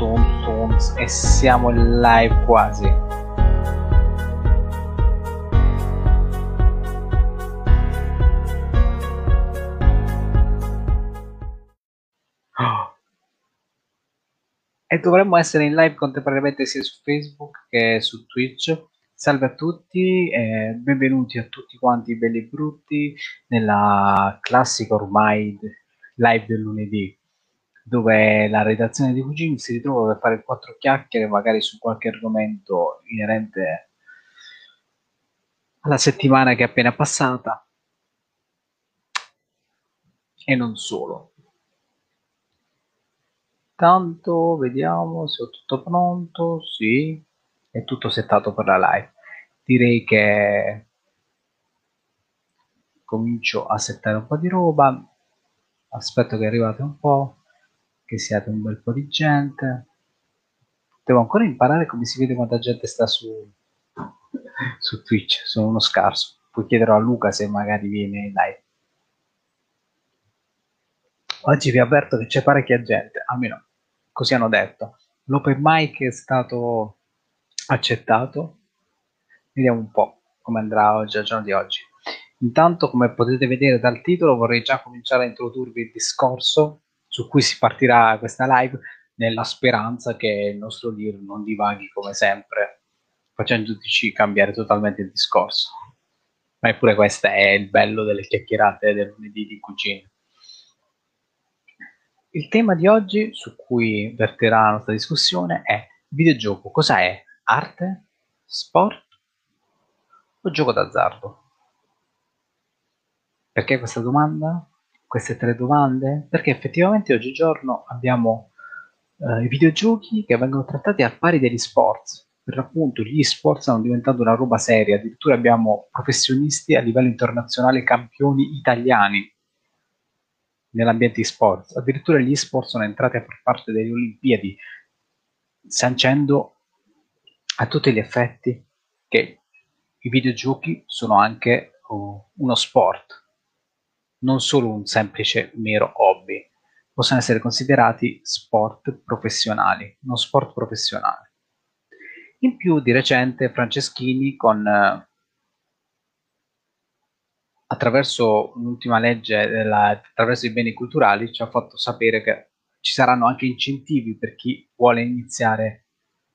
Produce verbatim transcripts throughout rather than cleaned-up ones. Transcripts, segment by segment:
tum, tum, e siamo in live quasi. Oh. E dovremmo essere in live contemporaneamente sia su Facebook che su Twitch. Salve a tutti e benvenuti a tutti quanti belli e brutti nella classica ormai live del lunedì, dove la redazione di Cugini si ritrova per fare quattro chiacchiere magari su qualche argomento inerente alla settimana che è appena passata e non solo. Tanto vediamo se ho tutto pronto. Sì, è tutto settato per la live. Direi che comincio a settare un po' di roba. Aspetto che arrivate un po', che siate un bel po' di gente. Devo ancora imparare come si vede quanta gente sta su, su Twitch. Sono uno scarso. Poi chiederò a Luca se magari viene in live. Oggi vi avverto che c'è parecchia gente, almeno così hanno detto. L'open mic è stato accettato. Vediamo un po' come andrà oggi al giorno di oggi. Intanto, come potete vedere dal titolo, vorrei già cominciare a introdurvi il discorso su cui si partirà questa live, nella speranza che il nostro leader non divaghi come sempre, facendoci cambiare totalmente il discorso. Ma eppure questo è il bello delle chiacchierate del lunedì di Cugini. Il tema di oggi su cui verterà la nostra discussione è: videogioco cosa è? Arte? Sport? O gioco d'azzardo? Perché questa domanda? Queste tre domande? Perché effettivamente oggigiorno abbiamo eh, i videogiochi che vengono trattati al pari degli sport. Per l'appunto gli sport stanno diventando una roba seria, addirittura abbiamo professionisti a livello internazionale, campioni italiani nell'ambiente e-sport. Addirittura gli e-sport sono entrati a far parte delle Olimpiadi, sancendo a tutti gli effetti che i videogiochi sono anche oh, uno sport, non solo un semplice mero hobby. Possono essere considerati sport professionali, non sport professionali. In più, di recente Franceschini con eh, attraverso un'ultima legge della, attraverso i beni culturali ci ha fatto sapere che ci saranno anche incentivi per chi vuole iniziare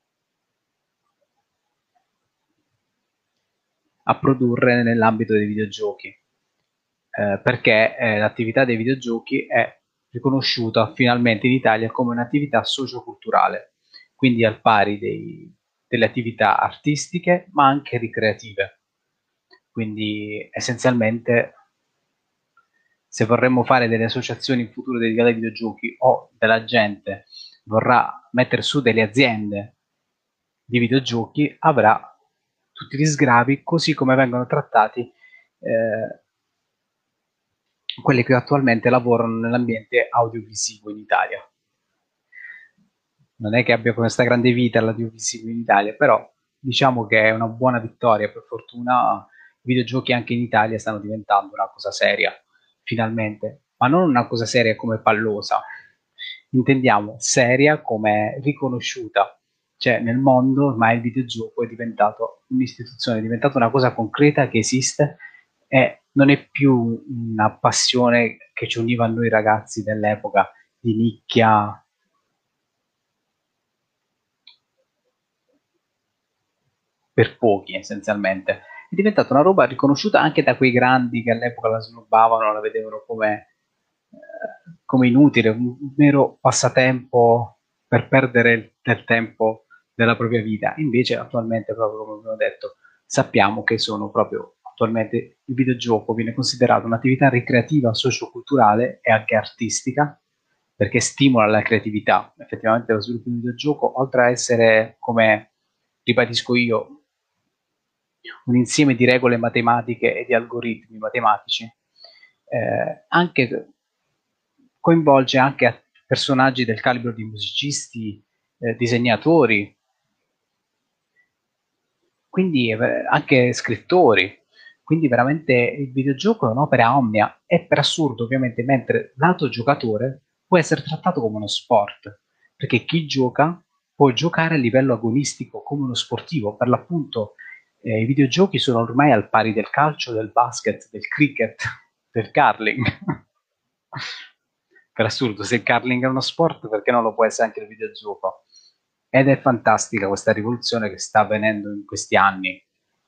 a produrre nell'ambito dei videogiochi, eh, perché eh, l'attività dei videogiochi è riconosciuta finalmente in Italia come un'attività socioculturale, quindi al pari dei, delle attività artistiche ma anche ricreative. Quindi essenzialmente, se vorremmo fare delle associazioni in futuro dedicate ai videogiochi o della gente vorrà mettere su delle aziende di videogiochi, avrà tutti gli sgravi, così come vengono trattati eh, quelli che attualmente lavorano nell'ambiente audiovisivo in Italia. Non è che abbia questa grande vita l'audiovisivo in Italia, però diciamo che è una buona vittoria. Per fortuna i videogiochi anche in Italia stanno diventando una cosa seria, finalmente, ma non una cosa seria come pallosa, intendiamo seria come riconosciuta. Cioè nel mondo ormai il videogioco è diventato un'istituzione, è diventata una cosa concreta che esiste e non è più una passione che ci univa a noi ragazzi dell'epoca di nicchia per pochi essenzialmente. È diventata una roba riconosciuta anche da quei grandi che all'epoca la snobbavano, la vedevano come, eh, come inutile, un mero passatempo per perdere del tempo della propria vita. Invece attualmente, proprio come abbiamo detto, sappiamo che sono proprio attualmente il videogioco viene considerato un'attività ricreativa, socioculturale e anche artistica, perché stimola la creatività. Effettivamente lo sviluppo di un videogioco, oltre a essere, come ribadisco io, un insieme di regole matematiche e di algoritmi matematici, eh, anche coinvolge anche personaggi del calibro di musicisti, eh, disegnatori, quindi eh, anche scrittori. Quindi veramente il videogioco è un'opera omnia e per assurdo ovviamente, mentre lato giocatore può essere trattato come uno sport. perché chi gioca può giocare a livello agonistico come uno sportivo. Per l'appunto, eh, i videogiochi sono ormai al pari del calcio, del basket, del cricket, del curling. Per assurdo, se il curling è uno sport, perché non lo può essere anche il videogioco? Ed è fantastica questa rivoluzione che sta avvenendo in questi anni.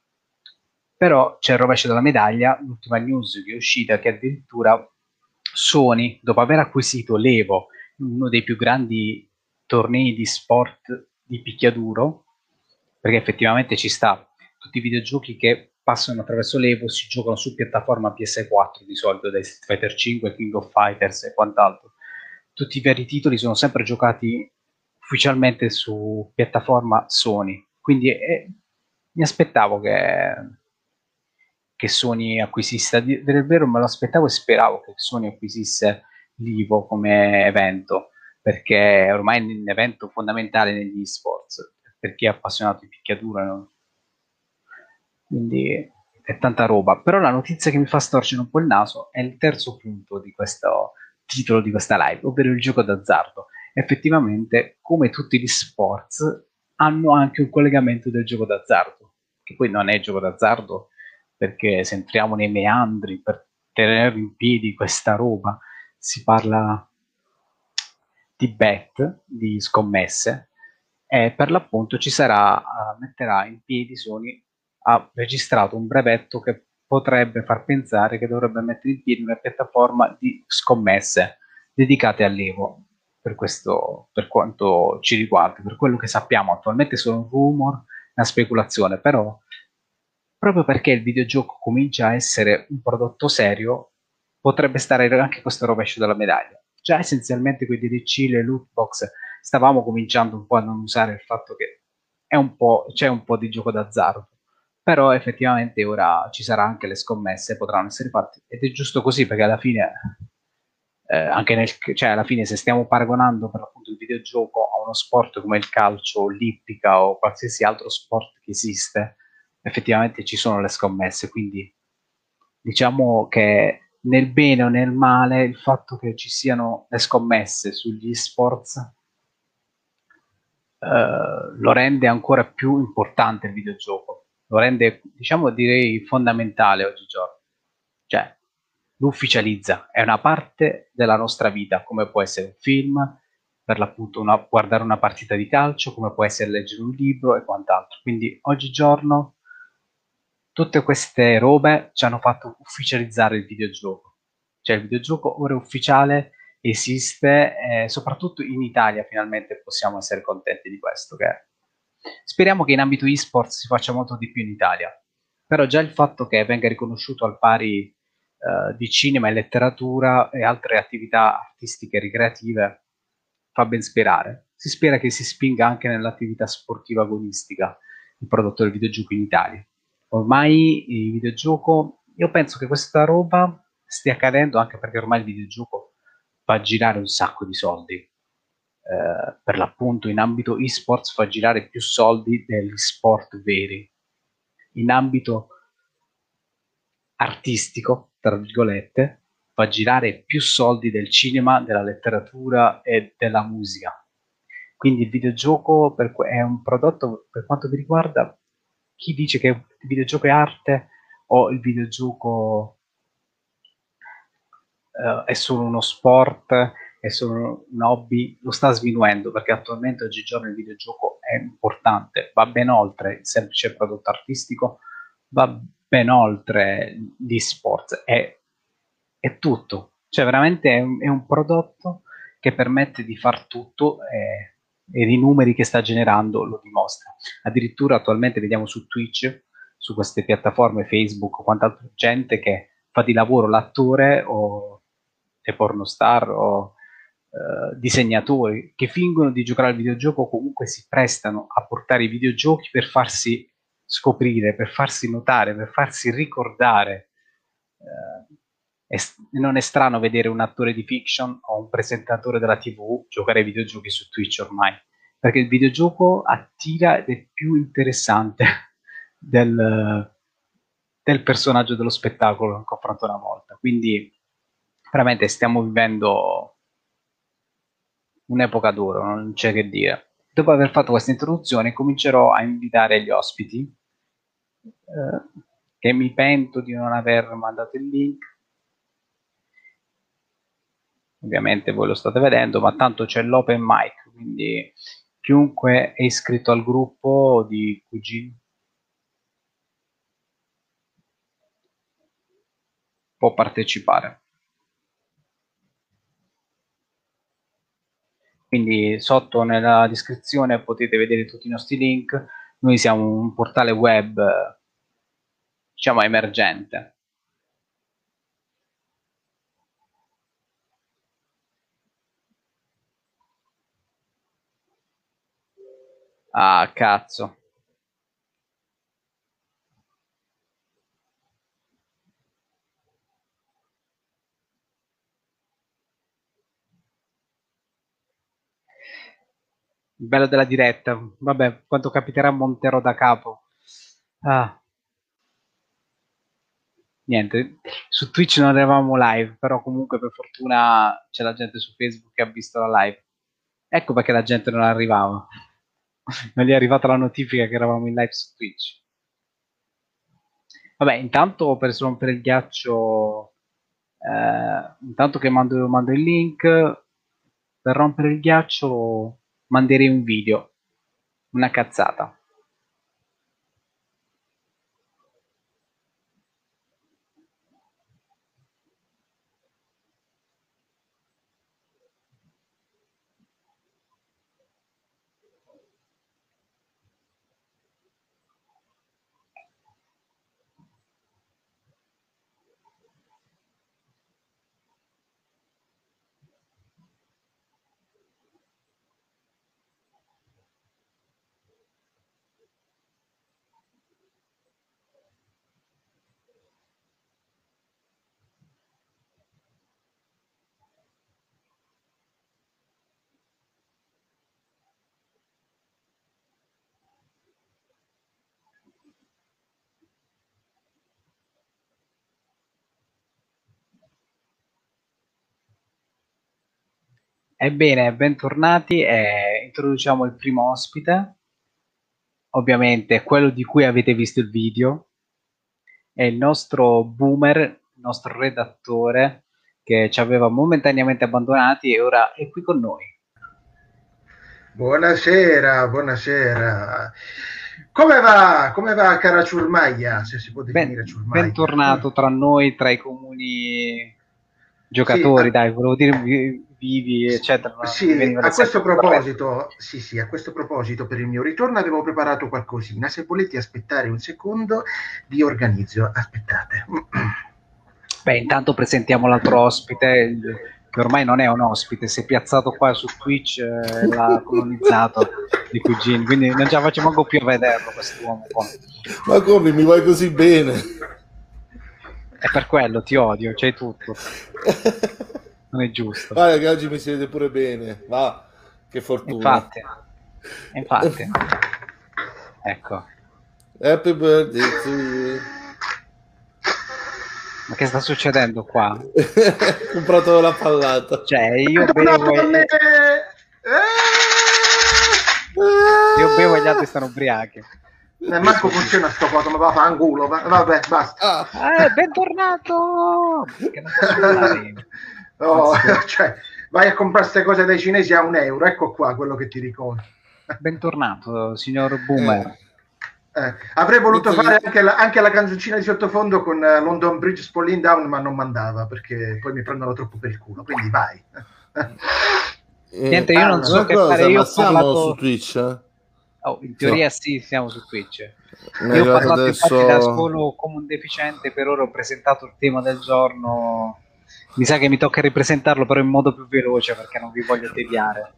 Però c'è il rovescio della medaglia, l'ultima news che è uscita, che addirittura Sony, dopo aver acquisito l'Evo, uno dei più grandi tornei di sport di picchiaduro, perché effettivamente ci sta, tutti i videogiochi che passano attraverso l'Evo si giocano su piattaforma P S quattro di solito, dai Street Fighter cinque, King of Fighters e quant'altro. Tutti i veri titoli sono sempre giocati ufficialmente su piattaforma Sony, quindi eh, mi aspettavo che, che Sony acquisisse, a dire il vero me lo aspettavo e speravo che Sony acquisisse l'Ivo come evento, perché ormai è un evento fondamentale negli esports, per chi è appassionato di picchiaduro, no? Quindi è tanta roba. Però la notizia che mi fa storcere un po' il naso è il terzo punto di questo titolo di questa live, ovvero il gioco d'azzardo. Effettivamente, come tutti gli sports, hanno anche un collegamento del gioco d'azzardo, che poi non è gioco d'azzardo, perché se entriamo nei meandri per tenere in piedi questa roba, si parla di bet, di scommesse, e per l'appunto ci sarà, uh, metterà in piedi Sony, ha registrato un brevetto che potrebbe far pensare che dovrebbe mettere in piedi una piattaforma di scommesse dedicate all'Evo, per questo, per quanto ci riguarda, per quello che sappiamo attualmente sono un rumor, una speculazione, però proprio perché il videogioco comincia a essere un prodotto serio, potrebbe stare anche questo rovescio della medaglia. Già essenzialmente con i D L C, le loot box, stavamo cominciando un po' a non usare il fatto che è un po', c'è un po' di gioco d'azzardo, però effettivamente ora ci sarà anche le scommesse, potranno essere fatte, ed è giusto così perché alla fine, eh, anche nel, cioè alla fine se stiamo paragonando per l'appunto il videogioco a uno sport come il calcio, l'ippica o qualsiasi altro sport che esiste, effettivamente ci sono le scommesse, quindi diciamo che nel bene o nel male il fatto che ci siano le scommesse sugli sports eh, lo rende ancora più importante il videogioco, lo rende, diciamo, direi fondamentale oggigiorno. Cioè, lo ufficializza, è una parte della nostra vita, come può essere un film, per l'appunto una, guardare una partita di calcio, come può essere leggere un libro e quant'altro. Quindi oggigiorno tutte queste robe ci hanno fatto ufficializzare il videogioco. Cioè il videogioco ora è ufficiale, esiste, e soprattutto in Italia finalmente possiamo essere contenti di questo. Che speriamo che in ambito e-sport si faccia molto di più in Italia. Però già il fatto che venga riconosciuto al pari eh, di cinema e letteratura e altre attività artistiche e ricreative fa ben sperare. Si spera che si spinga anche nell'attività sportiva agonistica il prodotto del videogioco in Italia. Ormai il videogioco, io penso che questa roba stia accadendo anche perché ormai il videogioco fa girare un sacco di soldi. Eh, per l'appunto in ambito e-sports fa girare più soldi degli sport veri. In ambito artistico, tra virgolette, fa girare più soldi del cinema, della letteratura e della musica. Quindi il videogioco per que- è un prodotto, per quanto mi riguarda, chi dice che il videogioco è arte o il videogioco eh, è solo uno sport, è solo un hobby, lo sta sminuendo perché attualmente oggigiorno il videogioco è importante, va ben oltre il semplice prodotto artistico, va ben oltre gli sport, è, è tutto, cioè veramente è un, è un prodotto che permette di far tutto e, e i numeri che sta generando lo dimostra. Addirittura attualmente vediamo su Twitch, su queste piattaforme Facebook o quant'altra gente che fa di lavoro l'attore o le pornostar o eh, disegnatori che fingono di giocare al videogioco o comunque si prestano a portare i videogiochi per farsi scoprire, per farsi notare, per farsi ricordare. Eh, è, non è strano vedere un attore di fiction o un presentatore della T V giocare ai videogiochi su Twitch ormai, perché il videogioco attira ed è più interessante del, del personaggio dello spettacolo in confronto a una volta. Quindi veramente stiamo vivendo un'epoca d'oro, non c'è che dire. Dopo aver fatto questa introduzione, comincerò a invitare gli ospiti, eh, che mi pento di non aver mandato il link. Ovviamente voi lo state vedendo, ma tanto c'è l'open mic, quindi chiunque è iscritto al gruppo di Q G può partecipare. Quindi sotto nella descrizione potete vedere tutti i nostri link. Noi siamo un portale web, diciamo, emergente. Ah, cazzo. Il bello della diretta. Vabbè, quando capiterà monterò da capo. Ah. Niente, su Twitch non eravamo live, però comunque per fortuna c'è la gente su Facebook che ha visto la live. Ecco perché la gente non arrivava. Non gli è arrivata la notifica che eravamo in live su Twitch. Vabbè, intanto per rompere il ghiaccio, eh, intanto che mando, mando il link, per rompere il ghiaccio manderei un video, una cazzata. Ebbene, bentornati e introduciamo il primo ospite, ovviamente quello di cui avete visto il video, è il nostro boomer, il nostro redattore che ci aveva momentaneamente abbandonati e ora è qui con noi. Buonasera, buonasera. Come va? Come va cara Ciurmaglia, se si può definire Ben, Ciurmaglia? bentornato tra noi, tra i comuni giocatori, Sì, dai, volevo dire vivi, eccetera. sì, a questo proposito, sì, sì, a questo proposito, per il mio ritorno avevo preparato qualcosina. Se volete aspettare un secondo, vi organizzo. Aspettate. Beh, intanto presentiamo l'altro ospite, che ormai non è un ospite, si è piazzato qua su Twitch, eh, l'ha colonizzato di cugini, quindi non ce la faccio manco più a vederlo quest'uomo qua. Ma come, mi vai così bene? È per quello, ti odio, c'hai tutto. Non è giusto. Guarda che oggi mi siete pure bene, va, che fortuna. Infatti, infatti. Ecco. Happy birthday to you. Ma che sta succedendo qua? Ho comprato la pallata. Cioè, io bevo e... Io bevo e gli altri stanno ubriachi. Eh, manco funziona sto coso, ma va a fanculo. Vabbè, basta. Ah. Eh, bentornato! Che non posso parlare. Oh, cioè, vai a comprare queste cose dai cinesi a un euro, ecco qua quello che ti ricordo. Bentornato, signor Boomer. Eh. Eh, avrei voluto fare anche la, anche la canzoncina di sottofondo con uh, London Bridge Falling Down, ma non mandava perché poi mi prendono troppo per il culo, quindi vai. Niente, io non so che fare, io ho siamo parlato... su Twitch? Eh? Oh, in teoria sì, siamo su Twitch. Mi Io ho parlato adesso... infatti da solo come un deficiente, per ora ho presentato il tema del giorno. Mi sa che mi tocca ripresentarlo però in modo più veloce perché non vi voglio tediare.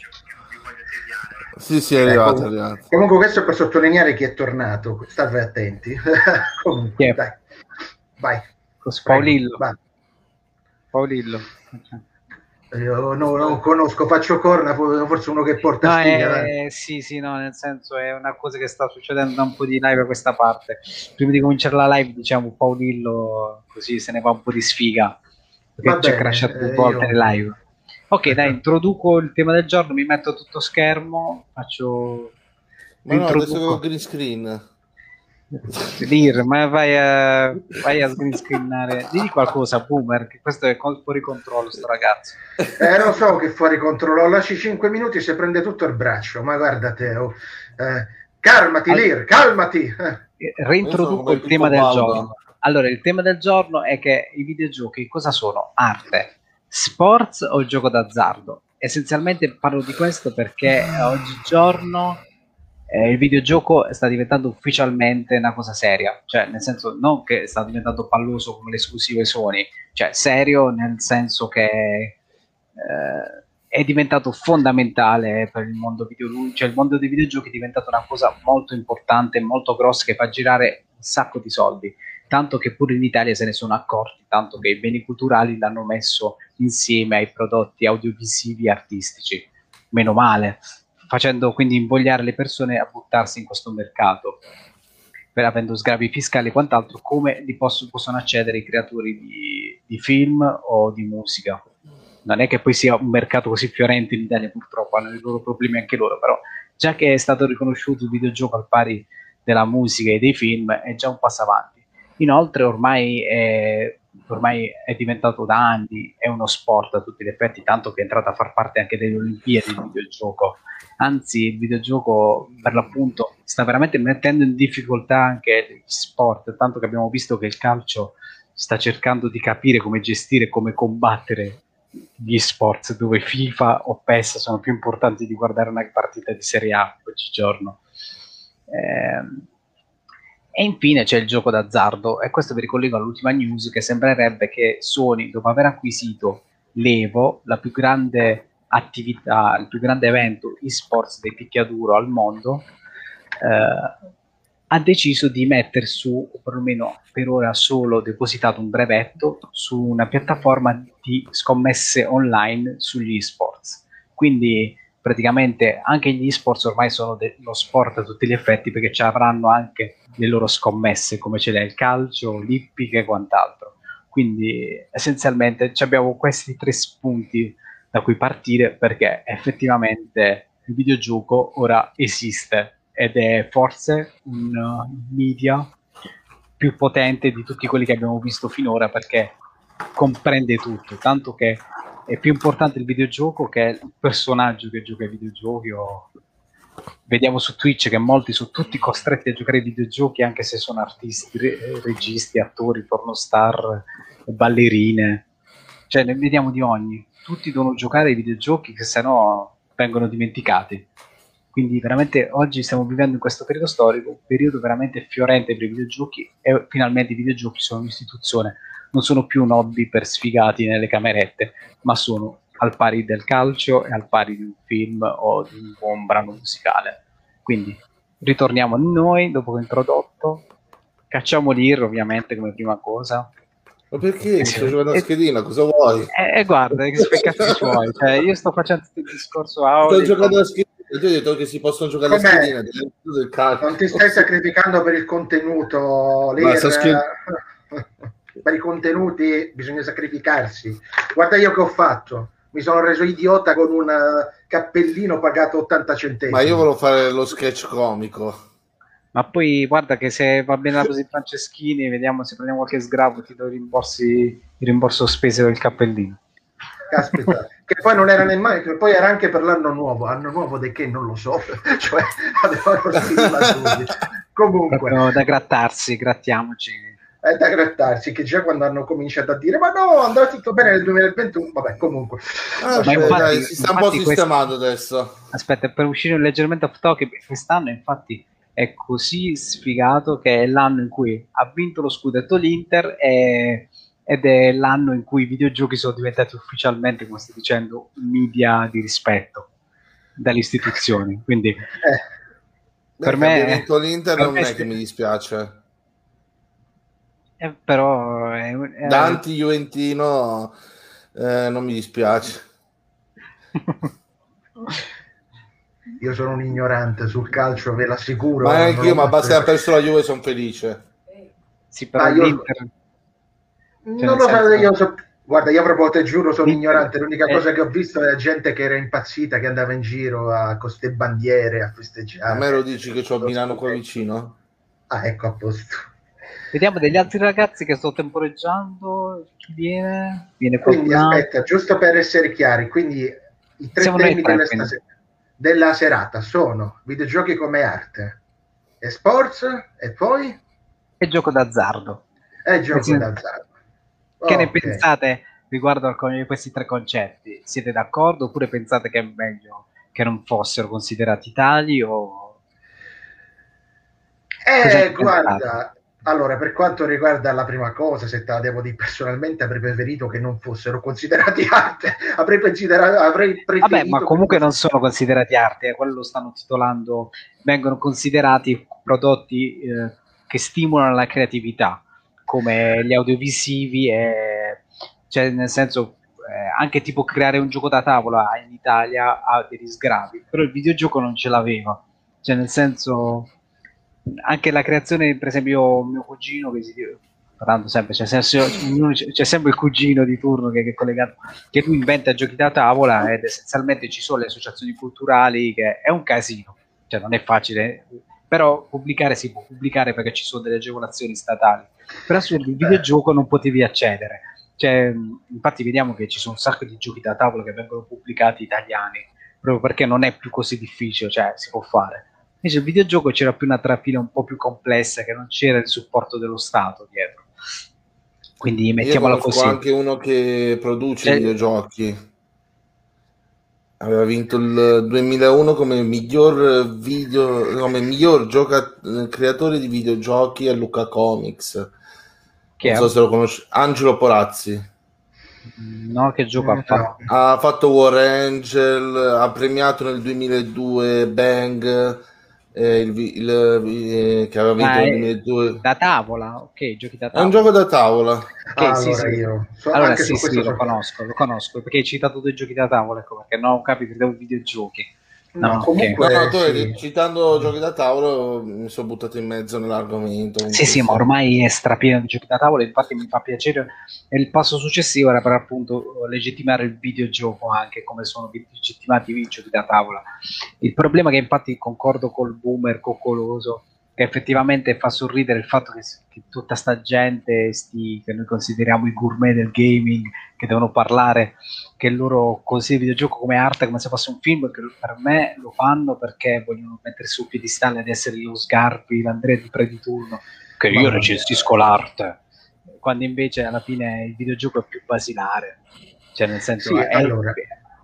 Sì, sì, è arrivato, ecco, è arrivato. Comunque questo è per sottolineare chi è tornato, state attenti. Comunque, yeah. dai, vai. Paolillo. Vai. Paolillo. Io no, non conosco, faccio corna, forse uno che porta no, sfiga. È, sì, sì, no, nel senso è una cosa che sta succedendo da un po' di live a questa parte. Prima di cominciare la live diciamo Paolillo, così se ne va un po' di sfiga, perché c'è crashato due volte io... le live. Ok, dai, introduco il tema del giorno, mi metto a tutto schermo, faccio... Ma no, adesso introduco. con green screen. Dir, ma vai a, vai a green screenare. Digli qualcosa, Boomer, che questo è col- fuori controllo, sto ragazzo. Eh, lo so che fuori controllo, lasci cinque minuti e si prende tutto il braccio, ma guarda te, oh. eh, calmati Al- Lir, calmati! Eh. Io sono Reintroduco come il tema Pippo del Baudo. giorno. Allora, il tema del giorno è che i videogiochi cosa sono? Arte, sports o il gioco d'azzardo? Essenzialmente parlo di questo perché eh, oggigiorno eh, il videogioco sta diventando ufficialmente una cosa seria, cioè nel senso non che sta diventando palloso come le esclusive Sony, cioè serio nel senso che eh, è diventato fondamentale per il mondo videoludico, cioè il mondo dei videogiochi è diventato una cosa molto importante, molto grossa che fa girare un sacco di soldi, tanto che pure in Italia se ne sono accorti, tanto che i beni culturali l'hanno messo insieme ai prodotti audiovisivi e artistici, meno male, facendo quindi invogliare le persone a buttarsi in questo mercato, per avendo sgravi fiscali e quant'altro, come li posso, possono accedere i creatori di, di film o di musica. Non è che poi sia un mercato così fiorente in Italia, purtroppo hanno i loro problemi anche loro, però già che è stato riconosciuto il videogioco al pari della musica e dei film è già un passo avanti. Inoltre ormai è, ormai è diventato da anni, è uno sport a tutti gli effetti, tanto che è entrato a far parte anche delle Olimpiadi il videogioco. Anzi, il videogioco per l'appunto sta veramente mettendo in difficoltà anche gli sport, tanto che abbiamo visto che il calcio sta cercando di capire come gestire, come combattere gli sport, dove FIFA o PES sono più importanti di guardare una partita di Serie A oggigiorno. Eh, e infine c'è il gioco d'azzardo, e questo vi ricollego all'ultima news, che sembrerebbe che Sony, dopo aver acquisito l'Evo, la più grande attività, il più grande evento e-sports dei picchiaduro al mondo, eh, ha deciso di mettere su, o perlomeno per ora solo depositato un brevetto, su una piattaforma di scommesse online sugli e-sports. Quindi praticamente anche gli e-sports ormai sono dello sport a tutti gli effetti, perché ci avranno anche le loro scommesse, come ce l'è il calcio, l'ippica e quant'altro. Quindi essenzialmente abbiamo questi tre spunti da cui partire, perché effettivamente il videogioco ora esiste ed è forse un uh, media più potente di tutti quelli che abbiamo visto finora, perché comprende tutto, tanto che è più importante il videogioco che il personaggio che gioca ai videogiochi. O... vediamo su Twitch che molti sono tutti costretti a giocare ai videogiochi, anche se sono artisti, re- registi, attori, pornostar, ballerine, cioè ne vediamo di ogni. Tutti devono giocare ai videogiochi, che sennò vengono dimenticati. Quindi veramente oggi stiamo vivendo in questo periodo storico, un periodo veramente fiorente per i videogiochi, e finalmente i videogiochi sono un'istituzione, non sono più un hobby per sfigati nelle camerette, ma sono al pari del calcio e al pari di un film o di un buon brano musicale. Quindi ritorniamo a noi dopo che ho introdotto, cacciamo l'I R ovviamente come prima cosa. Ma perché? Mi Sì. sto giocando a E, schedina, cosa vuoi? e, e guarda, che sui cazzi suoi, cioè, io sto facendo il discorso Sto audio. giocando a schedina, ti ho detto che si possono giocare a Com'è? schedina, del calcio. Non ti stai sacrificando per il contenuto, Lir. Schid... Per i contenuti bisogna sacrificarsi. Guarda io che ho fatto. Mi sono reso idiota con un cappellino pagato ottanta centesimi. Ma io volevo fare lo sketch comico. Ma poi guarda che se va bene la cosa di Franceschini, vediamo se prendiamo qualche sgravo, ti do i rimborsi, il rimborso spese del cappellino. Caspita, che poi non era nemmeno, che poi era anche per l'anno nuovo. Anno nuovo di che non lo so, cioè avevano comunque proprio da grattarsi, grattiamoci. È da grattarsi, che già quando hanno cominciato a dire ma no, andrà tutto bene nel duemilaventuno, vabbè, comunque ah, ma infatti, dai, si sta un po' sistemando questo... adesso. Aspetta, per uscire leggermente off topic, quest'anno infatti è così sfigato che è l'anno in cui ha vinto lo scudetto l'Inter e... ed è l'anno in cui i videogiochi sono diventati ufficialmente, come stai dicendo, media di rispetto dalle istituzioni. Quindi eh. per Beh, me ha vinto l'Inter non è st- che mi dispiace. Eh, però è, è... da anti-juventino eh, non mi dispiace. Io sono un ignorante sul calcio, ve l'assicuro. Ma anche io, ma basta che ha perso la Juve sono felice. Sì, però ah, io... l'Inter... non lo so, io so... Guarda, io proprio te giuro sono Mi- ignorante, l'unica eh, cosa che ho visto è gente che era impazzita, che andava in giro a, con ste bandiere a A me lo festeggiare. dici che c'ho Lo Milano qua scudetto. vicino? Ah, ecco, a posto. Vediamo degli altri ragazzi che sto temporeggiando. Chi viene? Viene Quindi qualcun altro. aspetta, giusto per essere chiari, quindi i tre Siamo noi temi tre, della, quindi. stase- della serata sono videogiochi come arte, e sports, e poi E gioco d'azzardo. è Eh gioco sì. d'azzardo. Che ne Ok. pensate riguardo a co- questi tre concetti? Siete d'accordo oppure pensate che è meglio che non fossero considerati tali o cosa Eh, ne pensate? guarda, allora, per quanto riguarda la prima cosa, se te la devo dire personalmente, avrei preferito che non fossero considerati arte, avrei, considerato, avrei Vabbè, ma preferito che comunque non fossero... sono considerati arte, eh, quello lo stanno titolando, vengono considerati prodotti eh, che stimolano la creatività, come gli audiovisivi, e, cioè nel senso eh, anche tipo creare un gioco da tavola in Italia ha degli sgravi, però il videogioco non ce l'aveva, cioè nel senso anche la creazione, per esempio mio cugino che si parlando sempre, c'è, senso- c'è sempre il cugino di turno che, che è collegato, che lui inventa giochi da tavola ed essenzialmente ci sono le associazioni culturali, che è un casino, cioè non è facile, però pubblicare si può pubblicare perché ci sono delle agevolazioni statali. Per assurdo il Beh, videogioco non potevi accedere, cioè, infatti vediamo che ci sono un sacco di giochi da tavola che vengono pubblicati italiani, proprio perché non è più così difficile, cioè si può fare. Invece il videogioco c'era più una trafila un po' più complessa, che non c'era il supporto dello Stato dietro. Quindi Io mettiamola conosco così. anche uno che produce Cioè, videogiochi. Aveva vinto il duemilauno come miglior video, come miglior gioca- creatore di videogiochi a Luca Comics. che Non è? so se lo conosci, Angelo Porazzi. No, che gioco ha fatto? no. Ha fatto War Angel, ha premiato nel duemiladue Bang, eh, il, vi- il- eh, che aveva vinto Ah, nel è duemiladue. da tavola, ok, giochi da È un tavola. gioco da tavola. Ok, sì, Allora sì. io, so, Allora anche sì, su sì, questo lo so chiaro. conosco, lo conosco, perché hai citato due giochi da tavola, ecco, perché no, capito, dei videogiochi. No, No, ok. No, no, comunque tu hai- sì. citando giochi da tavolo mi sono buttato in mezzo nell'argomento. Sì, Comunque sì, ma sia. ormai è strapieno di giochi da tavola, infatti mi fa piacere. E il passo successivo era per appunto legittimare il videogioco anche come sono legittimati i giochi da tavola. Il problema è che infatti concordo col boomer coccoloso, che effettivamente fa sorridere il fatto che, che tutta sta gente, sti, che noi consideriamo i gourmet del gaming, che devono parlare, che loro considerano il videogioco come arte, come se fosse un film, che per me lo fanno perché vogliono mettere su piedistalli ad essere lo Sgarbi, l'Andrea di Prediturno, che io Mamma mia. recensisco l'arte, quando invece alla fine il videogioco è più basilare, cioè nel senso Sì, è, allora,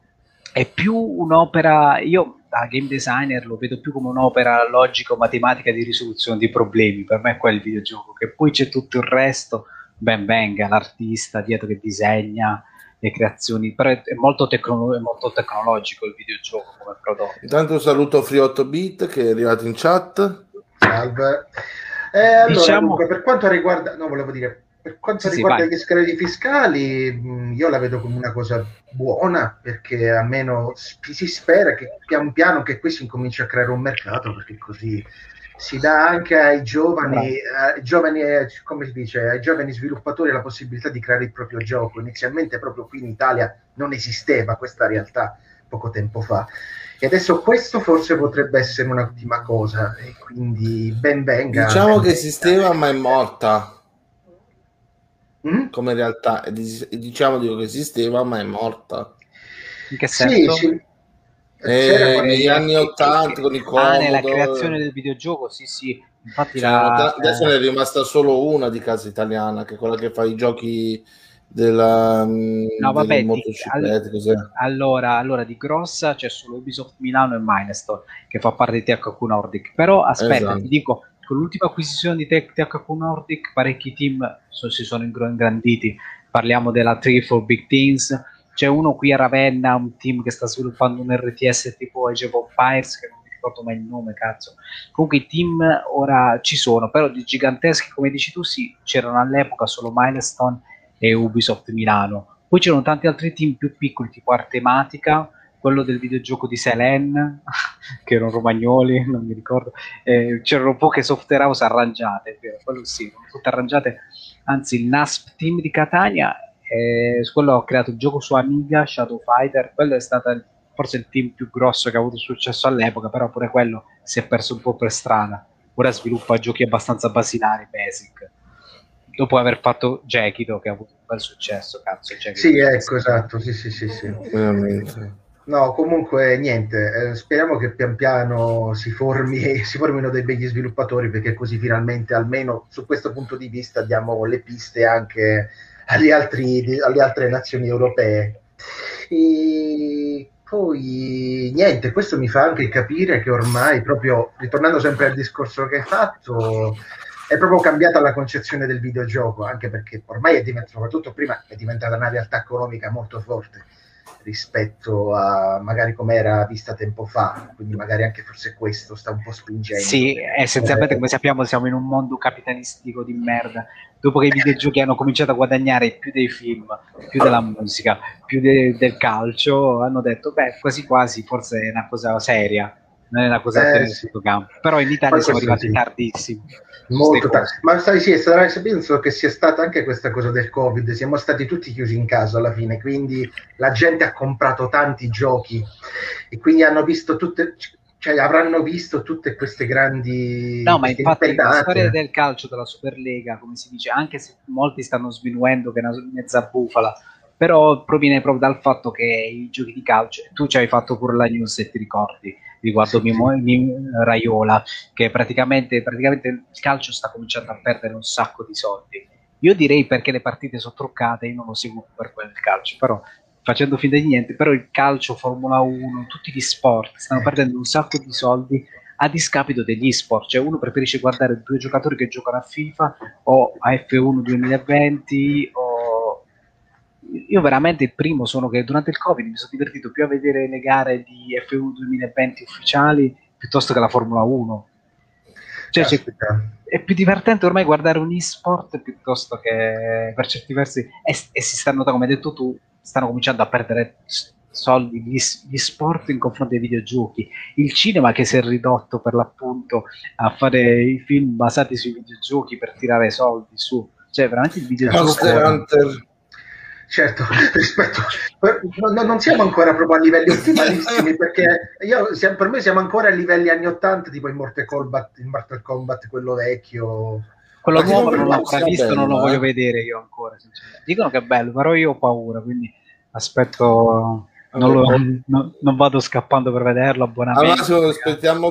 è più un'opera, io da game designer lo vedo più come un'opera logico-matematica di risoluzione di problemi, per me è quel videogioco, che poi c'è tutto il resto, ben venga, l'artista dietro che disegna, le creazioni, però è, è molto, tecno- è molto tecnologico il videogioco come prodotto. Intanto saluto Free otto bit che è arrivato in chat. salve. Eh, allora, Diciamo, Luca, per quanto riguarda, no, volevo dire, per quanto sì, sì, riguarda vai. gli scredi fiscali, mh, io la vedo come una cosa buona, perché almeno sp- si spera che pian piano che qui si incominci a creare un mercato, perché così si dà anche ai giovani, Bravo. ai giovani, eh, come si dice, ai giovani sviluppatori la possibilità di creare il proprio gioco. Inizialmente proprio qui in Italia non esisteva questa realtà poco tempo fa. E adesso questo forse potrebbe essere un'ottima cosa, e quindi ben venga, Diciamo ben che venga. esisteva ma è morta Mm? come realtà. E dis- e diciamo dico che esisteva ma è morta. In che Sì, senso? sì, c'era E qualche... negli Eh, anni che- che- che- ottanta con i ah, nella creazione Commodore, del videogioco, sì, sì, infatti c'erano la, ta- adesso ne è rimasta solo una di casa italiana, che è quella che fa i giochi della, no, mh, delle vabbè, di, al- motociclette, cos'è? allora, allora di grossa c'è solo Ubisoft Milano e Minestone che fa parte di T H Q Nordic. Però aspetta, ti Esatto. dico, con l'ultima acquisizione di T H Q Nordic, parecchi team so- si sono ingr- ingranditi. Parliamo della tre for Big Teams. C'è uno qui a Ravenna, un team che sta sviluppando un R T S tipo Age of Empires, che non mi ricordo mai il nome, cazzo. Comunque i team ora ci sono, però di giganteschi, come dici tu, sì, c'erano all'epoca solo Milestone e Ubisoft Milano. Poi c'erano tanti altri team più piccoli, tipo Artematica, quello del videogioco di Selen, che erano romagnoli, non mi ricordo. Eh, c'erano poche software house arrangiate, è vero, quello sì, erano tutte arrangiate. Anzi, il N A S P team di Catania E su quello ho creato il gioco su Amiga, Shadow Fighter. Quello è stato il- forse il team più grosso che ha avuto successo all'epoca, però pure quello si è perso un po' per strada. Ora sviluppa giochi abbastanza basilari, basic. Dopo aver fatto Jekido, che ha avuto un bel successo, cazzo. Jekido. Sì, ecco, esatto, sì, sì, sì, sì. Veramente. No, comunque niente, eh, speriamo che pian piano si formi, si formino dei begli sviluppatori, perché così finalmente, almeno su questo punto di vista, diamo le piste anche agli altri, alle altre nazioni europee. E poi niente, questo mi fa anche capire che ormai, proprio ritornando sempre al discorso che hai fatto, è proprio cambiata la concezione del videogioco, anche perché ormai è diventato, soprattutto prima, è diventata una realtà economica molto forte rispetto a magari come era vista tempo fa, quindi magari anche forse questo sta un po' spingendo. Sì, essenzialmente Eh, come sappiamo siamo in un mondo capitalistico di merda. Dopo che i videogiochi hanno cominciato a guadagnare più dei film, più della musica, più de- del calcio, hanno detto, beh, quasi quasi forse è una cosa seria, non è una cosa da eh, tenere sì. sotto campo. Però in Italia Poi siamo questo arrivati sì. tardissimo su queste Molto ta- cose. ma sai, sì, è stata, penso che sia stata anche questa cosa del Covid, siamo stati tutti chiusi in casa alla fine, quindi la gente ha comprato tanti giochi e quindi hanno visto tutte, cioè avranno visto tutte queste grandi, No, ma queste infatti la storia impennate. del calcio, della Superlega, come si dice, anche se molti stanno sminuendo che è una mezza bufala, però proviene proprio dal fatto che i giochi di calcio, tu ci hai fatto pure la news se ti ricordi, riguardo Sì, sì. Mimo, Mim- Raiola, che praticamente, praticamente il calcio sta cominciando a perdere un sacco di soldi. Io direi perché le partite sono truccate, io non lo seguo per quel calcio, però facendo finta di niente, però il calcio, Formula uno, tutti gli sport stanno perdendo un sacco di soldi a discapito degli sport, cioè uno preferisce guardare due giocatori che giocano a FIFA o a F uno duemilaventi o... Io veramente il primo sono che durante il Covid mi sono divertito più a vedere le gare di F uno duemilaventi ufficiali piuttosto che la Formula uno. Cioè, c'è- Caspita. è più divertente ormai guardare un e-sport piuttosto che per certi versi e, e si sta notando, come hai detto tu, stanno cominciando a perdere s- soldi gli, s- gli sport in confronto ai videogiochi. Il cinema che si è ridotto per l'appunto a fare i film basati sui videogiochi per tirare soldi su, cioè veramente il Monster videogioco. Hunter. Certo, rispetto, no, no, non siamo ancora proprio a livelli ottimalissimi, perché io, siamo- per me siamo ancora a livelli anni ottanta, tipo in Mortal Kombat, in Mortal Kombat quello vecchio. Quello Ma che non nuovo non l'ho credo ancora sia visto, non lo bello, voglio eh? vedere io ancora, sinceramente. Dicono che è bello, però io ho paura, quindi aspetto, non, Vabbè, lo- poi no- non vado scappando per vederlo, al abbonamento. massimo aspettiamo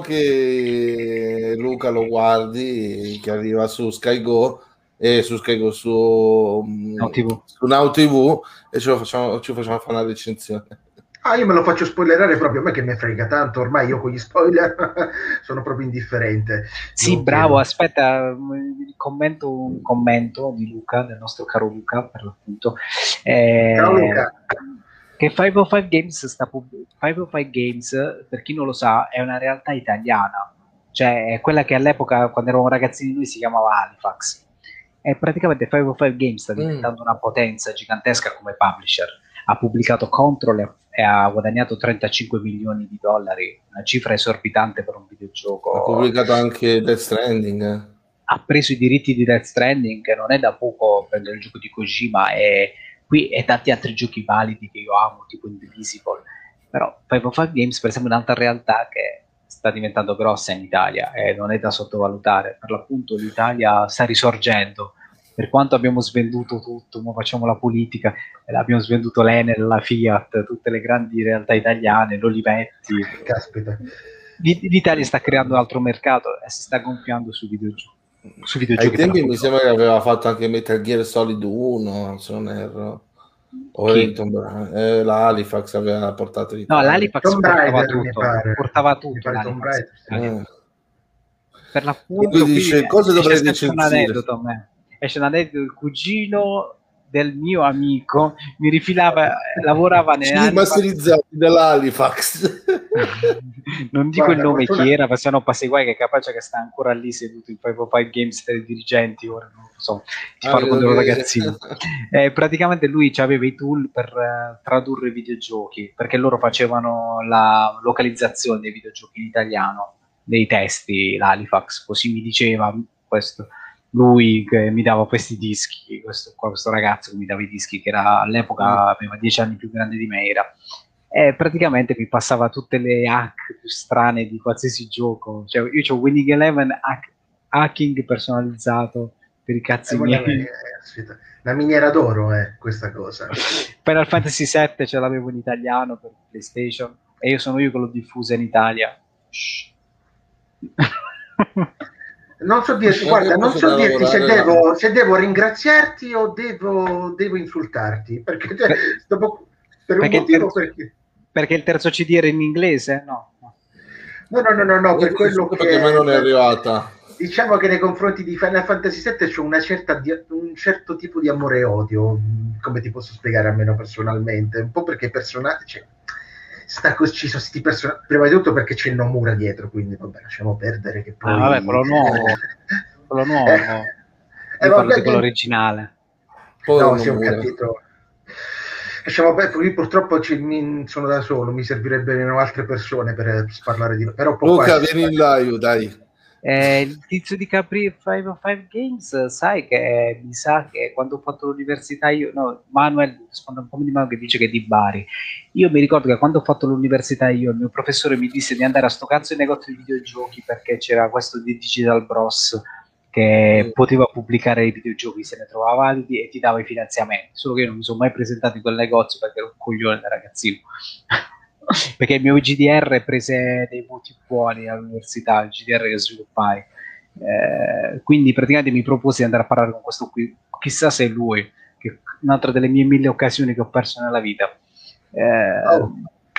che Luca lo guardi, che arriva su Sky Go e su Sky Go su, No, mm, tipo, su Now T V e ce lo facciamo, ci facciamo fare una recensione. Ah, io me lo faccio spoilerare proprio, a me che me frega tanto, ormai io con gli spoiler sono proprio indifferente, sì, non bravo, chiedo. aspetta, mm, commento un commento di Luca, del nostro caro Luca, per l'appunto, Ciao eh, Luca. che cinquecentocinque Games sta pub- cinquecentocinque Games, per chi non lo sa, è una realtà italiana, cioè è quella che all'epoca, quando eravamo ragazzini noi, si chiamava Halifax. E praticamente cinquecentocinque Games sta Mm. diventando una potenza gigantesca come publisher. Ha pubblicato Control e e ha guadagnato trentacinque milioni di dollari, una cifra esorbitante per un Ha videogioco. pubblicato anche Death Stranding. eh. Ha preso i diritti di Death Stranding, che non è da poco prendere il gioco di Kojima, e qui e tanti altri giochi validi che io amo, tipo Indivisible. Però cinquecentocinque Games, per esempio, è un'altra realtà che sta diventando grossa in Italia e non è da sottovalutare. Per l'appunto l'Italia sta risorgendo. Per quanto abbiamo svenduto tutto, ma facciamo la politica, e abbiamo svenduto l'Enel, la Fiat, tutte le grandi realtà italiane, l'Olivetti. Caspita. L'I- L'Italia sta creando un altro mercato e si sta gonfiando sui videogiochi, sui Ai videogiochi per tempi mi l'appunto. sembra che aveva fatto anche Metal Gear Solid uno, se non erro. O Chi? era di Tomb Raider. Eh, la Halifax aveva portato in No, Italia. l'Halifax Tomb portava Raider mi tutto, pare, portava mi tutto pare Tomb l'Halifax Raider, in sì. Italia. Eh. Per Lui l'appunto qui dice cosa esce dovrei sempre un recensire. aneddoto a me. Esce un aneddoto: il cugino del mio amico mi rifilava, lavorava Cili nell'Halifax. masterizzati dall'Halifax. Non dico il Guarda, nome fortuna, chi era, ma se no passi guai che è capace che sta ancora lì seduto in cinquecentocinque Games tra i dirigenti, ora non lo so, ti Ah, parlo credo quando ero che... ragazzino. Eh, praticamente lui aveva i tool per eh, tradurre i videogiochi, perché loro facevano la localizzazione dei videogiochi in italiano, dei testi, l'Halifax, così mi diceva questo. lui che mi dava questi dischi, questo, qua, questo ragazzo che mi dava i dischi, che era, all'epoca aveva dieci anni più grande di me, era, e praticamente mi passava tutte le hack più strane di qualsiasi gioco. Cioè, io ho Winning Eleven hack, hacking personalizzato per i È cazzi una, miei. una miniera d'oro è questa cosa. Final Fantasy sette ce l'avevo in italiano per PlayStation e io sono io che l'ho diffusa in Italia. Non so dirti, guarda, non so dirti se devo, se devo ringraziarti o devo, devo insultarti, perché, cioè, dopo, per un perché motivo il terzo, perché... perché il terzo C D era in inglese? No. No, no, no, no, no, per quello che... Perché me non è arrivata. Diciamo che nei confronti di Final Fantasy sette c'è una certa di, un certo tipo di amore e odio, come ti posso spiegare almeno personalmente, un po' perché personaggi... Cioè, sta ci sono questi personaggi, prima di tutto perché c'è Nomura dietro, quindi vabbè, lasciamo perdere che poi... Ah, vabbè, quello nuovo, quello nuovo. eh, Io eh, parlo vabbè, di quello che... originale. No, sì, ho capito. Lasciamo perdere, io purtroppo ci, mi, sono da solo, mi servirebbero altre persone per parlare di... Però Luca, vieni in live, dai. Eh, il tizio di Capri cinquecentocinque Games, sai che mi sa che quando ho fatto l'università io, no, Manuel risponde un po' di Manuel che dice che è di Bari. Io mi ricordo che quando ho fatto l'università io, il mio professore mi disse di andare a sto cazzo di negozio di videogiochi perché c'era questo di Digital Bros che mm. poteva pubblicare i videogiochi se ne trovava validi e ti dava i finanziamenti, solo che io non mi sono mai presentato in quel negozio perché ero un coglione da ragazzino. Perché il mio G D R prese dei voti buoni all'università, il G D R che sviluppai, eh, quindi praticamente mi proposi di andare a parlare con questo qui, chissà se è lui, che è un'altra delle mie mille occasioni che ho perso nella vita. Eh, oh.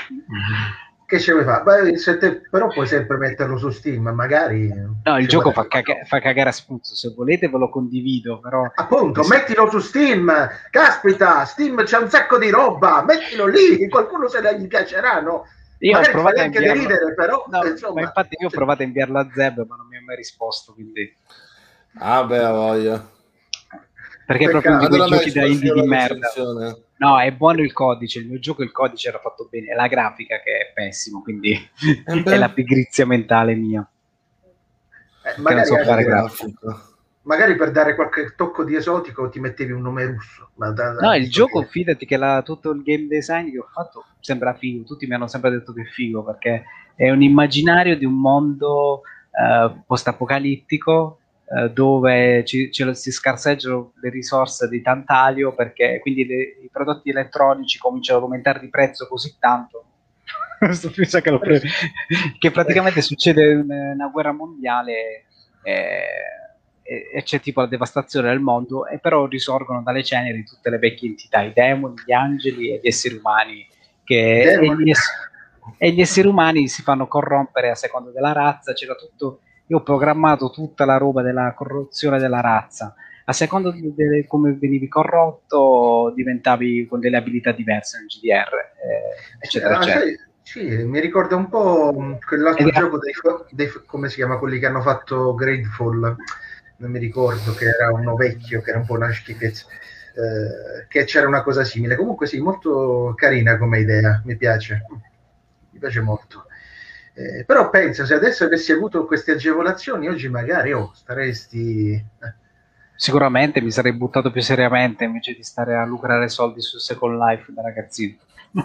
Che ce vuoi fare? Beh, se te, però puoi sempre metterlo su Steam, magari. No, il gioco fa, caga- fa cagare a spruzzo, se volete ve lo condivido, però... Appunto, sì. Mettilo su Steam, caspita, Steam c'è un sacco di roba, mettilo lì, qualcuno se ne gli piacerà, no? Io magari ho provato a anche inviarlo... deridere, però... No, insomma... ma infatti io ho provato a inviarlo a Zeb, ma non mi ha mai risposto, quindi... Ah, beh, voglia. Perché Peccato. proprio di quei allora giochi da indie di merda. No, è buono il codice, il mio gioco il codice era fatto bene, è la grafica che è pessimo, quindi eh è la pigrizia mentale mia. Eh, magari, non so fare grafica. Magari per dare qualche tocco di esotico ti mettevi un nome russo. Ma da, da, no, il gioco, che... fidati che la, tutto il game design che ho fatto sembra figo, tutti mi hanno sempre detto che è figo, perché è un immaginario di un mondo uh, post-apocalittico dove ci, ci, si scarseggiano le risorse di tantalio perché quindi le, i prodotti elettronici cominciano ad aumentare di prezzo così tanto che, lo pre- che praticamente succede una, una guerra mondiale eh, e, e c'è tipo la devastazione del mondo e però risorgono dalle ceneri tutte le vecchie entità, i demoni, gli angeli e gli esseri umani che, e, gli ess- e gli esseri umani si fanno corrompere a seconda della razza. C'era tutto. Io ho programmato tutta la roba della corruzione della razza. A seconda di, di come venivi corrotto, diventavi con delle abilità diverse nel G D R, eh, eccetera, sì, eccetera. Sì, mi ricorda un po' quell'altro Ed gioco dei, dei, come si chiama, quelli che hanno fatto Gradefall, non mi ricordo, che era uno vecchio, che era un po' una schifezza, eh, che c'era una cosa simile. Comunque sì, molto carina come idea, mi piace, mi piace molto. Eh, però penso, se adesso avessi avuto queste agevolazioni, oggi magari oh, staresti... Eh. Sicuramente mi sarei buttato più seriamente invece di stare a lucrare soldi su Second Life da ragazzino.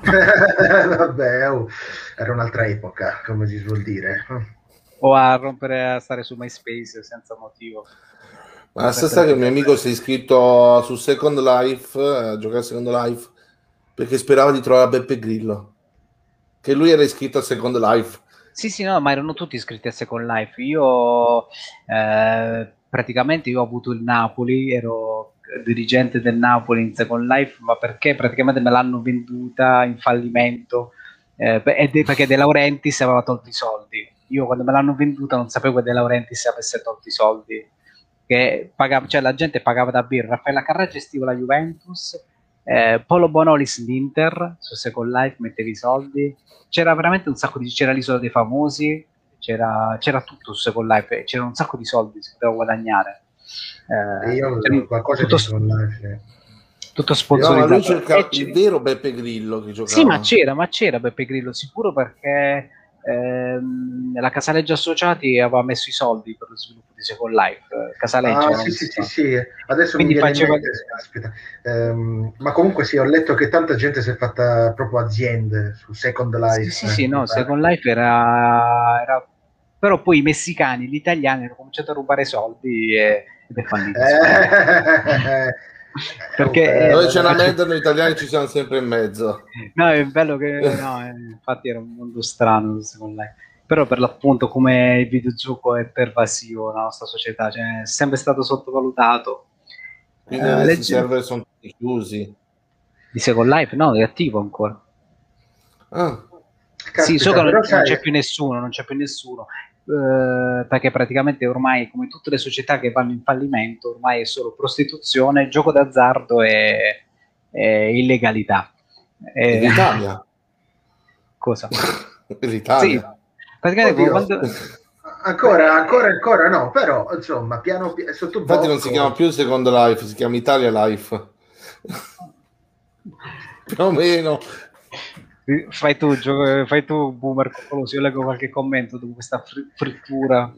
Vabbè, oh, era un'altra epoca, come si suol dire. O a rompere, a stare su MySpace senza motivo. Ma la stessa che il mio amico si è iscritto su Second Life, a giocare a Second Life, perché sperava di trovare Beppe Grillo. Che lui era iscritto a Second Life. Sì, sì, no, ma erano tutti iscritti a Second Life. Io eh, praticamente io ho avuto il Napoli, ero dirigente del Napoli in Second Life, ma perché praticamente me l'hanno venduta in fallimento eh, perché De Laurentiis aveva tolto i soldi. Io quando me l'hanno venduta non sapevo che De Laurentiis avesse tolto i soldi, che pagava, cioè la gente pagava da birra. Raffaella Carrà gestiva la Juventus, eh, Polo Bonolis l'Inter, su Second Life mettevi i soldi. C'era veramente un sacco di... c'era l'Isola dei Famosi, c'era, c'era tutto su Second Life, c'era un sacco di soldi, si poteva guadagnare. Eh, io cioè, qualcosa tutto, di Second Life, sì. Tutto sponsorizzato. No, ma lui cerca il vero Beppe Grillo che giocava. Sì, ma c'era, ma c'era Beppe Grillo, sicuro, perché ehm, la Casaleggio Associati aveva messo i soldi per lo sviluppo di Second Life. Casaleggio, ah, sì, sì, sì, sì, adesso quindi mi viene faceva... in mente, aspetta. Ehm, ma comunque sì, ho letto che tanta gente si è fatta proprio aziende su Second Sì, Life, sì, eh, sì, mi no, pare. Second Life era, era... Però poi i messicani, gli italiani hanno cominciato a rubare soldi e... ed è fallito Second Life. Eh, Perché... eh, Dove c'è una eh, merda, noi italiani ci siamo sempre in mezzo. no, è bello che... No, eh, infatti era un mondo strano Second Life. Però per l'appunto come il videogioco è pervasivo nella nostra società, cioè è sempre stato sottovalutato. Quindi Eh, adesso i legge... server sono tutti chiusi. Di Second Life? No, è attivo ancora. Ah. Sì, so Caspita, che non, però non sai, c'è più nessuno, non c'è più nessuno, eh, perché praticamente ormai, come tutte le società che vanno in fallimento, ormai è solo prostituzione, gioco d'azzardo e, e illegalità. E E- l'Italia? cosa? Sì, L'Italia. praticamente come oddio, quando... ancora, ancora, ancora no, però insomma, piano piano, Infatti non si chiama sottobosco. più Second Life, si chiama Italia Life. Più o meno. Fai tu, gio- fai tu, boomer, così io leggo qualche commento dopo questa fri- frittura.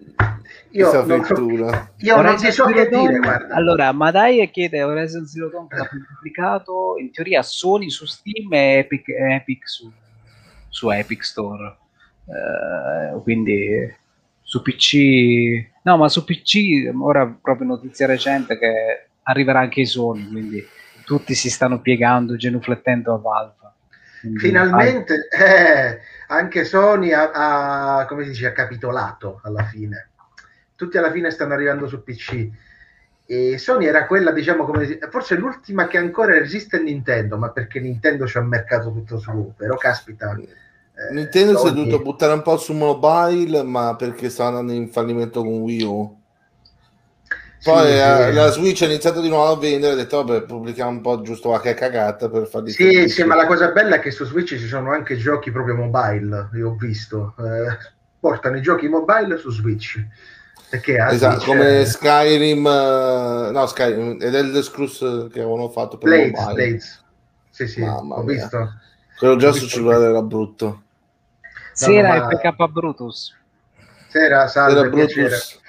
Io Questa non so, frittura. io non ti Horizon so Zero che dire, Dawn, guarda. allora Madai chiede Horizon Zero Dawn che l'ha pubblicato in teoria Sony su Steam e Epic, Epic su, su Epic Store. Eh, quindi su P C no, ma su P C ora proprio notizia recente che arriverà anche i Sony, quindi tutti si stanno piegando, genuflettendo a Valve. Quindi, Finalmente eh, anche Sony ha, ha, come si dice, ha capitolato alla fine. Tutti alla fine stanno arrivando su P C. E Sony era quella, diciamo, come forse l'ultima che ancora resiste a Nintendo, ma perché Nintendo c'ha un mercato tutto suo. Però caspita, eh, Nintendo si è Sony... dovuto buttare un po' su mobile, ma perché sta andando in fallimento con Wii U. Poi Sì, sì. eh, la Switch ha iniziato di nuovo a vendere, ha detto vabbè, pubblichiamo un po' giusto qualche cagata per farli Sì, sì, felici. ma la cosa bella è che su Switch ci sono anche giochi proprio mobile, io ho visto. Eh, portano i giochi mobile su Switch. Perché a Esatto, Switch come eh, Skyrim, eh, no Skyrim ed Elder Scrolls che avevano fatto per Blades, mobile. Blades. Sì, sì, Mamma ho mia, visto. quello Ho già sul visto. cellulare era brutto. No, no, Sera ma F K Brutus. sera, Era salve, piacere. Brutus.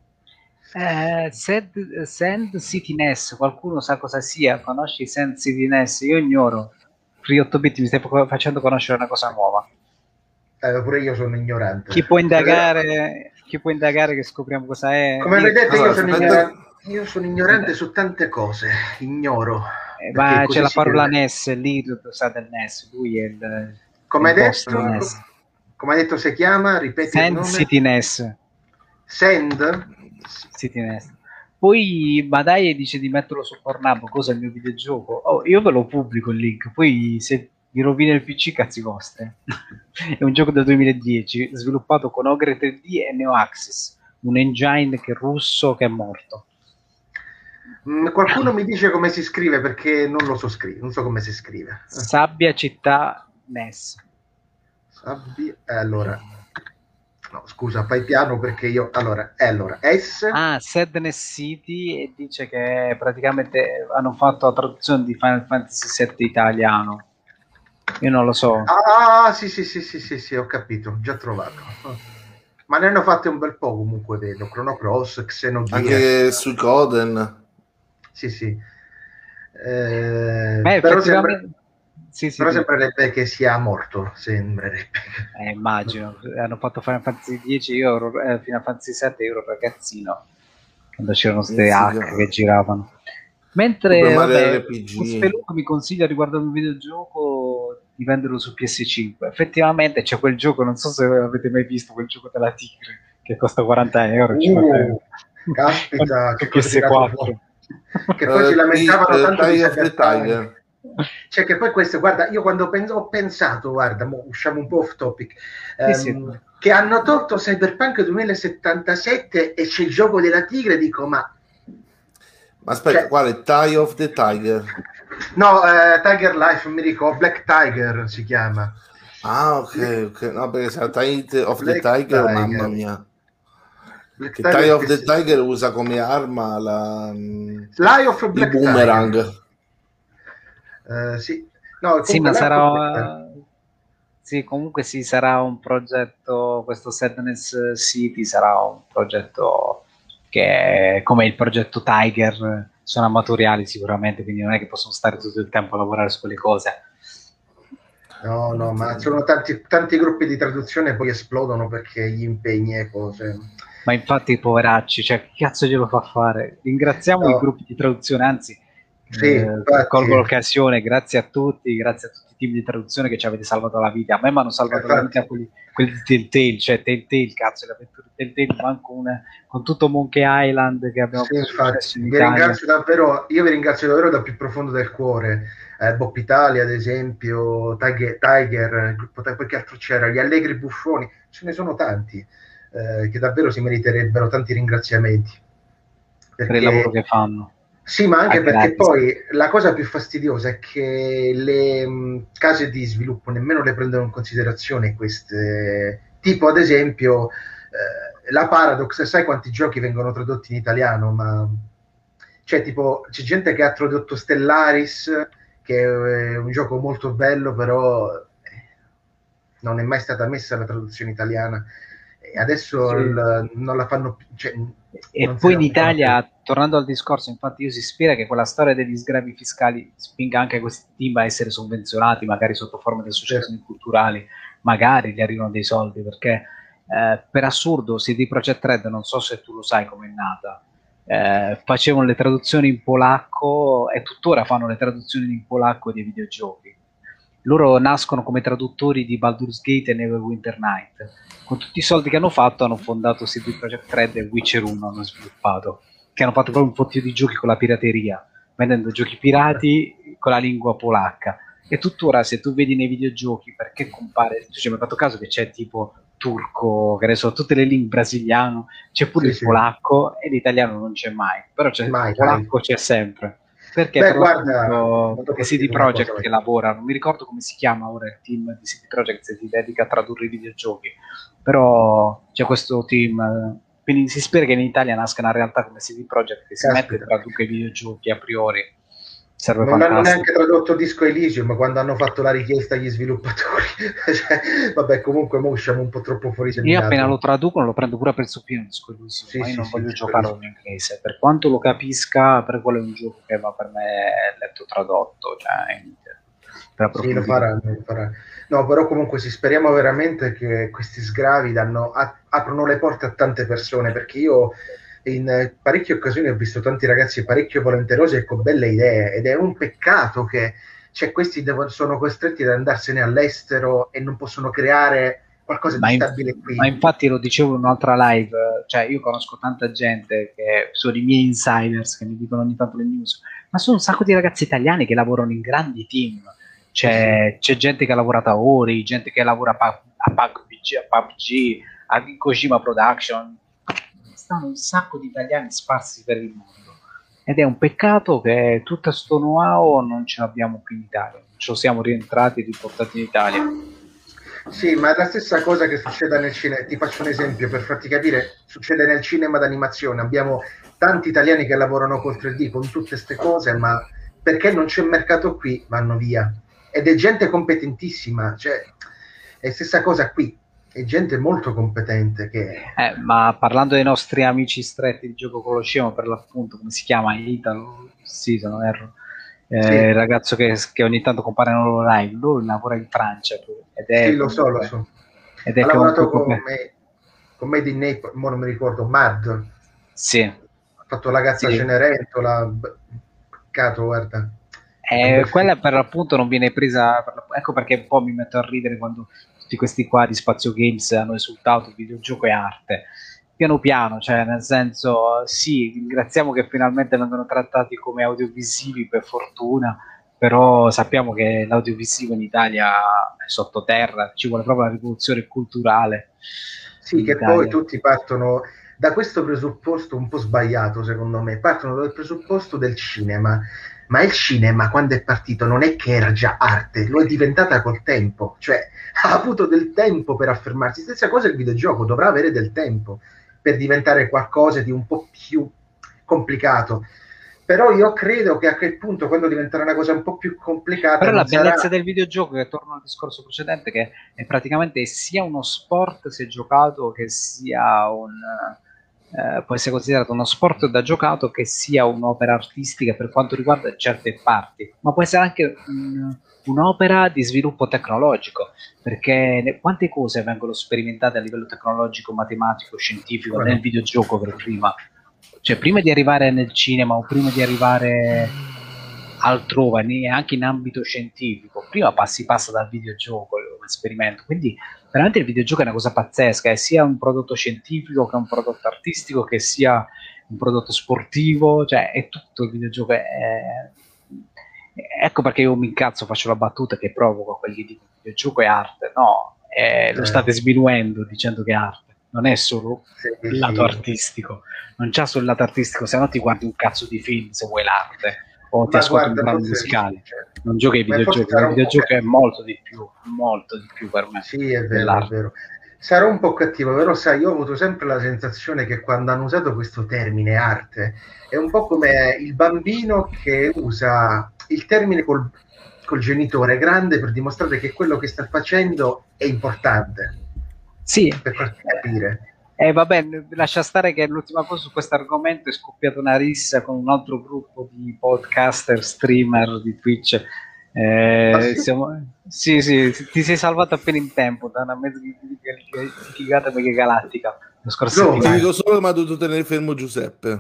Eh, Sand, Sand City N E S, qualcuno sa cosa sia? Conosci Sand City N E S? Io ignoro. Free otto bit mi stai facendo conoscere una cosa nuova. Eh, pure io sono ignorante. Chi può indagare, chi può indagare che scopriamo cosa è? Come Lì- vedete, Allora, io sono aspetta, ignorante. Io sono ignorante su tante cose, ignoro. eh, Perché ma c'è così la si parola deve. N E S, lì sa del N E S, lui è il, è Come il hai boss detto? del N E S. Come hai detto si chiama? Ripeti il Sand nome? City N E S. Send? City N E S. Poi Madai dice di metterlo su Pornhub, cosa è il mio videogioco? Oh, io ve lo pubblico il link, poi se vi rovina il P C cazzi vostri. È un gioco del duemiladieci sviluppato con Ogre tre D e NeoAxis, un engine che è russo che è morto. Mm, qualcuno mi dice come si scrive perché non lo so scrivere, non so come si scrive. Sabbia città N E S. Sabbi... eh, allora, no, scusa, fai piano perché io... Allora, eh, allora S... Ah, Sadness City e dice che praticamente hanno fatto la traduzione di Final Fantasy sette italiano. Io non lo so. Ah, sì, sì, sì, sì, sì, sì, ho capito, già trovato. Ma ne hanno fatte un bel po' comunque, vedo. Chrono Cross, Xenogears. anche su Coden. Sì, sì. Eh, Beh, però, sembra, effettivamente... Sì, sì, però sì. sembrerebbe che sia morto, sembrerebbe. Eh, immagino. Hanno fatto Final Fantasy dieci, io ero, eh, Final Fantasy sette, io ero ragazzino, quando c'erano queste hack che giravano. Super Mentre, Mario vabbè, R P G. Spelunky mi consiglia riguardo un videogioco di venderlo su P S cinque. Effettivamente c'è quel gioco, non so se avete mai visto quel gioco della tigre, che costa quaranta euro, cinquanta euro. Uh, caspita, Su che cosa è tirato P S quattro. fuori. Che poi si Uh, lamentavano uh, tanto di Tie of the Cyberpunk. Tiger. Cioè che poi questo, guarda, io quando penso, ho pensato, guarda, mo usciamo un po' off topic, Sì, sì. ehm, che hanno tolto Cyberpunk duemilasettantasette e c'è il gioco della tigre, dico, ma... Ma aspetta, Cioè- quale? Tie of the Tiger. No, eh, Tiger Life, mi ricordo, Black Tiger si chiama. Ah, ok, ok. No, perché se la Tie of the Black Tiger, Tiger. mamma mia. Black Che Tiger Tie of che the si- Tiger usa come arma la, Lie of il Black boomerang. Tiger. Eh, sì. No, Sì, comunque ma Lie of Black Tiger. sarà... sì, comunque sì, sarà un progetto, questo Sadness City sarà un progetto che, come il progetto Tiger, sono amatoriali sicuramente, quindi non è che possono stare tutto il tempo a lavorare su quelle cose. No, no, ma sono tanti, tanti gruppi di traduzione e poi esplodono perché gli impegni e cose. Ma infatti, poveracci, cioè, che cazzo glielo fa fare? Ringraziamo i No. gruppi di traduzione, anzi, Sì, eh, infatti, colgo l'occasione, grazie a tutti, grazie a tutti i team di traduzione che ci avete salvato la vita. A me mi hanno salvato la vita infatti. quelli, quelli di Telltale, cioè Telltale, cazzo, le avventure di Telltale, manco una, con tutto Monkey Island che abbiamo Sì, avuto infatti, successo in vi Italia. ringrazio davvero, io vi ringrazio davvero dal più profondo del cuore. Eh, Bop Italia, ad esempio, Tiger, Tiger, il gruppo Tiger, poi che altro c'era? Gli Allegri Buffoni, ce ne sono tanti eh, che davvero si meriterebbero tanti ringraziamenti. Per il lavoro Perché che fanno. sì, ma anche A perché gratis. poi la cosa più fastidiosa è che le mh, case di sviluppo nemmeno le prendono in considerazione queste, tipo ad esempio eh, la Paradox, sai quanti giochi vengono tradotti in italiano? Ma c'è tipo c'è gente che ha tradotto Stellaris, che è un gioco molto bello, però eh, non è mai stata messa la traduzione italiana. E adesso Sì. il, non la fanno più, cioè, E non se poi ne in occupano più. Italia, tornando al discorso, infatti io si spera che quella storia degli sgravi fiscali spinga anche questi team a essere sovvenzionati, magari sotto forma di Sì. associazioni culturali, magari gli arrivano dei soldi, perché eh, per assurdo C D Projekt Red, non so se tu lo sai com'è nata, eh, facevano le traduzioni in polacco e tuttora fanno le traduzioni in polacco dei videogiochi. Loro nascono come traduttori di Baldur's Gate e Neverwinter Night. Con tutti i soldi che hanno fatto hanno fondato C D Projekt Red e Witcher uno hanno sviluppato, che hanno fatto proprio un fottio di giochi con la pirateria, vendendo giochi pirati con la lingua polacca. E tuttora se tu vedi nei videogiochi, perché compare, tu ci hai mai fatto caso che c'è tipo turco, che ne so, tutte le lingue brasiliano, c'è pure Sì, il sì. polacco e l'italiano non c'è mai, però c'è, Mai, il polacco mai. c'è sempre. Perché Beh, per guarda, l'appunto dopo è ti C D dico una cosa. Projekt che lavora, non mi ricordo come si chiama ora il team di C D Projekt se si dedica a tradurre i videogiochi, però c'è questo team, eh, quindi si spera che in Italia nasca una realtà come C D Projekt che si mette e Caspita. traduca i videogiochi a priori, serve Non hanno fantastico. neanche tradotto Disco Elysium quando hanno fatto la richiesta agli sviluppatori. Cioè, vabbè, comunque mo usciamo un po' troppo fuori Io appena seminato. lo traducono lo prendo pure per supino Disco Elysium, Sì, ma io sì, non sì, voglio Disco giocarlo in Elysium. inglese, per quanto lo capisca, per quello è un gioco che va per me letto tradotto, cioè per Sì, lo approfondire. faranno, lo faranno. No, però comunque sì, speriamo veramente che questi sgravi danno, a- aprono le porte a tante persone, perché io in eh, parecchie occasioni ho visto tanti ragazzi parecchio volenterosi e con belle idee, ed è un peccato che cioè, questi devono, sono costretti ad andarsene all'estero e non possono creare qualcosa di Ma, in- stabile ma qui. infatti lo dicevo in un'altra live, cioè io conosco tanta gente che sono i miei insiders che mi dicono ogni tanto le news, ma sono un sacco di ragazzi italiani che lavorano in grandi team. Sì, sì. C'è, c'è gente che lavora a Ori, gente che lavora a, Pa- a P U B G, a P U B G, a Kojima Production. Stanno un sacco di italiani sparsi per il mondo. Ed è un peccato che tutto questo know-how non ce l'abbiamo più in Italia. Ce lo siamo rientrati e riportati in Italia. Sì, ma è la stessa cosa che succede nel cinema. Ti faccio un esempio per farti capire, succede nel cinema d'animazione. Abbiamo tanti italiani che lavorano col tre D con tutte queste cose, ma perché non c'è mercato qui, vanno via. Ed è gente competentissima, cioè è la stessa cosa qui, è gente molto competente che... Eh, ma parlando dei nostri amici stretti di Gioco Colosseum, per l'appunto, come si chiama? Italo? Sì, se non erro. Eh, Sì, il ragazzo che, che ogni tanto compare nel loro live, lui lavora in Francia ed sì, è lo so, lo comunque, so. ed Ha è lavorato comunque con, come, me, con Made in Naples, mo non mi ricordo, Mad. sì, Ha fatto la gatta sì. Cenerentola, peccato, guarda. È un bel Eh, film. quella per l'appunto non viene presa, per l'app- ecco perché un po' mi metto a ridere quando tutti questi qua di Spazio Games hanno esultato, il videogioco è arte. Piano piano, cioè nel senso, sì, ringraziamo che finalmente vengono trattati come audiovisivi per fortuna, però sappiamo che l'audiovisivo in Italia è sottoterra, ci vuole proprio la rivoluzione culturale Sì, in che poi Italia. tutti partono da questo presupposto un po' sbagliato, secondo me, partono dal presupposto del cinema, ma il cinema quando è partito non è che era già arte, lo è diventata col tempo, cioè ha avuto del tempo per affermarsi. Stessa cosa il videogioco, dovrà avere del tempo per diventare qualcosa di un po' più complicato. Però io credo che a quel punto, quando diventerà una cosa un po' più complicata, però la bellezza sarà... del videogioco, che torno al discorso precedente, che è praticamente sia uno sport se giocato, che sia un eh, può essere considerato uno sport da giocato, che sia un'opera artistica per quanto riguarda certe parti, ma può essere anche un, un'opera di sviluppo tecnologico, perché ne, quante cose vengono sperimentate a livello tecnologico, matematico, scientifico nel videogioco per prima. Cioè, prima di arrivare nel cinema o prima di arrivare altrove, anche in ambito scientifico, prima si passa dal videogioco come esperimento. Quindi veramente il videogioco è una cosa pazzesca, è sia un prodotto scientifico che un prodotto artistico, che sia un prodotto sportivo, cioè è tutto il videogioco. È... Ecco perché io mi incazzo, faccio la battuta che provoco a quelli che dicono che il videogioco è arte. No, è, lo state sminuendo dicendo che è arte. Non è solo sì, il lato sì. artistico, non c'è solo il lato artistico, se no ti guardi un cazzo di film se vuoi l'arte, o ti Ma ascolti guarda, un brano forse- musicale. certo. Non giochi ai Ma forse videogiochi, sarà il un po' videogioco è cattivo. molto di più, molto di più per me. Sì, è vero, è dell'arte. vero. Sarò un po' cattivo, però sai, io ho avuto sempre la sensazione che quando hanno usato questo termine arte, è un po' come il bambino che usa il termine col, col genitore grande per dimostrare che quello che sta facendo è importante, Sì, per farti capire. e eh, vabbè, lascia stare che l'ultima cosa su questo argomento è scoppiata una rissa con un altro gruppo di podcaster, streamer di Twitch. Eh, Ah, sì? siamo... sì, sì, ti sei salvato appena in tempo da una mezza di figata mega galattica lo scorso No, Ti settimana. dico solo che mi ha dovuto tenere fermo Giuseppe.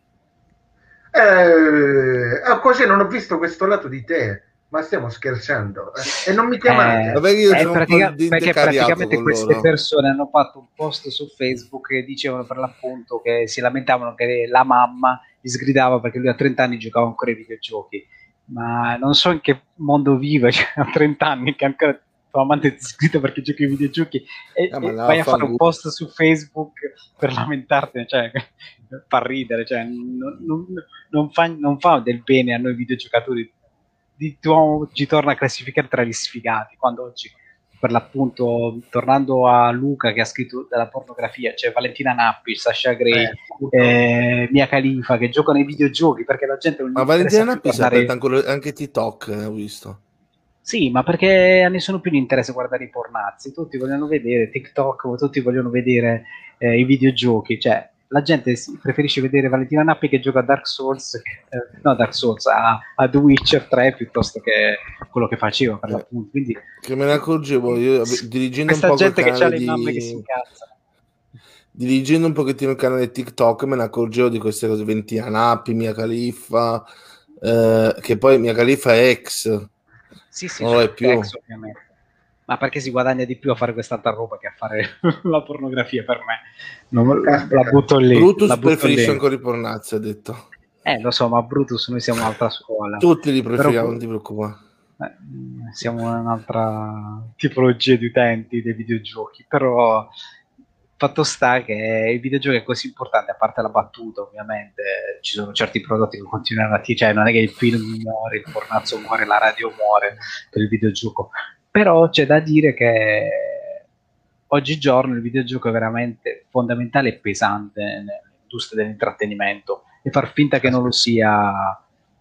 Eh, ah, così non ho visto questo lato di te, ma stiamo scherzando. Eh, e non mi chiamate. Eh, Vabbè che io è sono un pratica- po' perché indecariato praticamente con queste loro. persone hanno fatto un post su Facebook che dicevano per l'appunto che si lamentavano che la mamma gli sgridava perché lui a trenta anni giocava ancora ai videogiochi. Ma non so in che mondo vive, cioè, a trenta anni che ancora tua mamma ti sgrida perché giochi ai videogiochi e, Ah, ma e no, vai a fare un fanculo. post su Facebook per lamentarti, cioè fa ridere, cioè, non, non- non fa, non fa del bene a noi videogiocatori. Di, ci torna a classificare tra gli sfigati, quando oggi, per l'appunto, tornando a Luca che ha scritto della pornografia, c'è Valentina Nappi, Sasha Grey, Eh, eh, Mia Khalifa che giocano ai videogiochi, perché la gente non Ma gli interessa Valentina più Nappi si è aperta guardare. ancora anche TikTok, eh, ho visto. Sì, ma perché a nessuno più gli interessa guardare i pornazzi, tutti vogliono vedere TikTok, tutti vogliono vedere eh, i videogiochi, cioè la gente si- preferisce vedere Valentina Nappi che gioca a Dark Souls, che- eh, no Dark Souls, a, a The Witcher tre piuttosto che quello che faceva per l'appunto. Quindi Che me ne accorgevo io dirigendo un questa po' quel gente che ha canale le mamme che si di incazzano. dirigendo un pochettino il canale TikTok me ne accorgevo di queste cose. Valentina Nappi, Mia Khalifa, eh, che poi Mia Khalifa è ex, Sì, sì, non lo è sì, più. ex, ovviamente. Ma perché si guadagna di più a fare quest'altra roba che a fare la pornografia per me? Non, Caspita. la butto lì. Brutus la butto preferisce lì. ancora i pornazzi, ha detto. Eh, lo so, ma Brutus noi siamo un'altra scuola. Tutti li preferiamo, Però, non ti preoccupare. eh, siamo un'altra tipologia di utenti dei videogiochi, però fatto sta che il videogioco è così importante, a parte la battuta ovviamente, ci sono certi prodotti che continuano a... cioè non è che il film muore, il pornazzo muore, la radio muore per il videogioco, però c'è da dire che oggigiorno il videogioco è veramente fondamentale e pesante nell'industria dell'intrattenimento, e far finta che non lo sia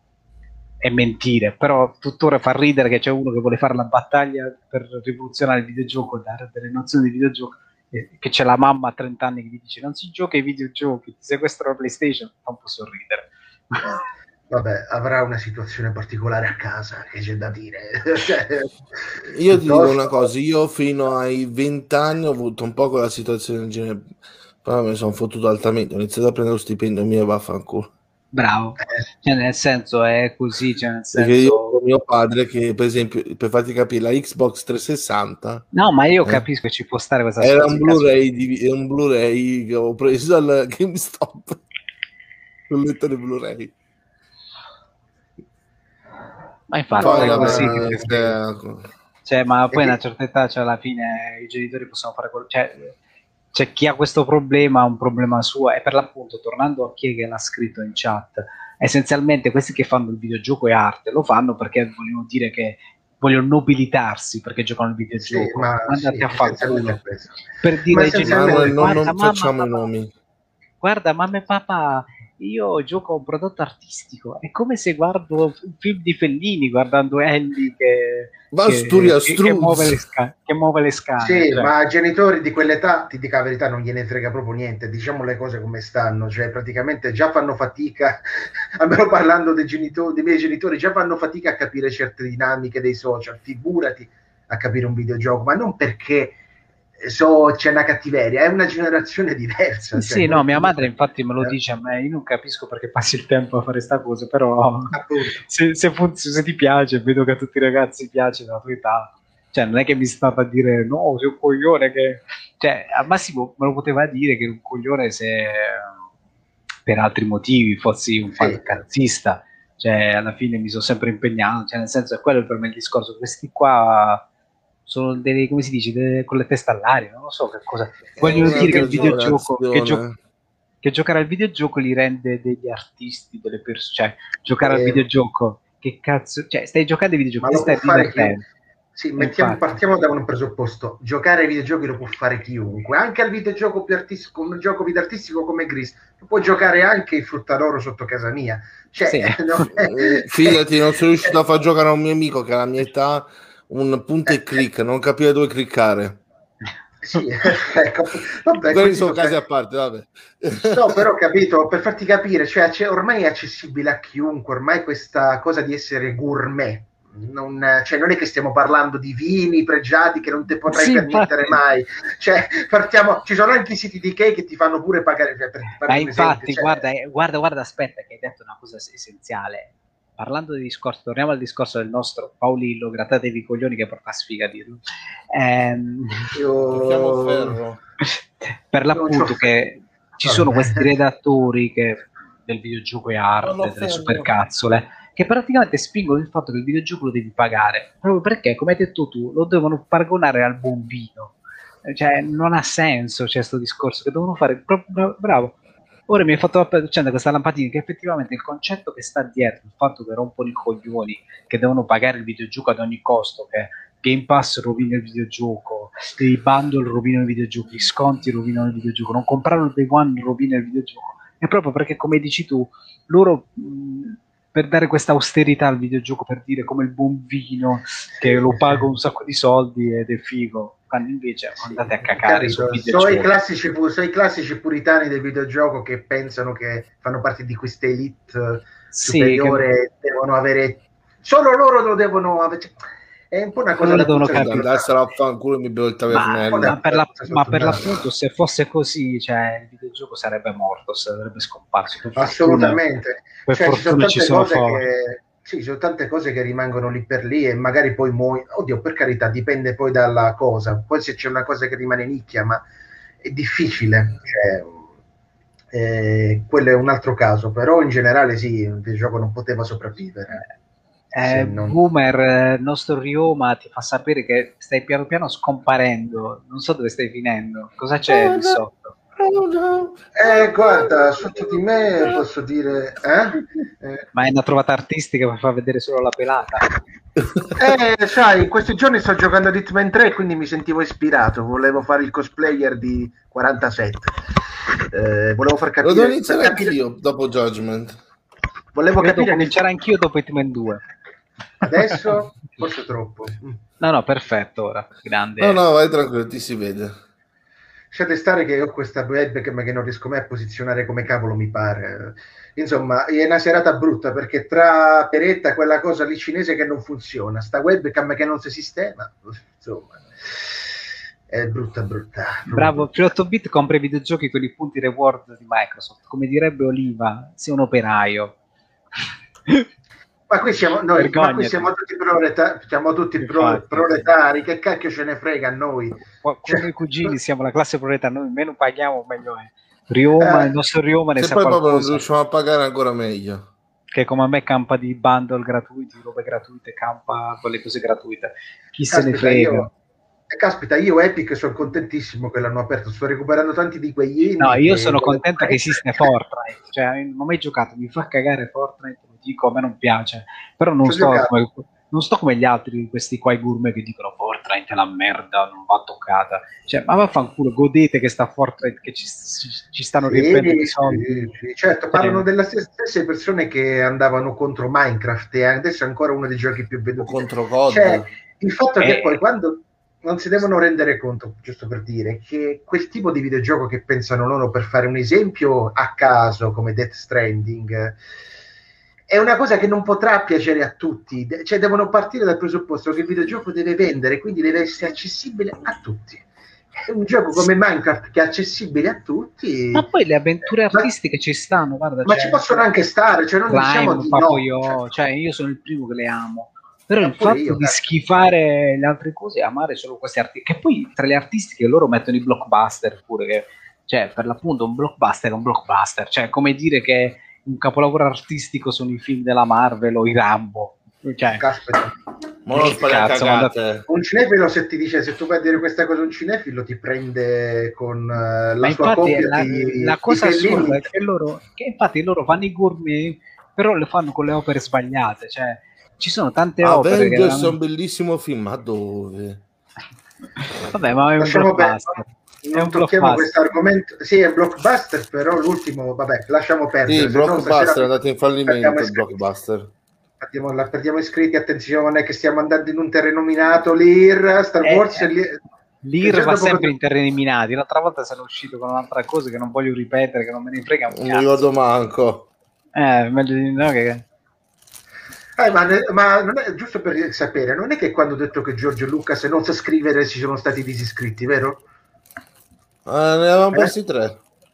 è mentire, però tuttora fa ridere che c'è uno che vuole fare la battaglia per rivoluzionare il videogioco, dare delle nozioni di videogioco, e che c'è la mamma a trenta anni che gli dice non si gioca ai videogiochi, ti sequestra la PlayStation, fa un po' sorridere. Vabbè, avrà una situazione particolare a casa, che c'è da dire. Io ti dico una cosa, io fino ai venti anni ho avuto un po' quella situazione del genere, però mi sono fottuto altamente, ho iniziato a prendere lo stipendio mio e vaffanculo. Bravo, cioè nel senso è così, cioè nel senso... Perché io ho mio padre che, per esempio, per farti capire, la Xbox trecentosessanta... No, ma io eh, capisco che ci può stare questa era un situazione. Blu-ray, di, un Blu-ray che ho preso al GameStop, un lettore Blu-ray. Ma infatti No, è no, così no, che... Cioè, Cioè, ma poi a che... una certa età, cioè, alla fine i genitori possono fare quello, cioè, c'è chi ha questo problema, ha un problema suo, e per l'appunto, tornando a chi è che l'ha scritto in chat, essenzialmente questi che fanno il videogioco e arte lo fanno perché vogliono dire che vogliono nobilitarsi perché giocano al videogioco. Sì, ma Andate sì, a fare essenzialmente culo è questo. per dire Ma ai genitori, Manuel, non, guarda non mamma, facciamo papà, i nomi. guarda mamma e papà, io gioco a un prodotto artistico, è come se guardo un film di Fellini guardando Ellie che, che, che, che, muove, le sca- che muove le scale. Sì, cioè. ma genitori di quell'età, ti dico la verità, non gliene frega proprio niente, diciamo le cose come stanno, cioè praticamente già fanno fatica, almeno parlando dei, genitori, dei miei genitori, già fanno fatica a capire certe dinamiche dei social, figurati a capire un videogioco, ma non perché so c'è una cattiveria, è una generazione diversa. Sì, Cioè, sì, no, mia comunque, madre infatti me lo eh? dice a me, io non capisco perché passi il tempo a fare sta cosa, però Appunto. se, se, funziona, se ti piace, vedo che a tutti i ragazzi piace della tua età, cioè non è che mi stava a dire no, sei un coglione che... Cioè, al massimo me lo poteva dire che ero un coglione se per altri motivi fossi un fan cazzista, cioè alla fine mi sono sempre impegnato, cioè nel senso è quello per me il discorso, questi qua sono delle, come si dice, delle, con le teste all'aria, non lo so che cosa vogliono dire che il videogioco che, gio- che giocare al videogioco li rende degli artisti, delle persone, cioè giocare eh, al videogioco, che cazzo, cioè stai giocando ai videogiochi, ti stai divertendo. Sì, mettiamo, partiamo da un presupposto: giocare ai videogiochi lo può fare chiunque, anche al videogioco più artistico, un gioco più artistico come Gris, lo può giocare anche il fruttarolo sotto casa mia. Cioè, sì. no, è... Fidati, non sono riuscito a far giocare a un mio amico che alla mia età un punto e clic, non capire dove cliccare. Sì, ecco, vabbè, quelli sono casi a parte, vabbè. No, però capito, per farti capire, cioè, cioè, ormai è accessibile a chiunque, ormai questa cosa di essere gourmet, non, cioè, non è che stiamo parlando di vini pregiati che non ti potrai sì, permettere infatti. mai, cioè, partiamo, ci sono anche i siti di Ikea che ti fanno pure pagare. Cioè, per, per Ma infatti, esempio, guarda, cioè... guarda, guarda, aspetta che hai detto una cosa essenziale. Parlando di discorso, torniamo al discorso del nostro Paolillo, grattatevi i coglioni che porta sfiga a dirlo. Ehm, Io... ferro. Per l'appunto che ci Vabbè. sono questi redattori che del videogioco e arte, delle supercazzole, che praticamente spingono il fatto che il videogioco lo devi pagare, proprio perché, come hai detto tu, lo devono paragonare al buon vino. Cioè, non ha senso, c'è questo discorso che devono fare, bravo, bravo. Ora mi hai fatto accendere questa lampadina che effettivamente il concetto che sta dietro, il fatto che rompono i coglioni, che devono pagare il videogioco ad ogni costo, che Game Pass rovina il videogioco, i bundle rovinano il videogioco, gli sconti rovinano il videogioco, non comprarlo il day one rovina il videogioco, è proprio perché, come dici tu, loro mh, per dare questa austerità al videogioco, per dire come il buon vino, che lo pago un sacco di soldi ed è figo, quando invece andate a cacare su sono i classici, sono i classici puritani del videogioco che pensano che fanno parte di questa elite sì, superiore, che... devono avere, solo loro lo devono avere. È un po' una cosa da devono capire. Andarsela a fanculo mi bevo il tavernello. Ma, ma, per, la, ma per l'appunto, se fosse così, cioè, il videogioco sarebbe morto, sarebbe scomparso. Per Assolutamente. Per cioè, fortuna ci sono, ci sono cose che, sì, ci sono tante cose che rimangono lì per lì e magari poi muoiono. Oddio, per carità, dipende poi dalla cosa. Poi se c'è una cosa che rimane nicchia, ma è difficile. Cioè, eh, quello è un altro caso. Però in generale sì, il videogioco non poteva sopravvivere. Eh, non... Boomer, il nostro Rioma ti fa sapere che stai piano piano scomparendo, non so dove stai finendo, cosa c'è oh, lì sotto? Oh, no. Eh, guarda, sotto di me posso dire eh? Eh. Ma è una trovata artistica per far vedere solo la pelata. Eh, sai, in questi giorni sto giocando a Hitman tre, quindi mi sentivo ispirato, volevo fare il cosplayer di quarantasette, eh, volevo far capire... Lo devo iniziare anch'io dopo Judgment. Volevo Credo capire cominciare che... anch'io dopo Hitman due. Adesso forse troppo. No, no, perfetto ora. Grande. No, no, vai tranquillo, ti si vede. Lasciate stare che ho questa webcam che non riesco mai a posizionare come cavolo mi pare. Insomma, è una serata brutta perché tra Peretta quella cosa lì cinese che non funziona, sta webcam che non si sistema, insomma. È brutta, brutta. Bravo, più otto bit compra i videogiochi con i punti reward di Microsoft. Come direbbe Oliva, sei un operaio. Ma qui siamo noi, ma qui siamo tutti proletari, siamo tutti pro, proletari, che cacchio ce ne frega a noi? Come cioè, i cugini siamo la classe proletaria, noi meno paghiamo meglio è. Rioma, eh, il nostro Rioma ne sa poi qualcosa. Proprio non riusciamo a pagare ancora meglio. Che come a me campa di bundle gratuiti, robe gratuite, campa con le cose gratuite. Chi caspita, se ne frega? Io, eh, caspita, io Epic sono contentissimo che l'hanno aperto, sto recuperando tanti di quegli indie. No, io sono contento che esiste Fortnite, cioè non ho mai giocato, mi fa cagare Fortnite, lo dico, a me non piace, però non sto, come, non sto come gli altri, questi qua i gourmet che dicono Fortnite veramente la merda, non va toccata. Cioè, ma vaffanculo, godete che sta Fortnite, che ci, ci, ci stanno sì, riempendo di soldi. Sì, sì, certo, parlano delle stesse persone che andavano contro Minecraft e adesso è ancora uno dei giochi più veduti. O contro C O D. Cioè, il fatto è che Eh. poi quando non si devono rendere conto, giusto per dire, che quel tipo di videogioco che pensano loro, per fare un esempio a caso come Death Stranding, è una cosa che non potrà piacere a tutti, cioè devono partire dal presupposto che il videogioco deve vendere, quindi deve essere accessibile a tutti. È un gioco come Minecraft che è accessibile a tutti, ma poi le avventure ma, artistiche ci stanno, guarda, ma cioè, ci possono anche stare, cioè non diciamo Slime, di Papo no, Io, cioè, cioè io sono il primo che le amo, però il pure fatto io, di cazzo. schifare le altre cose e amare solo queste artistiche, che poi tra le artistiche loro mettono i blockbuster pure, che, cioè per l'appunto un blockbuster è un blockbuster, cioè come dire che un capolavoro artistico sono i film della Marvel o i Rambo, cioè Caspita. Ma non spari a cazzo, cagate. Un cinefilo, se ti dice, se tu vai a dire questa cosa a un cinefilo, ti prende con uh, la ma sua infatti coppia la, di, la di cosa assurda fellini. è che loro, che infatti loro fanno i gourmet, però le fanno con le opere sbagliate, cioè ci sono tante opere che Avengers è un veramente... bellissimo film, ma dove? Vabbè, ma è un Lasciamo blockbuster. perdere, È non un tocchiamo blockbuster. questo argomento. Sì, è blockbuster, però l'ultimo, vabbè, lasciamo perdere. Sì, Se no, stasera blockbuster è andato in perdiamo fallimento il iscritti. blockbuster. Perdiamo, la, perdiamo iscritti, attenzione che stiamo andando in un terreno minato. L'Ir, Star Eh, Wars, eh, l'Ir, L'Ir va sempre in terreni minati. L'altra volta sono uscito con un'altra cosa che non voglio ripetere, che non me ne frega un Non mi cazzo. ricordo manco. Eh, meglio di no che... Eh, ma, ne, ma non è, giusto per sapere, non è che quando ho detto che Giorgio Lucas non sa scrivere ci sono stati disiscritti, vero? Eh, ne avevamo Eh? persi tre.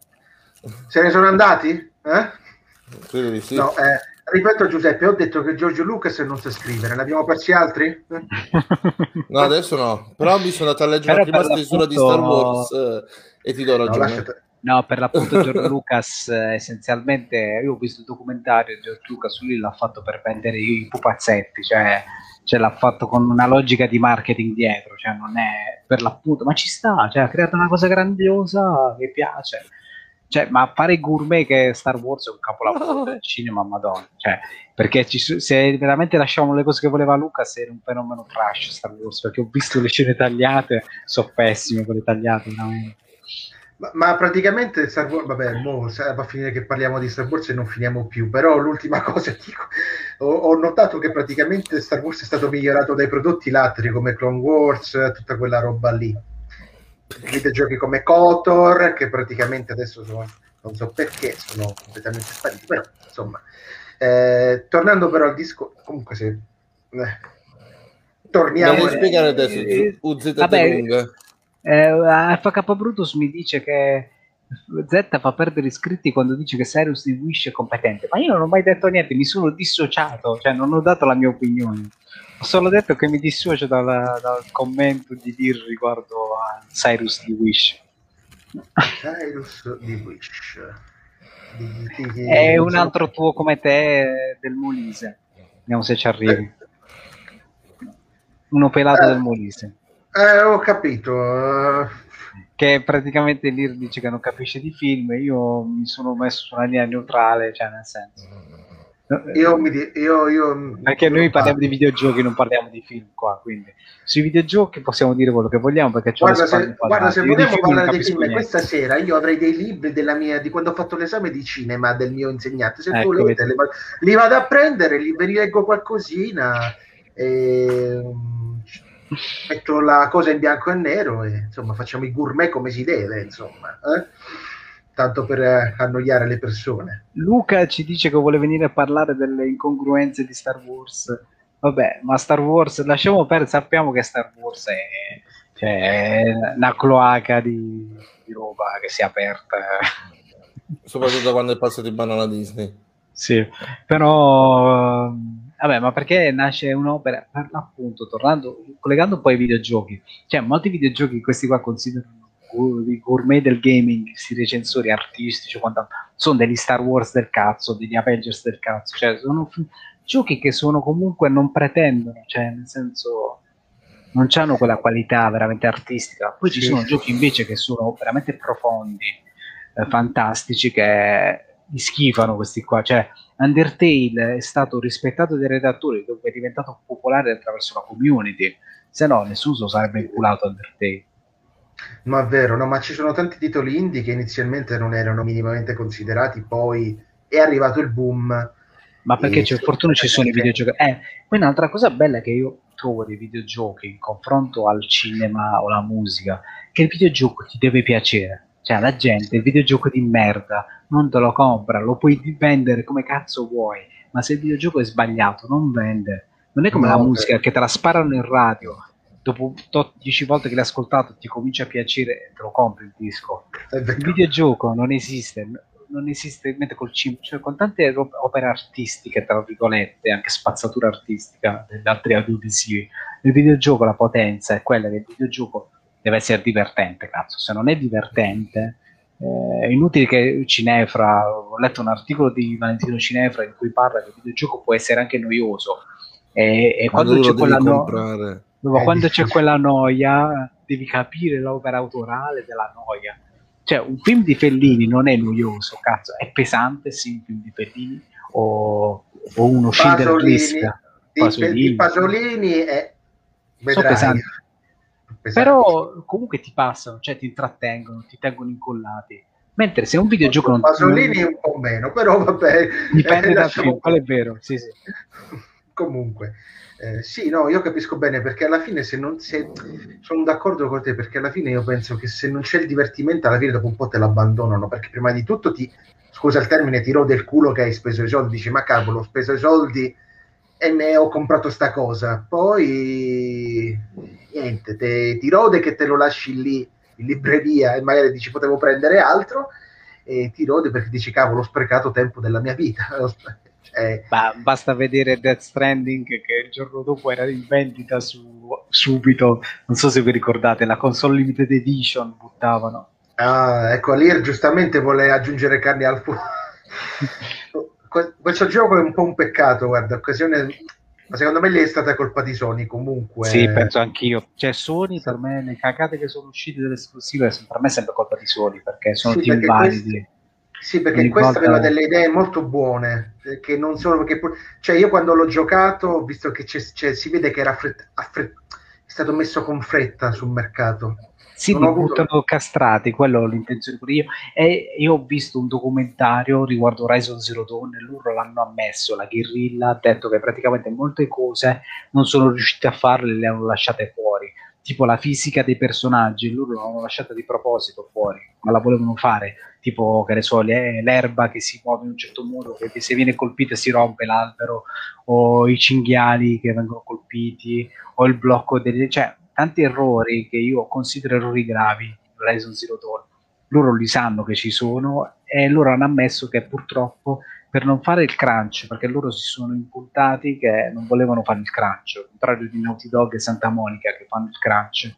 Se ne sono andati? Eh? Credo di sì. No, eh, ripeto Giuseppe, ho detto che Giorgio Lucas non sa scrivere, ne abbiamo persi altri? Eh? No, adesso no. Però mi sono andato a leggere Però la prima per stesura di l'appunto... Star Wars eh, e ti do No, ragione. lasciate. No, per l'appunto George Lucas eh, essenzialmente, io ho visto il documentario, George Lucas lui l'ha fatto per vendere i pupazzetti, cioè, cioè l'ha fatto con una logica di marketing dietro, cioè non è per l'appunto, ma ci sta, cioè ha creato una cosa grandiosa che piace, cioè, ma fare gourmet che Star Wars è un capolavoro del cinema, madonna, cioè, perché ci, se veramente lasciamo le cose che voleva Lucas era un fenomeno trash Star Wars, perché ho visto le scene tagliate, sono pessime quelle tagliate, veramente. Ma, ma praticamente Star Wars, vabbè, mo va a finire che parliamo di Star Wars e non finiamo più, però l'ultima cosa dico, ho, ho notato che praticamente Star Wars è stato migliorato dai prodotti latri come Clone Wars, tutta quella roba lì. Videogiochi come KOTOR, che praticamente adesso sono, non so perché sono completamente spariti, però insomma, eh, tornando però al disco, comunque se eh, torniamo... Mi devi spiegare adesso Eh, U Z vabbè, lunga. eh, F K Brutus mi dice che Z fa perdere iscritti quando dice che Cyrus di Wish è competente, ma io non ho mai detto niente, mi sono dissociato, cioè non ho dato la mia opinione, ho solo detto che mi dissocio dal, dal commento di Dir riguardo a Cyrus di Wish. Cyrus di Wish di, di, di, È un altro tuo come te del Molise, vediamo se ci arrivi. Uno pelato eh, del Molise. Eh, ho capito. Uh... Che praticamente Lir dice che non capisce di film, io mi sono messo su una linea neutrale, cioè nel senso. Io mi di- io, io, perché noi parliamo di videogiochi, non parliamo di film qua, quindi sui videogiochi possiamo dire quello che vogliamo perché c'ho guarda, le spalle se, guarda se io vogliamo di parlare di film niente. questa sera io avrei dei libri della mia, di quando ho fatto l'esame di cinema del mio insegnante, se ecco, volete li, li vado a prendere, li, vi leggo qualcosina e metto la cosa in bianco e nero e insomma facciamo i gourmet come si deve, insomma, eh? Tanto per eh, annoiare le persone. Luca ci dice che vuole venire a parlare delle incongruenze di Star Wars. Vabbè, ma Star Wars, lasciamo perdere, sappiamo che Star Wars è, cioè, è una cloaca di, di roba che si è aperta. Soprattutto quando è passato in mano alla Disney. Sì, però vabbè, ma perché nasce un'opera, per l'appunto, tornando, collegando un po' ai videogiochi, cioè molti videogiochi questi qua considerano i gourmet del gaming, questi recensori artistici, sono degli Star Wars del cazzo, degli Avengers del cazzo, cioè sono f- giochi che sono comunque non pretendono, cioè nel senso non hanno quella qualità veramente artistica. Poi ci sono giochi invece che sono veramente profondi, eh, fantastici, che li schifano questi qua, cioè Undertale è stato rispettato dai redattori, dove è diventato popolare attraverso la community, se no nessuno lo sarebbe inculato Undertale. Ma è vero, no, ma ci sono tanti titoli indie che inizialmente non erano minimamente considerati, poi è arrivato il boom. Ma perché c'è fortuna ci sono i videogiochi. Eh, poi un'altra cosa bella che io trovo dei videogiochi in confronto al cinema o alla musica, che il videogioco ti deve piacere. Cioè la gente il videogioco di merda non te lo compra, lo puoi vendere come cazzo vuoi, ma se il videogioco è sbagliato non vende. Non è come No, la musica beh. che te la sparano in radio, dopo dieci volte che l'hai ascoltato ti comincia a piacere e te lo compri il disco. Il videogioco non esiste, non esiste mentre col cinema, cioè con tante opere artistiche, tra virgolette, anche spazzatura artistica degli altri audiovisivi. Il videogioco, la potenza è quella che il videogioco deve essere divertente, cazzo. Se non è divertente, eh, è inutile che Cinefra, ho letto un articolo di Valentino Cinefra in cui parla che il videogioco può essere anche noioso. E, e quando c'è quella no... no, quando c'è quella noia, devi capire l'opera autorale della noia. Cioè, un film di Fellini non è noioso, cazzo, è pesante, sì, un film di Fellini, o, o uno Schindler List. Di Pasolini, di Pasolini è... Sono pesanti. Però comunque ti passano, cioè ti intrattengono, ti tengono incollati. Mentre se un videogioco non... Pasolini un po' meno, però vabbè. Dipende eh, dal film, quello è vero, sì, sì. Comunque... Eh, sì, no, io capisco bene, perché alla fine se non se, sono d'accordo con te, perché alla fine io penso che se non c'è il divertimento alla fine dopo un po' te l'abbandonano, perché prima di tutto ti, scusa il termine, ti rode il culo che hai speso i soldi, dici ma cavolo, ho speso i soldi e ne ho comprato sta cosa, poi niente, te, ti rode che te lo lasci lì in libreria e magari dici potevo prendere altro, e ti rode perché dici cavolo, ho sprecato tempo della mia vita. Eh, bah, basta vedere Death Stranding che il giorno dopo era in vendita su, subito, non so se vi ricordate, la console limited edition buttavano. Ah, ecco, Alir giustamente vuole aggiungere carne al fuoco. Questo gioco è un po' un peccato, guarda, occasione, ma secondo me lì è stata colpa di Sony comunque. Sì, penso anch'io. Cioè Sony, per me, le cagate che sono uscite delle esclusive, per me è sempre colpa di Sony, perché sono sì, team perché validi. Questi... Sì, perché questa aveva delle idee molto buone, che non sono perché cioè io quando l'ho giocato, visto che c'è, c'è, si vede che era fret, fret, è stato messo con fretta sul mercato. Sì, non li avuto... buttano castrati, quello ho l'intenzione pure io. E io ho visto un documentario riguardo Horizon Zero Dawn e loro l'hanno ammesso, la guerrilla ha detto che praticamente molte cose non sono riusciti a farle, le hanno lasciate fuori. Tipo la fisica dei personaggi, loro l'hanno lasciata di proposito fuori, ma la volevano fare, tipo che ne so, le, l'erba che si muove in un certo modo, che se viene colpita si rompe l'albero, o i cinghiali che vengono colpiti, o il blocco delle... cioè tanti errori che io considero errori gravi in Horizon Zero Dawn. Loro li sanno che ci sono e loro hanno ammesso che purtroppo per non fare il crunch, perché loro si sono impuntati che non volevano fare il crunch, al contrario di Naughty Dog e Santa Monica che fanno il crunch.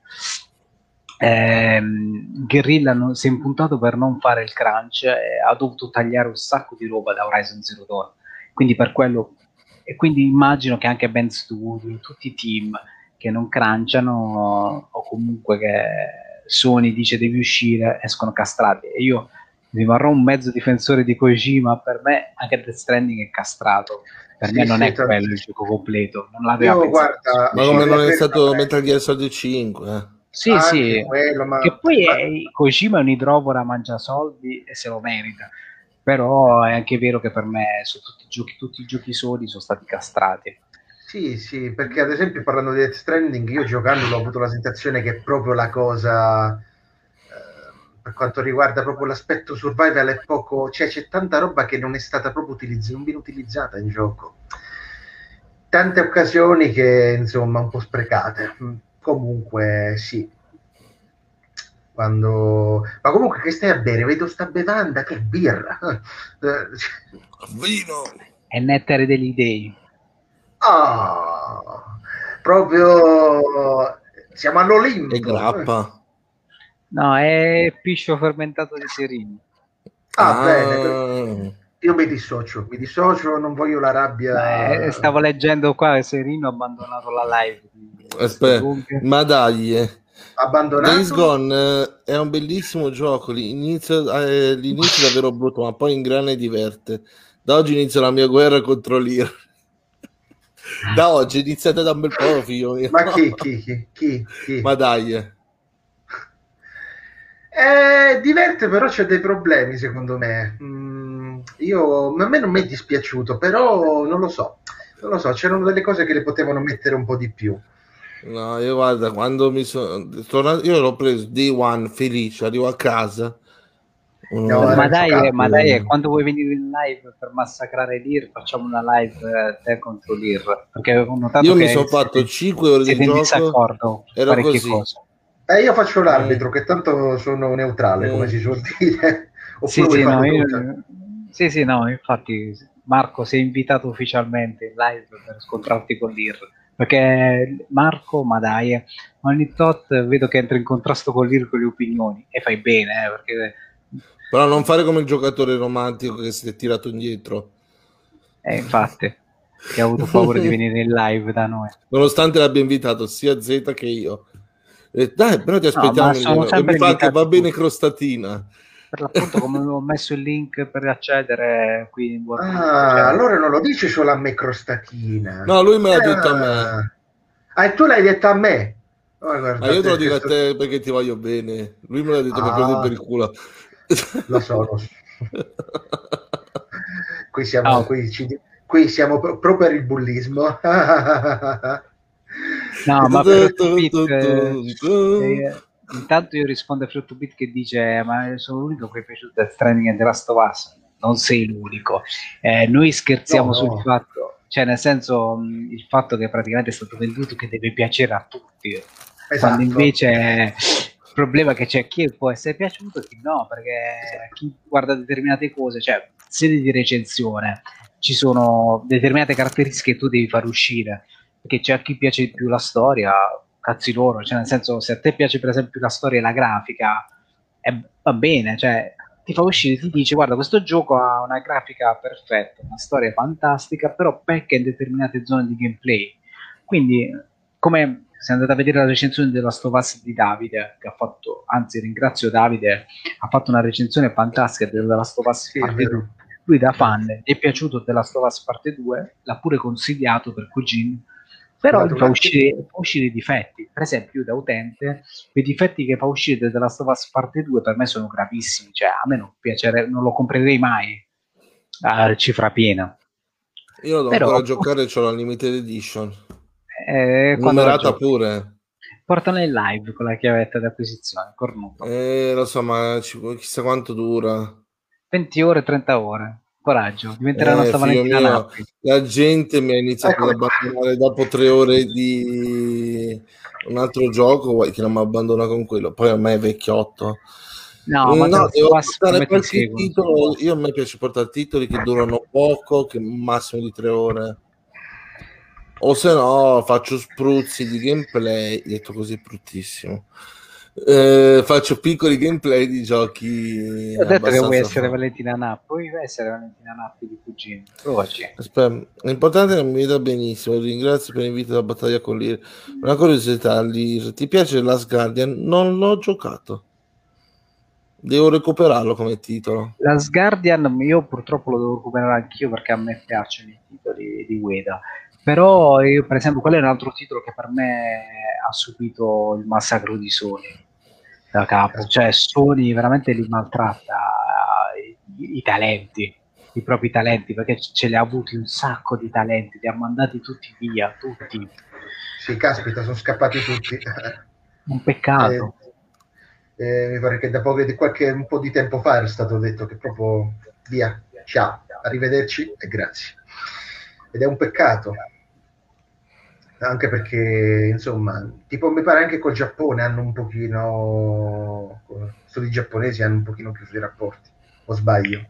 Ehm, Guerrilla non, si è impuntato per non fare il crunch e ha dovuto tagliare un sacco di roba da Horizon Zero Dawn. Quindi per quello, e quindi immagino che anche Ben Studio, tutti i team che non crunchano o comunque che Sony dice devi uscire, escono castrati. E io rimarrò un mezzo difensore di Kojima, per me anche Death Stranding è castrato, per sì, me non sì, è tanto. Quello il gioco completo, non l'aveva io, pensato. Guarda, ma come non è stato Metal Gear Solid cinque? Eh? Sì, anche sì, quello, ma... che poi ma... è, Kojima è un idrovora, mangia soldi e se lo merita, però è anche vero che per me su tutti i giochi, tutti i giochi Sony sono stati castrati. Sì, sì, perché ad esempio parlando di Death Stranding, io giocandolo ho avuto la sensazione che è proprio la cosa, eh, per quanto riguarda proprio l'aspetto survival è poco, cioè c'è tanta roba che non è stata proprio utilizzata, non viene utilizzata in gioco. Tante occasioni che insomma un po' sprecate. Comunque sì. Quando... Ma comunque che stai a bere? Vedo sta bevanda, che birra. Vino. È nettare degli dei. Oh, proprio siamo all'Olimpo. È grappa. No, è piscio fermentato di Serino. Ah, ah, bene. Io mi dissocio, mi dissocio, non voglio la rabbia. Beh, stavo leggendo qua che Serino ha abbandonato la live. Aspetta, ma dai, eh. Abbandonato? Days Gone eh, è un bellissimo gioco. L'inizio, eh, l'inizio è davvero brutto, ma poi in grande diverte. Da oggi inizio la mia guerra contro l'Ir. Da oggi iniziate da un bel po', figlio mio. Ma chi, chi, chi, chi, chi? Ma dai. Eh, diverte, però c'è dei problemi, secondo me. Mm, io, a me non mi è dispiaciuto, però non lo so. Non lo so, c'erano delle cose che le potevano mettere un po' di più. No, io guarda, quando mi sono tornato, io l'ho preso day one felice, arrivo a casa. No, ma, era dai, giocato. ma dai, quando vuoi venire in live per massacrare l'Ir, facciamo una live eh, te contro l'Ir. Perché ho notato io che mi sono fatto cinque ore di siete in gioco. disaccordo su Era parecchie così. cose. Eh, io faccio l'arbitro, Mm. che tanto sono neutrale, Mm. come si suol dire. Oppure Sì, vuoi sì, farlo no, tu? io, Cioè? sì, sì, no, infatti Marco sei invitato ufficialmente in live per scontrarti con l'Ir. Perché Marco, ma dai, ogni tot vedo che entra in contrasto con l'Ir con le opinioni e fai bene, eh, perché Però non fare come il giocatore romantico che si è tirato indietro. eh, infatti, che ha avuto paura di venire in live da noi. Nonostante l'abbia invitato sia Z che io. E dai, però ti No, aspettiamo ma in sono live. E mi sempre fa che va invitati bene tutti. crostatina. Per l'appunto, come ho messo il link per accedere qui in Wargame, Ah, cioè, allora non lo dici solo a me crostatina. No, lui me l'ha detto a me. Ah, ah, e tu l'hai detto a me. Oh, Ma io te guardate lo dico a questo... te perché ti voglio bene. Lui me l'ha detto per prendere per Ah, il culo. lo so, lo so. Qui siamo, no, qui, ci- qui siamo pro, pro per il bullismo. no, ma per otto bit eh, eh, intanto io rispondo a otto bit che dice ma sono l'unico che è piaciuto Death Stranding e The Last of Us. Non sei l'unico. Eh, noi scherziamo No, sul no. fatto, cioè nel senso mh, il fatto che praticamente è stato venduto che deve piacere a tutti, quando Esatto. invece il problema è che c'è chi può essere piaciuto e chi no, perché chi guarda determinate cose, cioè sedi di recensione, ci sono determinate caratteristiche che tu devi far uscire, perché c'è a chi piace di più la storia, cazzi loro, cioè nel senso se a te piace per esempio la storia e la grafica, è, va bene, cioè ti fa uscire, ti dice guarda questo gioco ha una grafica perfetta, una storia fantastica, però pecca in determinate zone di gameplay. Quindi, come se andate a vedere la recensione della Last of Us di Davide, che ha fatto, anzi ringrazio Davide, ha fatto una recensione fantastica della Last of Us Sì, è parte due. vero. Lui da fan Grazie. gli è piaciuto The Last of Us parte due, l'ha pure consigliato per Cugin, però Scusate gli un fa attimo. uscire, fa uscire i difetti. Per esempio, io da utente, i difetti che fa uscire The Last of Us parte due per me sono gravissimi, cioè a me non piacerebbe, non lo comprerei mai a cifra piena. Io lo devo Però ancora giocare, c'ho la limited edition. eh, quando la Numerata giochi, pure. portala in live con la chiavetta di acquisizione, cornuto. Eh, lo so, ma ci- chissà quanto dura. venti ore, trenta ore. Coraggio, diventerà la Eh, nostra figlio Valentina mio, Nappi. la gente mi ha iniziato ad Eccomi qua. abbandonare dopo tre ore di un altro gioco, vuoi che non mi abbandona con quello. Poi a me è vecchiotto. No, Mm, ma The No, Last of devo Us per portare me ti qualche seguono. titolo. Io a me piace portare titoli che durano poco, che un massimo di tre ore. O se no faccio spruzzi di gameplay, detto così è bruttissimo. Eh, faccio piccoli gameplay di giochi Ho detto che vuoi abbastanza essere forti. Valentina Nappi, vuoi essere Valentina Nappi di cugino. Provaci. Aspetta, l'importante è che mi veda benissimo. Ringrazio per l'invito alla battaglia con l'Ir. Una curiosità, Lir, ti piace Last Guardian? Non l'ho giocato. Devo recuperarlo come titolo. Last Guardian io purtroppo lo devo recuperare anch'io perché a me piacciono i titoli di Ueda. Però io, per esempio, quello è un altro titolo che per me ha subito il massacro di Sony da capo. Cioè, Sony veramente li maltratta i, i talenti, i propri talenti, perché ce li ha avuti un sacco di talenti, li ha mandati tutti via, tutti. Sì, caspita, sono scappati tutti. Un Eh, peccato. eh, mi pare che da poco, di qualche un po' di tempo fa era stato detto che proprio via, ciao, arrivederci e grazie. Ed è un peccato, anche perché insomma, tipo mi pare anche col Giappone hanno un pochino, solo i giapponesi hanno un pochino chiuso i rapporti, o sbaglio?